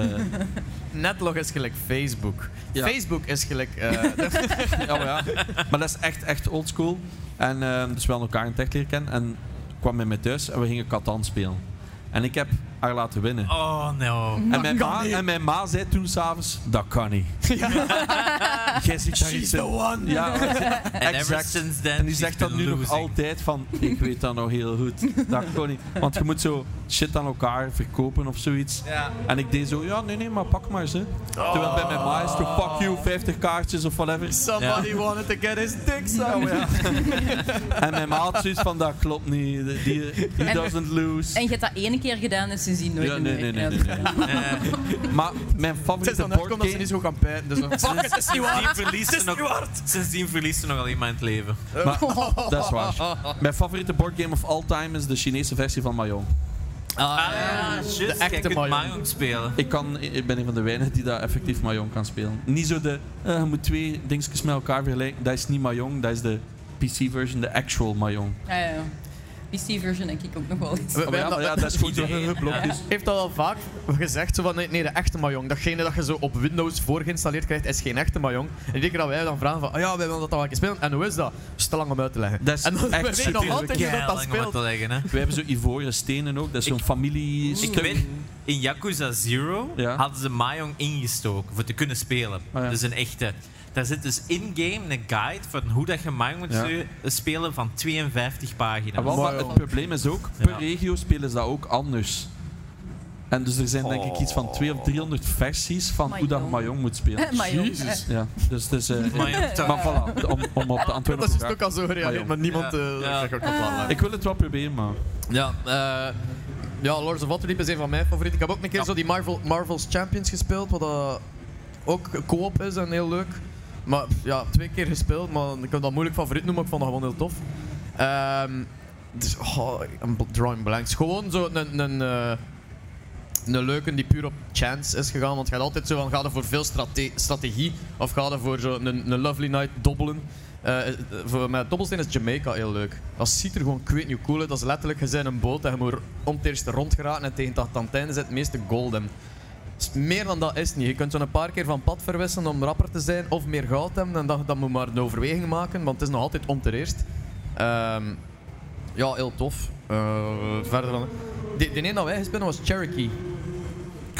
Netlog is gelijk Facebook. Ja. Facebook is gelijk... eh, ja, maar ja. Maar dat is echt, echt old school. En eh, dus we hadden elkaar in het echt leren kennen. En kwam bij mij thuis en we gingen Catan spelen. En ik heb haar laten winnen. Oh, no. En mijn, kan ma, niet. en mijn ma zei toen s'avonds, dat kan niet. Jij zit daar iets in. one. Ja, And ever exact. since then, En die she's zegt dat been nu nog losing. altijd van, ik weet dat nog heel goed. Dat kon niet. Want je moet zo shit aan elkaar verkopen of zoiets. Ja. En ik deed zo, ja nee nee, maar pak maar ze. Terwijl bij mijn ma is toch, fuck you, vijftig kaartjes of whatever. Somebody wanted to get his dick Ja, sucked. maar ja. En mijn ma had zoiets van, dat klopt niet. Die, he En- doesn't lose. En je hebt dat ene keer gedaan en sindsdien nooit Ja, nee, nee, meer. nee, nee, nee. Maar mijn Het is favoriete dan uitkomt dat ze boardgame... niet zo gaan pijten. Dus dan, fuck, het is niet waar. Sindsdien verliest ze nog, sindsdien verliest ze nog alleen maar in het leven. Maar, dat is waar. Mijn favoriete boardgame of all time is de Chinese versie van Mahjong. Ah, ja, juist. de echte Jij kunt Mahjong. Mahjong spelen. Ik, kan, ik ben een van de weinigen die dat effectief Mahjong kan spelen. Niet zo de, eh, je moet twee dingetjes met elkaar vergelijken. Dat is niet Mahjong, dat is de P C-version, de actual Mahjong. Ja, ja, ja. P C-version denk ik ook nog wel iets. We- we Maar ja, hebben maar ja, dat- dat is gewoon zo Idee. blokjes. heeft dat al vaak gezegd, zo van nee, nee, de echte Mahjong. Datgene dat je zo op Windows voorgeïnstalleerd krijgt, is geen echte Mahjong. En iedere keer dat wij dan vragen van, ah ja, wij willen dat dan wel een keer spelen. En hoe is dat? Het is te lang om uit te leggen. Dat is en dan echt we weten nog super altijd hoe dat, dat Keilang om het speelt. te leggen, hè. We hebben zo ivoren stenen ook, dat is zo'n Ik- familie. Ik weet, in Yakuza Zero Ja. hadden ze Mahjong ingestoken voor te kunnen spelen. Ah, ja. Dus een echte. Daar zit dus in-game een guide van hoe dat je Mahjong moet Ja. se- spelen van tweeënventig pagina's. En wel, maar het probleem is ook, per Ja. regio spelen ze dat ook anders. En dus er zijn denk ik iets van tweehonderd of driehonderd versies van hoe dat Mahjong. Mahjong moet spelen. Mahjong. Jezus. Ja, dus het is... eh, Mahjong toch. maar voilà, om, om op de antwoord Dat is op dus te ook al zo gereageerd, Mahjong. maar niemand... Ja. eh, Ja. zegt ook kapot laten. Ik wil het wel proberen, maar... Ja, eh ja, Lords of Waterdeep is een van mijn favorieten. Ik heb ook een keer zo die Marvel, Marvel's Champions gespeeld, wat dat ook co-op is en heel leuk. Maar ja, twee keer gespeeld, maar ik kan dat moeilijk favoriet noemen, maar ik vond dat gewoon heel tof. Ehm dus, oh, I'm drawing blanks. Gewoon zo een, een, eh, een leuke die puur op chance is gegaan, want je gaat altijd zo van, ga er voor veel strate strategie of ga er voor zo een, een lovely night dobbelen. Uh, voor, met dobbelsteen is Jamaica heel leuk. Dat ziet er gewoon, ik weet niet hoe cool uit. Dat is letterlijk, je bent een boot en je moet om het eerste rond geraken en tegen dat aan het einde zit het meeste golden. Dus meer dan dat is het niet. Je kunt zo een paar keer van pad verwisselen om rapper te zijn of meer goud hebben en dat, dat moet maar een overweging maken, want het is nog altijd om ten eerst. Um, ja, heel tof. Uh, verder dan... De, de ene dat wij gespeeld was Cherokee.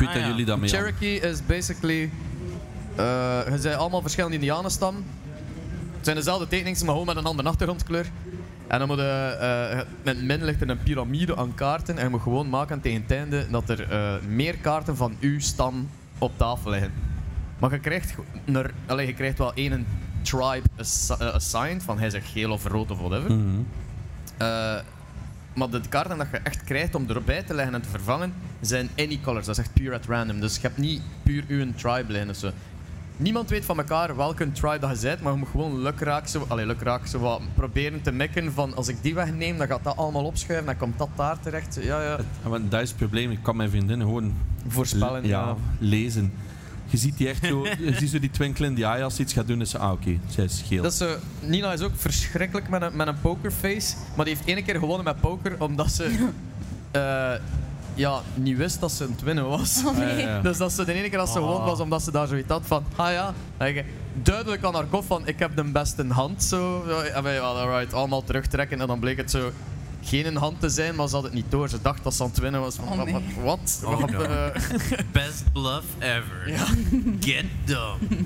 weet Ah, dat ja. jullie dat mee Cherokee is basically... Uh, je zijn allemaal verschillende indianenstammen. Het zijn dezelfde tekeningen, maar gewoon met een andere achtergrondkleur. En dan moet je... Uh, met min ligt er een piramide aan kaarten. En je moet gewoon maken tegen het einde dat er uh, meer kaarten van uw stam op tafel liggen. Maar je krijgt, er, allez, je krijgt wel één tribe assi- uh, assigned, van hij zegt geel of rood of whatever. Mm-hmm. Uh, maar de kaarten dat je echt krijgt om erbij te leggen en te vervangen, zijn any colors. Dat is echt puur at random. Dus je hebt niet puur uw tribe liggen of zo. Niemand weet van elkaar welke tribe dat je bent, maar je moet gewoon lukraak zo, allez, lukraak zo wat proberen te mikken van als ik die wegneem, dan gaat dat allemaal opschuiven, dan komt dat daar terecht. Ja, ja. Het, dat is het probleem. Ik kan mijn vriendinnen gewoon voorspellen, ja, ja. lezen. Je ziet die echt zo, je ziet zo die twinkle in die eye als ze iets gaat doen, is ze, ah oké, okay, zij is geel. Dat is zo, Nina is ook verschrikkelijk met een, met een pokerface, maar die heeft één keer gewonnen met poker omdat ze uh, ja, niet wist dat ze een winnen was. Oh, nee. Ja, ja, ja. Dus dat ze de ene keer als ze Oh. gewonnen was, omdat ze daar zoiets had van, ah ja, like, duidelijk aan haar kop van, ik heb de beste hand, zo. En wij, well, alright, allemaal terugtrekken en dan bleek het zo geen een hand te zijn, maar ze had het niet door. Ze dacht dat ze aan het winnen was. Oh, nee. Wat? Oh, Wat? no. Uh, Best bluff ever. Ja. Get dumb.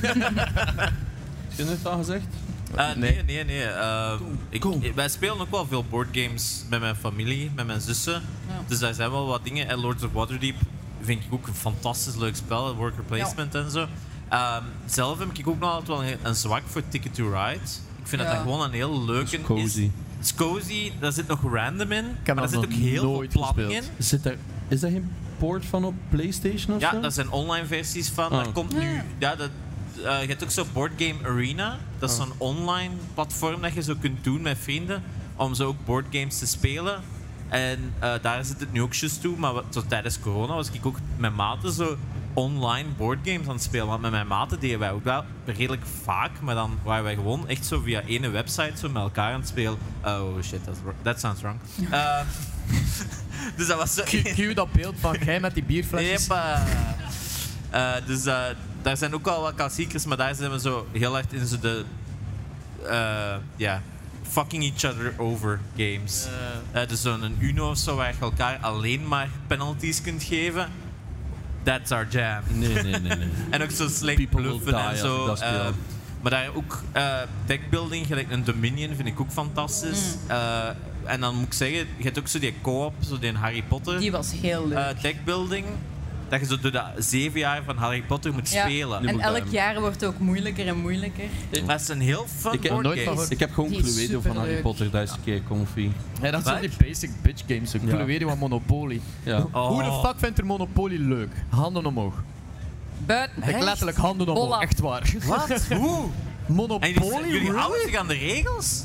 Heb je net al gezegd? Uh, nee, nee, nee. Uh, ik, wij spelen ook wel veel boardgames met mijn familie, met mijn zussen. Ja. Dus daar zijn wel wat dingen. En Lords of Waterdeep vind ik ook een fantastisch leuk spel, worker placement en zo. Um, zelf heb ik ook nog altijd wel een, een zwak voor Ticket to Ride. Ik vind Ja. dat dat gewoon een heel leuke Dat is cozy. is. Het is cozy, daar zit nog random in, heb maar er dat zit ook nog heel veel nooit planning in. gespeeld. Zit er, is dat geen port van op PlayStation of Ja, zo? daar zijn online versies van. Ah. Er komt nu, ja, dat, uh, je hebt ook zo'n Board Game Arena. Dat is Ah. zo'n online platform dat je zo kunt doen met vrienden om zo ook boardgames te spelen. En uh, daar zit het nu ook juist toe, maar wat, zo tijdens corona was ik ook met maten zo online boardgames aan het spelen. Want met mijn maten deden wij ook wel redelijk vaak, maar dan waren wij gewoon echt zo via ene website zo met elkaar aan het spelen. Oh shit, that, that sounds wrong. Uh, dus dat was zo... Cue dat beeld van jij met die bierflesjes. Yep, uh, dus uh, daar zijn ook wel wat klassiekers, maar daar zijn we zo heel erg in zo de... Uh, yeah, fucking each other over games. Uh, dus zo'n Uno of zo, waar je elkaar alleen maar penalties kunt geven. That's our jam. Nee, nee, nee. nee. En ook zo slecht People will bluffen die en als zo. ik dat speel. Uh, maar daar ook uh, deckbuilding, gelijk een Dominion, vind ik ook fantastisch. Mm. Uh, en dan moet ik zeggen, je hebt ook zo die co-op, zo die Harry Potter. Die was heel leuk. Uh, deckbuilding, dat je zo door de zeven jaar van Harry Potter moet Ja, spelen. en elk jaar wordt het ook moeilijker en moeilijker. Dat is een heel fun Ik heb, board nooit game. van ik heb gewoon Die is Cluedo van Harry superleuk. Potter, dat is een keer comfy. Ja, dat zijn Wat? die basic bitch games. Ik Ja. Cluedo en Monopoly. Ja. Oh. Hoe de fuck vindt er Monopoly leuk? Handen omhoog. Buiten. Ik letterlijk handen omhoog, Bolla. echt waar. Wat? Hoe? En Monopoly, jullie, jullie houden really? zich aan de regels?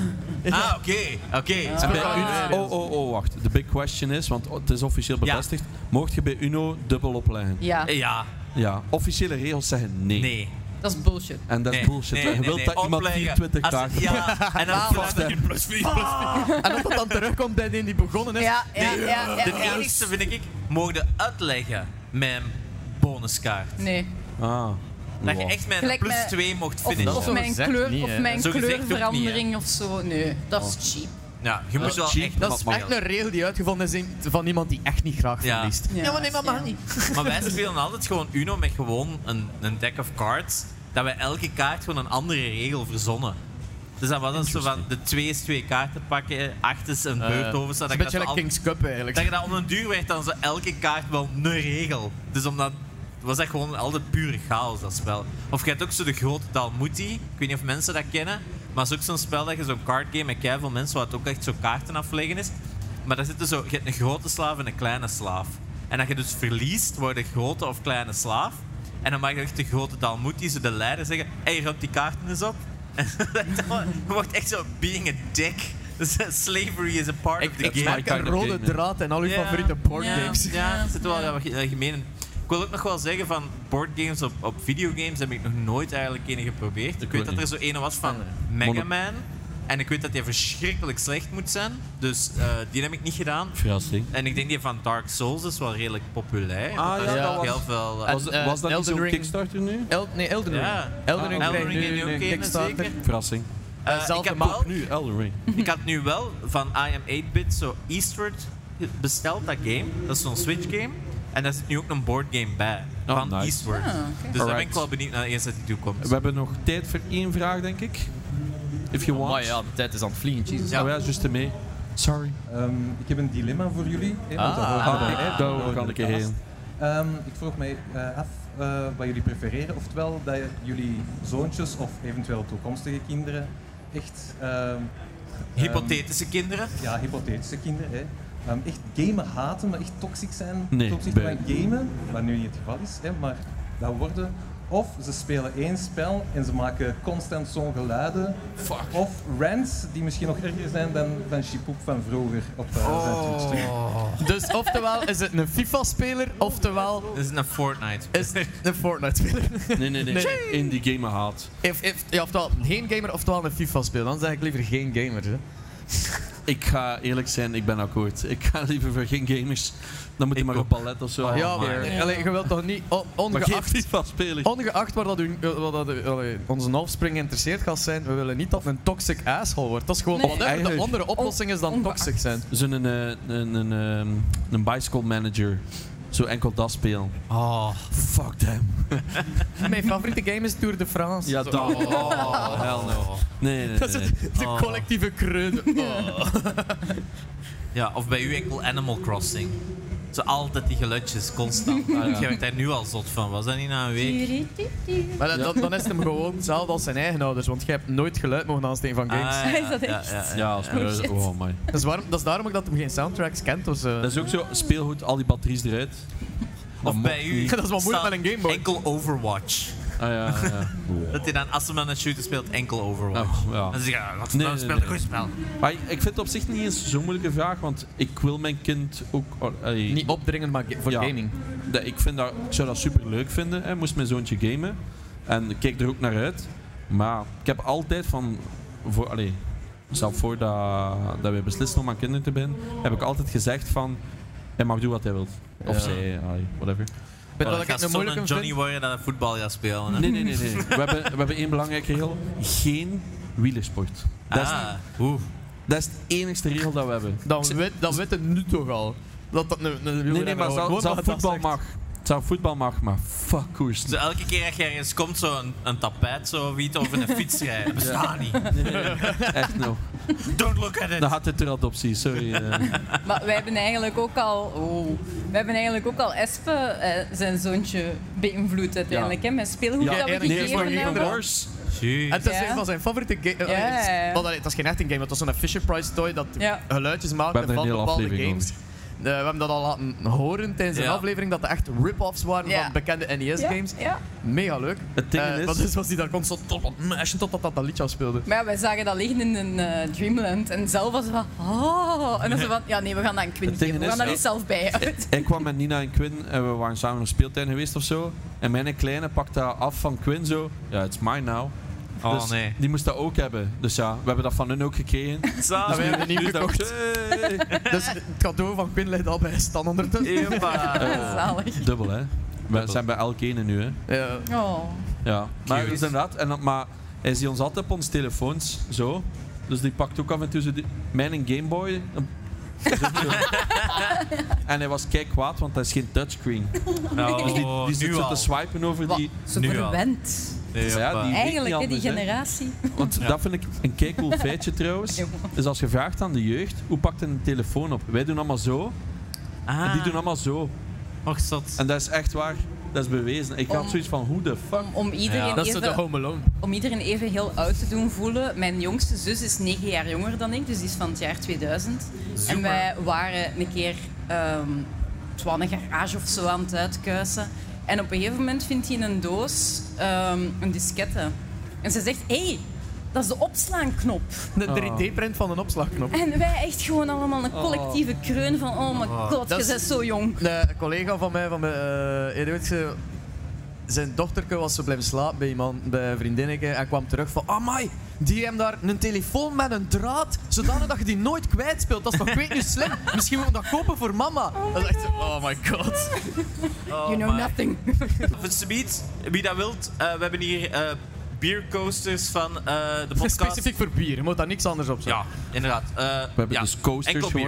Ah, oké. Oké. En bij Uno- oh, oh, oh, wacht. De big question is, want het is officieel Ja. bevestigd, mocht je bij Uno dubbel opleggen? Ja, Ja, Ja. Officiële regels zeggen nee. nee. dat is bullshit. En dat is Nee, bullshit. nee, je nee, wilt nee. dat iemand Opleggen. vierentwintig Als- kaarten Ja, en dan Vaststemmen. plus vier, plus vier. En dat het dan terugkomt bij die die begonnen is. Ja, ja, ja. ja, De ja. enigste vind ik, mogen uitleggen met een bonuskaart. Nee. Ah. Dat je Wow. echt met een Gelijk plus met- twee mocht Of, finishen. of Zo mijn, gezegd kleur, niet, of hè. mijn Zo gezegd ook kleurverandering of zo. Nee, dat is cheap. Ja, je moet wel cheap, echt Dat is spelen. echt een regel die uitgevonden is in- van iemand die echt niet graag Ja. verliest. Ja, maar nee, maar ja. mag niet. Maar wij spelen altijd gewoon Uno met gewoon een, een deck of cards. Dat wij elke kaart gewoon een andere regel verzonnen. Dus dan was het zo van de twee is twee kaarten pakken, acht is een beurt overstaan. Het is Dat, een je beetje dat, like zo al- King's Cup eigenlijk. dat je dat om een duur werd dan zo elke kaart wel een regel. Dus omdat was dat gewoon altijd pure chaos, dat spel. Of je hebt ook zo de grote Dalmuti. Ik weet niet of mensen dat kennen. Maar het is ook zo'n spel dat je zo'n card game met keiveel mensen waar het ook echt zo kaarten afleggen is. Maar daar zitten zo, je hebt een grote slaaf en een kleine slaaf. En als je dus verliest, word je grote of kleine slaaf. En dan mag je echt de grote Dalmuti, zo de leider, zeggen: hé, hey, ruim die kaarten eens op. En je wordt echt zo being a dick. Dus slavery is a part of the Ik game. merk een kind of rode game, ja. draad en al uw Ja. favoriete boardgames. Ja, ja, er zit wel ja, wat ge- gemeen in. Ik wil ook nog wel zeggen van boardgames op, op videogames heb ik nog nooit eigenlijk een geprobeerd. Ik, Ik weet ook dat er zo een was van Mega Mono- Man. En ik weet dat die verschrikkelijk slecht moet zijn. Dus eh, die heb ik niet gedaan. Verrassing. En ik denk die van Dark Souls is wel redelijk populair. Ah, Want daar ja, zit dat ook was- heel veel... eh, Was, eh, was dat niet Elden zo'n Ring. Kickstarter nu? El, nee, Elden Ring. Ja. Elden Ring Ah, krijgt Elden Ring nu heeft nu ook een een, Kickstarter. zeker. Verrassing. Eh, ik, zelfde heb map wel, Nu, Elden Ring. ik had nu wel van I Am eight bit zo Eastward besteld, dat game. Dat is zo'n Switch game. En daar zit nu ook een boardgame bij. Oh, Van nice. Eastward. Ah, okay. Dus daar ben Alright. ik wel benieuwd naar eens dat die toekomt. We hebben nog tijd voor één vraag, denk ik. If you want. Maar ja, de tijd is aan het vliegen, Jesus. Ja, oh, ja, juist ermee. Sorry. Um, ik heb een dilemma voor jullie. Hè, Ah, want dat hoort ah, erbij, daar dat kan hoort ik erbij. heen. Um, ik vroeg mij uh, af uh, wat jullie prefereren. Oftewel dat jullie zoontjes of eventueel toekomstige kinderen echt... Um, Hypothetische kinderen? Ja, hypothetische kinderen. Hè. Um, echt gamen haten, maar echt toxic zijn Nee, ten opzichte bij- van gamen. Wat nu niet het geval is, hè, maar dat worden... Of ze spelen één spel en ze maken constant zo'n geluiden. Fuck. Of rants die misschien nog erger zijn dan van Chipoep van vroeger op uh, zijn Twitch. Dus oftewel is het een FIFA-speler, oftewel Dit is een Fortnite. is het een Fortnite-speler. Nee, nee, nee. Nee. In die game haat. If, if, ja, oftewel geen gamer, oftewel een FIFA-speler. Dan zeg ik liever geen gamer. Hè. Ik ga eerlijk zijn, ik ben akkoord. Ik ga liever voor geen gamers. Dan moet je Ik maar ook. op ballet of zo. ja, Oh, maar yeah. allee, je wilt toch niet... on- Maar geen Ongeacht, FIFA-speler. ongeacht waar dat, u, wat dat u- allee, onze offspring geïnteresseerd gaat zijn, we willen niet dat het een toxic asshole wordt. Dat is gewoon... Nee. Whatever de Eigenlijk- andere oplossing is dan Ongeacht. toxic zijn. Zo'n een, een, een, een, een, een bicycle manager. Zo enkel dat spelen. Oh. Fuck them. Mijn favoriete game is Tour de France. Ja, Zo. dat. Oh, hell no. Nee, nee, nee. Dat is nee. het- de Oh. collectieve kreun. Oh. Ja, of bij u enkel Animal Crossing. Zo altijd die geluidjes, constant. Ah, ja. Jij werd daar nu al zot van. Was dat niet na een week? Maar dan, dan- dan is het hem gewoon hetzelfde als zijn eigen ouders, want jij hebt nooit geluid mogen aansteken van games. Ah, Is dat echt? Ja, ja, ja. Ja, als Oh, shit. oh my. Dat, is waarom, dat is daarom ook dat hij geen soundtracks kent. Dus, uh, Dat is ook zo, speelgoed, al die batteries eruit. Dat Of mocht bij u. niet. dat is wel moeilijk staat met een Game Boy. Enkel Overwatch. Ah ja, ja. Dat hij dan, als hij aan het shooten speelt, enkel Overwatch. Oh, ja. Dan zeg je, ja, wat Nee, nee, nee, speel nee. een goed spel. Maar ik vind het op zich niet eens zo'n moeilijke vraag, want ik wil mijn kind ook... oh, allee, Niet opdringen, maar ga- voor Ja. gaming. dat- ik, vind dat, ik zou dat super leuk vinden, hè, moest mijn zoontje gamen. En ik kijk er ook naar uit. Maar ik heb altijd van... Voor, allee, zelf voordat dat we beslissen om aan kinderen te beginnen, heb ik altijd gezegd van... Hij mag doen wat hij wil. Of Ja. zij, allee, whatever. Weet je Oh, wat dat ik gaat een zo'n moeilijke Johnny vind? worden dat hij voetbal gaat spelen. Hè? Nee, nee, nee. nee. We, hebben, we hebben één belangrijke regel. Geen wielersport. Dat is, Ah, oeh. dat is de enigste regel dat we hebben. Dan weet, dan weet het nu toch al. Dat dat een, een Nee, nee, wielrenner maar wordt. zelf, Gewoon zelf wat dat voetbal zegt. mag. Zelf voetbal mag, maar fuck koers. Dus elke keer dat je ergens komt, zo een, een tapijt zo of iets over een fiets rijden. Dat bestaat niet. Echt no. Don't look at it. Dan gaat het ter adoptie, sorry. eh. Maar wij hebben eigenlijk ook al... Oh, we hebben eigenlijk ook al Espe, eh, zijn zoontje, beïnvloed uiteindelijk. Hè, met speelgoed Ja, dat we nee, Nee, gegeven maar geen hebben. even worse. En het is Ja. een van zijn favoriete games. Ja, ja. Dat is geen echte game, het was zo'n Fisher-Price toy dat Ja. geluidjes We maakte hebben er van een hele bepaalde aflevering games. Uh, we hebben dat al laten horen tijdens een Ja. aflevering, dat er echt rip-offs waren Ja. van bekende N E S-games. Ja, ja. Mega leuk. Het ding Uh, is- want dus was hij daar constant tot wat mashen totdat dat dat liedje afspeelde. Maar ja, wij zagen dat liggen in een eh, Dreamland en zelf was het van... Oh, en dan zo van... Ja, nee, we gaan dat een Quinn Het ding geven. We is, gaan dat hè, niet zelf bij uit. Ik kwam met Nina en Quinn en we waren samen op speeltuin geweest of zo. En mijn kleine pakte dat af van Quinn zo. Ja, it's mine now. Oh Dus nee. die moest dat ook hebben. Dus ja, we hebben dat van hun ook gekregen. Zo. Dat we hebben niet Dus dat- gekocht. Hey. Dus het cadeau van Quinn ligt al bij Stan ondertussen. Epa. Eh, Zalig. Dubbel, hè. We zijn bij elk ene nu, hè. Ja. Oh. Ja, maar Cute. dus inderdaad. En, dan- maar hij ziet ons altijd op onze telefoons, zo. Dus die pakt ook af en toe zo die, mijn Gameboy. En hij was kei kwaad, want dat is geen touchscreen. Oh, Dus die, die zit nu zo al. te swipen over Wat? die... Zo Nu al. verwend. Epa. Ja, die- Eigenlijk, hè, die anders, hè. generatie. Want dat vind ik een kei cool feitje trouwens. Dus als je vraagt aan de jeugd, hoe pakt een telefoon op? Wij doen allemaal zo, en Ah. die doen allemaal zo. Och, zot. En dat is echt waar. Dat is bewezen. Ik had Om- zoiets van, hoe de fuck? Om, om, iedereen Ja. Dat is zo de even, Home Alone. om iedereen even heel oud te doen voelen. Mijn jongste zus is negen jaar jonger dan ik, dus die is van het jaar tweeduizend. En wij waren een keer... ehm het was een garage of zo aan het uitkuisen. En op een gegeven moment vindt hij in een doos ehm, een diskette. En ze zegt, hé, hey, dat is de opslaanknop. De drie D-print van een opslagknop. En wij echt gewoon allemaal een collectieve kreun van, oh my god, Dat je is- bent zo jong. Een collega van mij, van mijn, uh, Eduardse, zijn dochterke was zo blijven slapen bij iemand, bij een vriendinnetje en kwam terug van, amai, die hebben daar een telefoon met een draad, zodanig dat je die nooit kwijtspeelt. Dat is toch, ik weet niet, slim. Misschien moeten we dat kopen voor mama. Dat is echt zo, oh my god. You know nothing. Voor subiet, wie dat wilt, uh, we hebben hier uh, beercoasters van uh, de podcast. Specifiek voor bier, je moet daar niks anders op zetten. Ja, inderdaad. Uh, We hebben ja, dus coasters enkel gewoon. bier.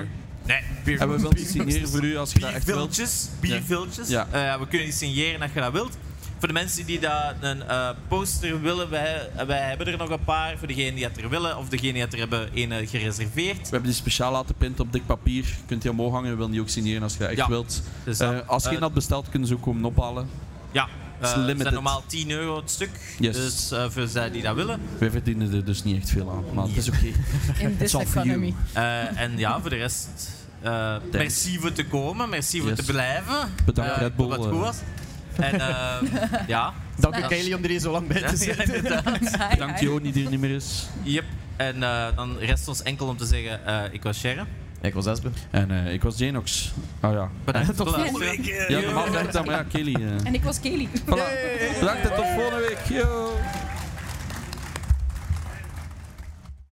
Nee, bier- En we willen die signeren voor u als je dat echt wilt. Bierviltjes, bierviltjes. Ja. Eh, we kunnen die signeren als je dat wilt. Voor de mensen die dat een uh, poster willen, wij, wij hebben er nog een paar. Voor degenen die het er willen of degenen die het er hebben, een gereserveerd. We hebben die speciaal laten printen op dik papier. Je kunt die omhoog hangen, we willen die ook signeren als je dat echt Ja. wilt. Dus Uh, dat, als je uh, dat bestelt, kunnen ze ook komen ophalen. Ja, Het is uh, ze limited. zijn normaal tien euro het stuk. Yes. Dus uh, voor zij die dat willen. Wij verdienen er dus niet echt veel aan, maar het is oké. In this economy. Uh, en ja, voor de rest, uh, merci voor te komen, merci voor Yes. te blijven. Bedankt uh, Red Bull. Wat goed was. En uh, ja. Dank u Kelly om er hier zo lang bij te zitten. Ja, inderdaad. Bedankt Joni die er niet meer is. Yep. En uh, dan rest ons enkel om te zeggen, uh, ik was Sharon. Ik was Esbe. En uh, ik was Janox. Oh ja. Bedankt tot volgende week. Ja, normaal zegt dat, maar ja, Kelly. Uh. En ik was Kelly. Voilà. Bedankt en tot volgende week. Yo.